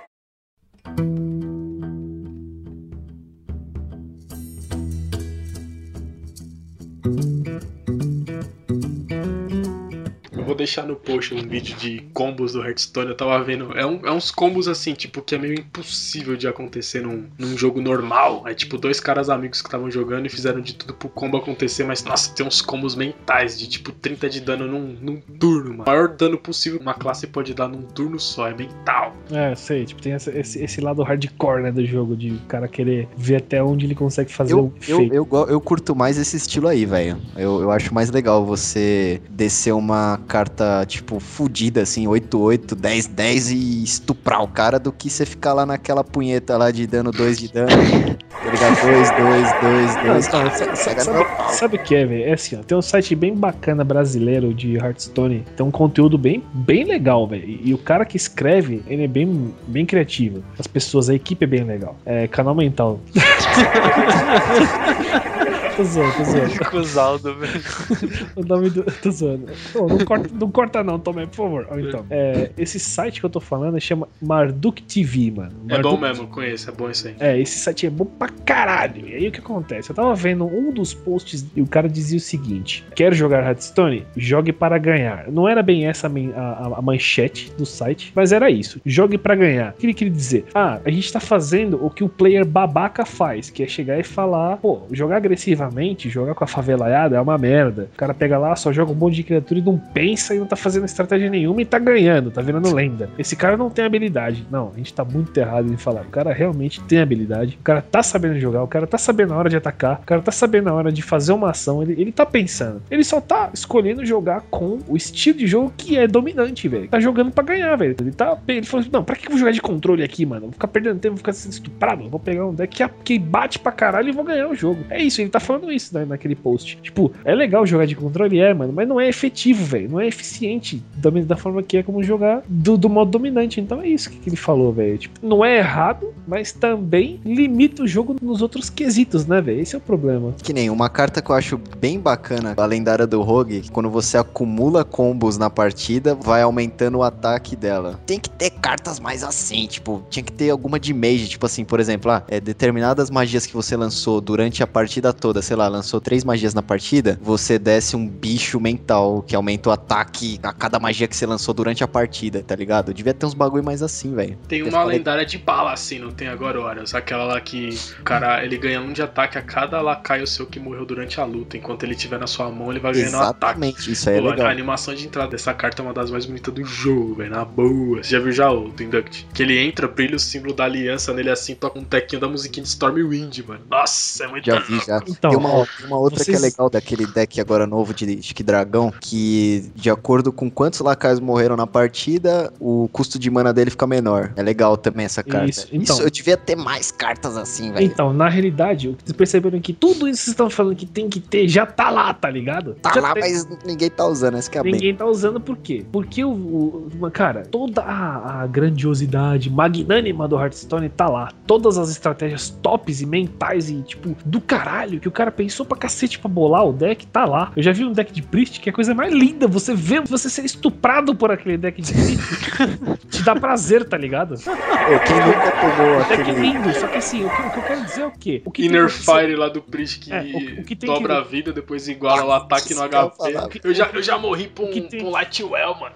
Eu vou deixar no post um vídeo de combos do Hearthstone. Eu tava vendo. É, um, é uns combos assim, tipo, que é meio impossível de acontecer num, num jogo normal. É tipo dois caras amigos que estavam jogando e fizeram de tudo pro combo acontecer. Mas, nossa, tem uns combos mentais de tipo trinta de dano num, num turno, mano. O maior dano possível uma classe pode dar num turno só. É mental. É, sei, tipo, tem essa- esse, esse lado hardcore, né, do jogo, de o cara querer ver até onde ele consegue fazer Eu, o eu, efeito. eu, go- eu curto mais esse estilo aí, velho. Eu, eu acho mais legal você descer uma carta, tipo, fudida, assim, oito oito, dez dez e estuprar o cara do que você ficar lá naquela punheta lá de dano dois de dano. Tá ligado? dois, dois, dois, Não, dois. então, sa- sa- Pega sabe, meu pau. sabe o que é, velho? É assim, ó, tem um site bem bacana brasileiro de Hearthstone, tem um conteúdo bem, bem legal, velho. E, e o cara que escreve, ele é bem, bem criativo. As pessoas, a equipe é bem legal. É Canal Mental. Tô zoando, tô zoando. Cusaldo, velho. O nome do. Tô zoando. Pô, não, corta, não corta, não, Tomé, por favor. Ó, então, é, esse site que eu tô falando chama Marduk T V, mano. É bom Marduk- mesmo, conheço, é bom isso aí. É, esse site é bom pra caralho. E aí o que acontece? Eu tava vendo um dos posts e o cara dizia o seguinte: quer jogar Hearthstone? Jogue para ganhar. Não era bem essa a, men- a- a manchete do site, mas era isso: jogue pra ganhar. O que ele queria dizer? Ah, a gente tá fazendo o que o player babaca faz, que é chegar e falar, pô, jogar agressivamente, jogar com a favelaiada é uma merda. O cara pega lá, só joga um monte de criatura e não pensa e não tá fazendo estratégia nenhuma e tá ganhando, tá virando lenda. Esse cara não tem habilidade. Não, a gente tá muito errado em falar. O cara realmente tem habilidade, o cara tá sabendo jogar, o cara tá sabendo a hora de atacar, o cara tá sabendo a hora de fazer uma ação, ele, ele tá pensando. Ele só tá escolhendo jogar com o estilo de jogo que é dominante, velho. Tá jogando pra ganhar, velho. Ele tá. Ele falou assim: não, pra que eu vou jogar de controle aqui, mano? Vou ficar perdendo tempo, vou ficar sendo estuprado. Eu vou pegar um deck que, que bate pra caralho e vou ganhar o jogo. É isso, ele tá falando isso né, naquele post. Tipo, é legal jogar de controle, é, mano, mas não é efetivo, velho. Não é eficiente da, da forma que é como jogar do, do modo dominante. Então é isso que, que ele falou, velho. Tipo, não é errado, mas também limita o jogo nos outros quesitos, né, velho? Esse é o problema. Que nem uma carta que eu acho bem bacana, a lendária do Rogue, que quando você acumula combos na partida, vai aumentando o ataque dela. Tem que ter cartas mais assim, tipo, tinha que ter alguma de mage, tipo assim, por exemplo, ah, é, determinadas magias que você lançou durante a partida toda, sei lá, lançou três magias na partida, você desce um bicho mental que aumenta o ataque a cada magia que você lançou durante a partida, tá ligado? Devia ter uns bagulho mais assim, velho. Tem uma falei... lendária de bala assim, não tem agora, Horus? Aquela lá que o cara, ele ganha um de ataque a cada lacaio seu que morreu durante a luta. Enquanto ele tiver na sua mão, ele vai ganhando um ataque. Exatamente, isso aí é Pô, legal. A animação de entrada dessa carta é uma das mais bonitas do jogo, velho, na boa. Você já viu já o Induct? Que ele entra, brilha o símbolo da aliança nele assim, toca um tequinho da musiquinha de Stormwind, mano. Nossa, é muito Já vi, já. Então, tem uma, ó, uma outra vocês- que é legal daquele deck agora novo de, de que dragão, que de acordo com quantos lacaios morreram na partida, o custo de mana dele fica menor. É legal também essa carta. Isso, então. eu devia ter mais cartas assim, velho. Então, na realidade, o que vocês perceberam é que tudo isso que vocês estão falando que tem que ter já tá lá, tá ligado? Tá Já lá, tem- mas ninguém tá usando, essa que é a bem. Ninguém tá usando por quê? Porque o, o- cara, toda a, a grandiosidade magnânima do Hearthstone tá lá. Todas as estratégias tops e mentais e, tipo, do caralho, que o cara pensou pra cacete pra bolar o deck, tá lá. Eu já vi um deck de Priest que é a coisa mais linda. Você vê você ser estuprado por aquele deck de Priest. Te dá prazer, tá ligado? Pô, quem nunca tomou O deck é aquele... lindo, só que assim, o que, o que eu quero dizer é o quê? O que Inner tem que acontecer- Fire lá do Priest que, É, o- o que tem dobra que- a vida, depois iguala o ataque no isso que eu ia H P. falar. Eu já, eu já morri pra um, que tem- pra um Lightwell, mano.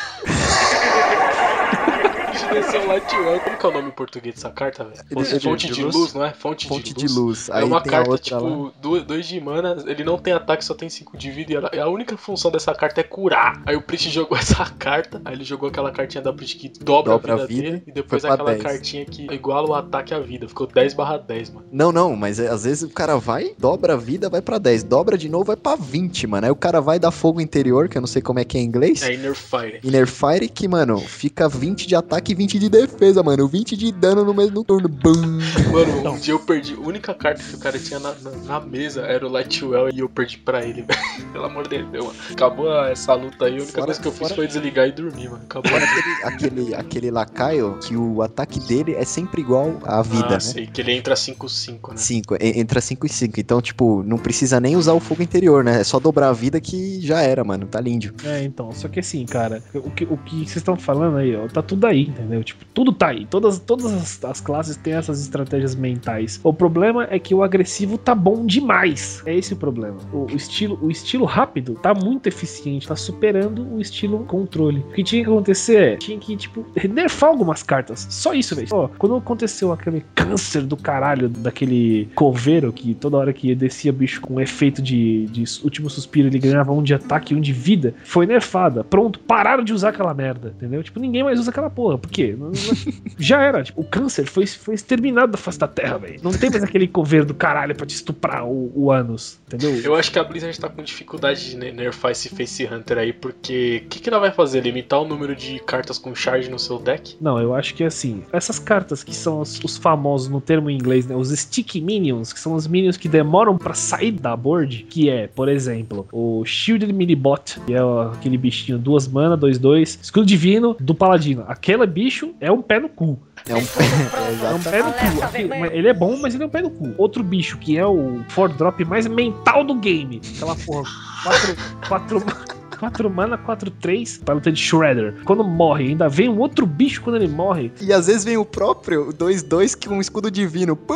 Devia ser um Lightwell. Como que é o nome em português dessa carta, velho? Ele- Fonte ele- de luz, não é? Fonte, Fonte de de luz. luz. É Aí uma tem a carta, outra lá. tipo, do- dois de mana, ele não tem ataque, só tem cinco de vida, e a- a única função dessa carta é curar. Aí o Priest jogou essa carta, aí ele jogou aquela cartinha da Priest que dobra, Dobra a vida, a vida, dele, e depois foi pra aquela dez. cartinha que iguala o ataque à vida. Ficou dez barra dez, mano. Não, não, mas é, às vezes o cara vai, dobra a vida, vai pra dez. Dobra de novo, vai pra vinte, mano. Aí o cara vai dar fogo interior, que eu não sei como é que é em inglês. É Inner Fire. Inner Fire que, mano, fica vinte de ataque e vinte de defesa, mano. vinte de dano no mesmo turno. Bum. Mano, Então. um dia eu perdi. A única carta que o cara tinha na, na, na mesa era o Lightwell e eu perdi pra ele, velho. Pelo amor de Deus, mano. Acabou essa luta aí. A única Fora- coisa que eu fiz fora- foi desligar e dormir, mano. Acabou. Fora aquele, aquele, aquele lacaio que o ataque dele é sempre igual à vida, ah, né? sei, que ele entra cinco cinco, né? cinco, entra cinco e cinco. Então, tipo, não precisa nem usar o fogo interior, né? É só dobrar a vida que já era, mano. Tá lindo. É, então, só que assim, cara, o que, o que vocês estão falando aí, ó, tá tudo aí, entendeu? Tipo, tudo tá aí. Todas, todas as, as classes têm essas estratégias mentais. O problema é que o agressivo tá bom demais. É esse o problema. O, o estilo, o estilo rápido tá muito eficiente, tá superando o estilo controle. O que tinha que acontecer é, tinha que, tipo, nerfar algumas cartas. Só isso, velho. Ó, quando aconteceu aquele câncer do caralho daquele coveiro que toda hora que descia bicho com efeito de, de último suspiro, ele ganhava um de ataque e um de vida, foi nerfada. Pronto, pararam de usar aquela merda, entendeu? Tipo, ninguém mais usa aquela porra. Por quê? Não- não- Já era. Tipo, o câncer foi, foi exterminado da face da terra, velho. Não tem mais aquele coveiro do caralho pra te estuprar o, o ânus, entendeu? Eu acho que a Blizzard tá com dificuldade de ne- nerfar esse Face Hunter aí, porque o que, que ela vai fazer? Limitar o número de cartas com charge no seu deck? Não, eu acho que assim, essas cartas que são os, os famosos no termo em inglês, né, os sticky minions, que são os minions que demoram pra sair da board, que é, por exemplo, o Shielded Minibot, que é ó, aquele bichinho duas mana, dois dois, escudo divino do paladino. Aquele bicho é um pé no cu. É um... é, É um exato. pé no cu. Aquele- ele é bom, mas ele é um pé no cu. Outro bicho que é o four drop mais mental do game. Aquela porra, quatro, quatro, quatro mana, quatro três, pra luta de Shredder. Quando morre, ainda vem um outro bicho quando ele morre. E às vezes vem o próprio dois dois com um escudo divino. Pum!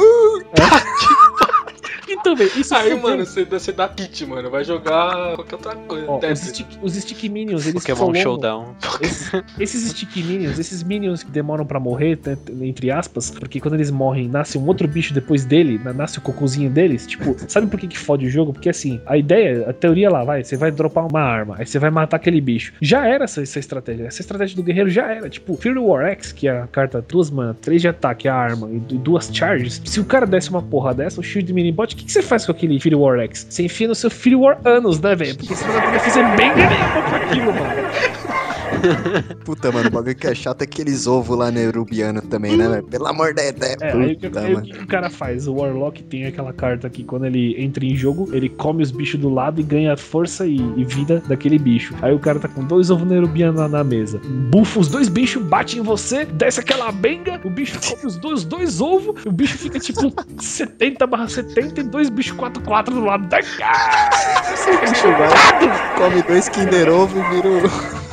Então, velho, isso Aí, foi- mano, você, você dá kit, mano. Vai jogar qualquer outra coisa. Ó, os, Tetris. stick, os stick minions, eles Pokémon prolongam- Showdown. Esses, esses stick minions, esses minions que demoram pra morrer, né, entre aspas, porque quando eles morrem, nasce um outro bicho depois dele, na- nasce o cocôzinho deles, tipo, sabe por que que fode o jogo? Porque assim, a ideia, a teoria lá, vai, você vai dropar uma arma, aí você vai matar aquele bicho. Já era essa, essa estratégia, essa estratégia do guerreiro já era, tipo, Fury War X, que é a carta duas mana, três de ataque, a arma e du- duas charges, se o cara desse uma porra dessa, o Shield Minibot, o que, que você faz com aquele Fury War X? Você enfia no seu Fury War Anos, né, velho? Porque você não vai poder fazer bem nenhuma com aquilo, mano. Puta, mano, o bagulho que é chato é aqueles ovos lá nerubiano também, né, velho? Pelo amor de Deus. É, aí, o que- Puta, aí o mano. que o cara faz? O Warlock tem aquela carta que quando ele entra em jogo, ele come os bichos do lado e ganha força e, e vida daquele bicho. Aí o cara tá com dois ovos nerubianos na, na mesa. Bufa os dois bichos, bate em você, desce aquela benga, o bicho come os dois, dois ovos, o bicho fica tipo setenta barra setenta e dois bichos quatro quatro do lado. O bicho vai, come dois Kinder Ovo e vira o...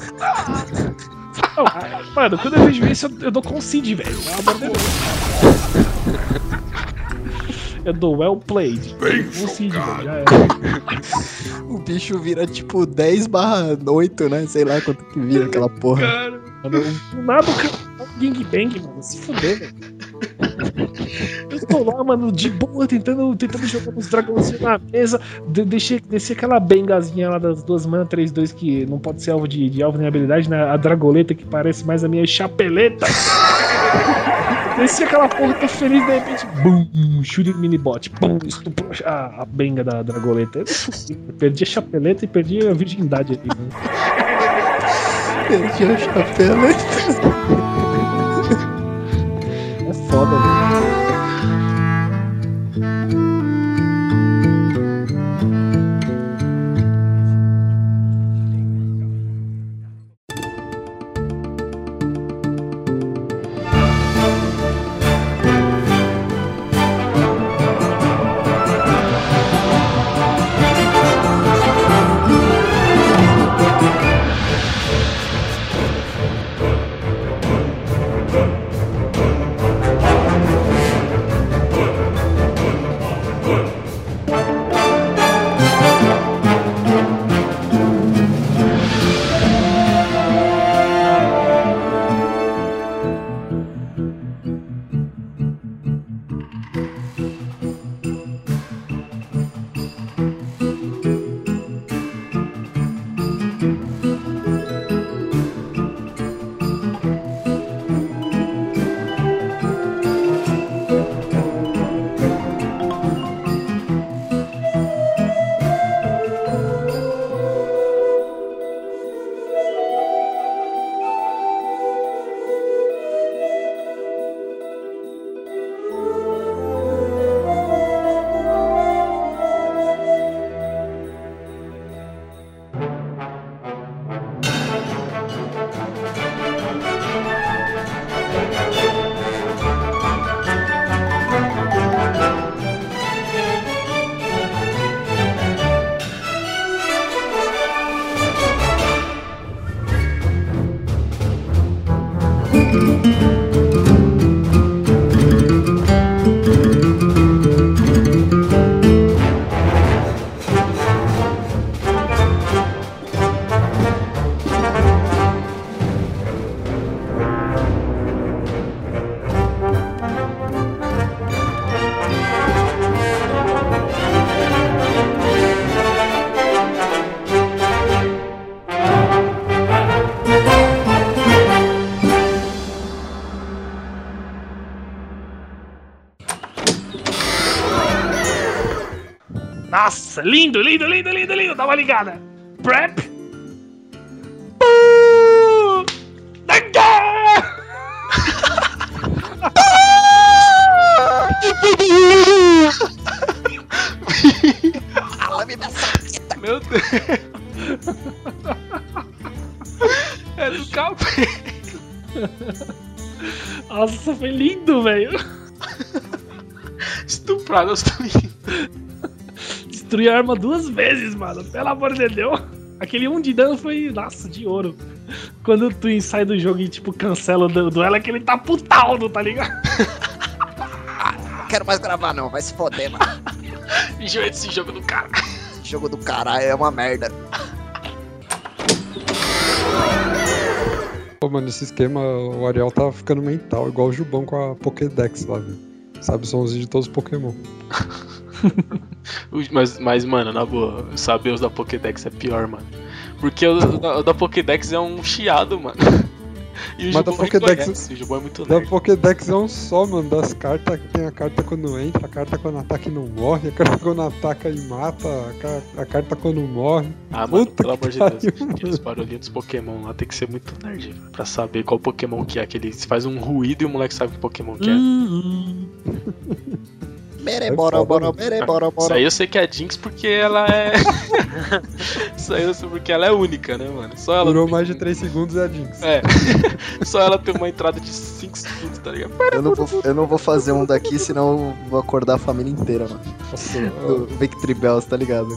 Não, mano, quando eu vejo isso, eu, eu dou concede, velho. Pelo amor de Deus. Eu dou well played. Bem Um seed, jogado. já é. O bicho vira tipo dez barra oito, né? Sei lá quanto que vira aquela porra. Mano, do nada o cara dá um gangbang, mano. Se fuder, velho. Eu tô lá, mano, de boa, tentando, tentando jogar uns dragãozinhos na mesa. De, deixei, desci aquela bengazinha lá das duas manas três dois que não pode ser alvo de, de alvo nem habilidade, né? A dragoleta que parece mais a minha chapeleta. Desci aquela porra, tô feliz, de repente, bum, shooting minibot, bum, estuprou a, a benga da dragoleta. Eu perdi a chapeleta e perdi a virgindade ali, né? Perdi a chapeleta. É foda, velho. Nossa, lindo, lindo, lindo, lindo, lindo. Dá uma ligada. Prep. Meu Deus. É do capeta. Nossa, foi lindo, velho. Estuprado, eu estou indo. Destruí a arma duas vezes, mano. Pelo amor de Deus. Aquele um de dano foi, nossa, de ouro. Quando o Twin sai do jogo e, tipo, cancela o duelo, é que ele tá putaldo, tá ligado? Não quero mais gravar, não. Vai se foder, mano. Enjoei desse jogo do cara. Esse jogo do caralho é uma merda. Pô, mano, esse esquema, o Ariel tá ficando mental, igual o Jubão com a Pokédex lá, velho. Sabe o somzinho de todos os Pokémon. mas, mas, mano, na boa, saber os da Pokédex é pior, mano. Porque o da, o da Pokédex é um chiado, mano. E o Mas da Jubão Pokédex, conhece, o Jubão é muito da nerd. Pokédex é um só, mano. Das cartas, tem a carta quando entra, a carta quando ataca e não morre, a carta quando ataca e mata, a, car a carta quando morre. Ah, mano, Puta pelo que amor de pariu, Deus, mano. aqueles barulhinhos dos Pokémon lá tem que ser muito nerd, velho, pra saber qual Pokémon que é. Aquele faz um ruído e o moleque sabe que Pokémon que é. Hum, Bere, bora, bora, bere, bora, Isso bora. aí eu sei que é Jinx porque ela é. Isso aí eu sei porque ela é única, né, mano? Só ela. Durou mais de três segundos e a Jinx. É. Só ela tem uma entrada de cinco segundos, tá ligado? Eu não, vou, eu não vou fazer um daqui, senão eu vou acordar a família inteira, mano. Nossa, Do Victory Bells, tá ligado?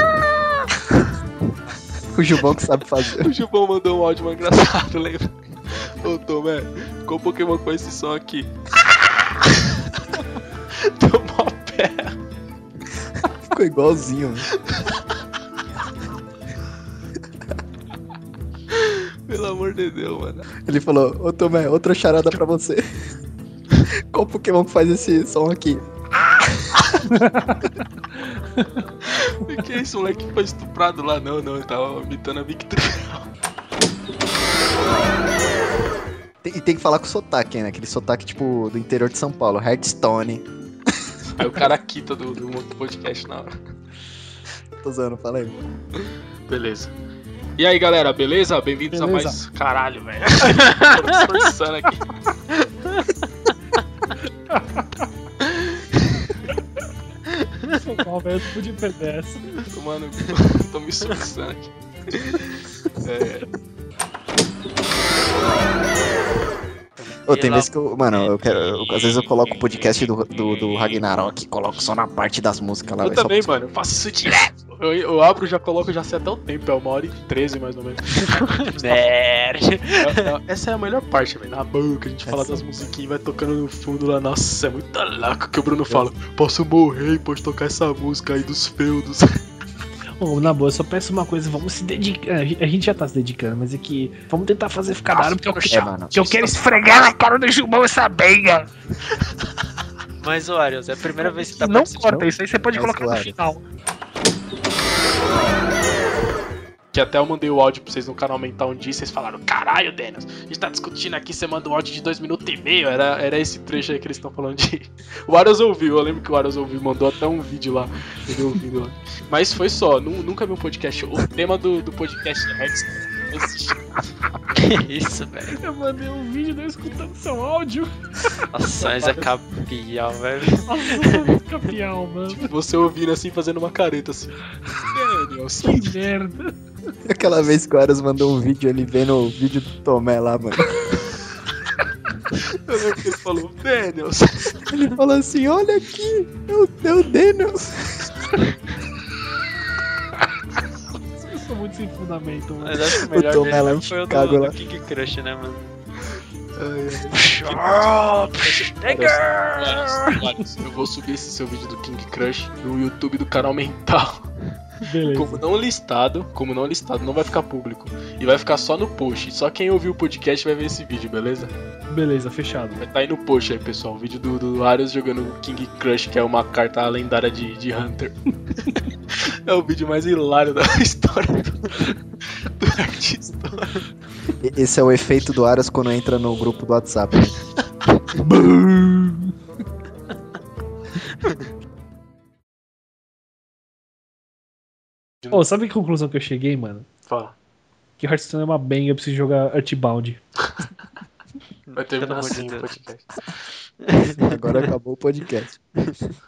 O Jubão que sabe fazer. O Jubão mandou um áudio mais engraçado, lembra? Ô, Tomé, qual Pokémon com esse som aqui? Deu uma pé. Ficou igualzinho, mano. Pelo amor de Deus, mano. Ele falou, ô Tomé, outra charada pra você. Qual Pokémon que faz esse som aqui? O que é esse moleque que foi estuprado lá? Não, não, ele tava imitando a Victory. Tem- E tem que falar com sotaque, né? Aquele sotaque, tipo, do interior de São Paulo. Hearthstone. Aí o cara quita do, do podcast na hora. Tô usando, fala aí. Beleza. E aí, galera, beleza? Bem-vindos a Beleza. mais... Caralho, velho. Tô esforçando aqui. Foi mal, velho. Eu não podia perder essa. Mano, tô me esforçando aqui. É... Ô, tem vezes que eu. Mano, eu quero. eu- às vezes eu coloco o podcast do, do, do Ragnarok e coloco só na parte das músicas lá. Eu véi, só também, pra- mano, eu faço isso direto. Eu, eu abro, já coloco, já sei até o tempo. É uma hora e treze, mais ou menos. Nerd. Essa é a melhor parte, velho. Na boca, a gente fala das musiquinhas, vai tocando no fundo lá. Nossa, é muito louco que o Bruno fala. Posso morrer e pode tocar essa música aí dos feudos. Ô, na boa, eu só peço uma coisa, vamos se dedicar. A gente a gente já tá se dedicando, mas é que. Vamos tentar fazer ficar da hora, porque eu, É, mano. que eu quero esfregar na cara do Gilmão essa benga. Mas, ô Arius, é a primeira vez que tá Não participando. corta isso aí, você pode É colocar no suave. final. Que até eu mandei o áudio pra vocês no canal Mental um dia e vocês falaram: caralho, Denis, a gente tá discutindo aqui, você manda um áudio de dois minutos e meio. Era, era esse trecho aí que eles estão falando de. O Arius ouviu, eu lembro que o Arius ouviu, mandou até um vídeo lá, ele ouvindo lá. Mas foi só, nu- nunca vi um podcast. O tema do, do podcast é Hearthstone. Não existe. Que isso, velho. Eu mandei um vídeo de eu escutando seu áudio. Nossa, mas é capial, velho. Nossa, campeão, mano. Você ouvindo assim, fazendo uma careta assim. Daniels. Que merda. Aquela vez que o Aras mandou um vídeo, ele vendo o vídeo do Tomé lá, mano. Eu lembro que ele falou: Daniels. Ele falou assim: olha aqui, é o teu Daniels. Eu sou muito sem fundamento, mano. Mas acho que o O melhor Tom dele Mello mesmo foi o Chicago do, lá. do King Crush, né, mano? Vários. Eu vou subir esse seu vídeo do King Crush no YouTube do canal Mental. Beleza. Como não listado, como não listado, não vai ficar público. E vai ficar só no post. Só quem ouviu o podcast vai ver esse vídeo, beleza? Beleza, fechado. Vai estar aí no post aí, pessoal. O vídeo do, do Arius jogando King Crush, que é uma carta lendária de, de Hunter. É o vídeo mais hilário da história do, do Hearthstone. E- Esse é o efeito do Aras quando entra no grupo do WhatsApp. Ô, sabe que conclusão que eu cheguei, mano? Fala. Que Hearthstone é uma benga, eu preciso jogar Earthbound. Vai terminar Pelo amor de assim o Deus. podcast. Agora acabou o podcast.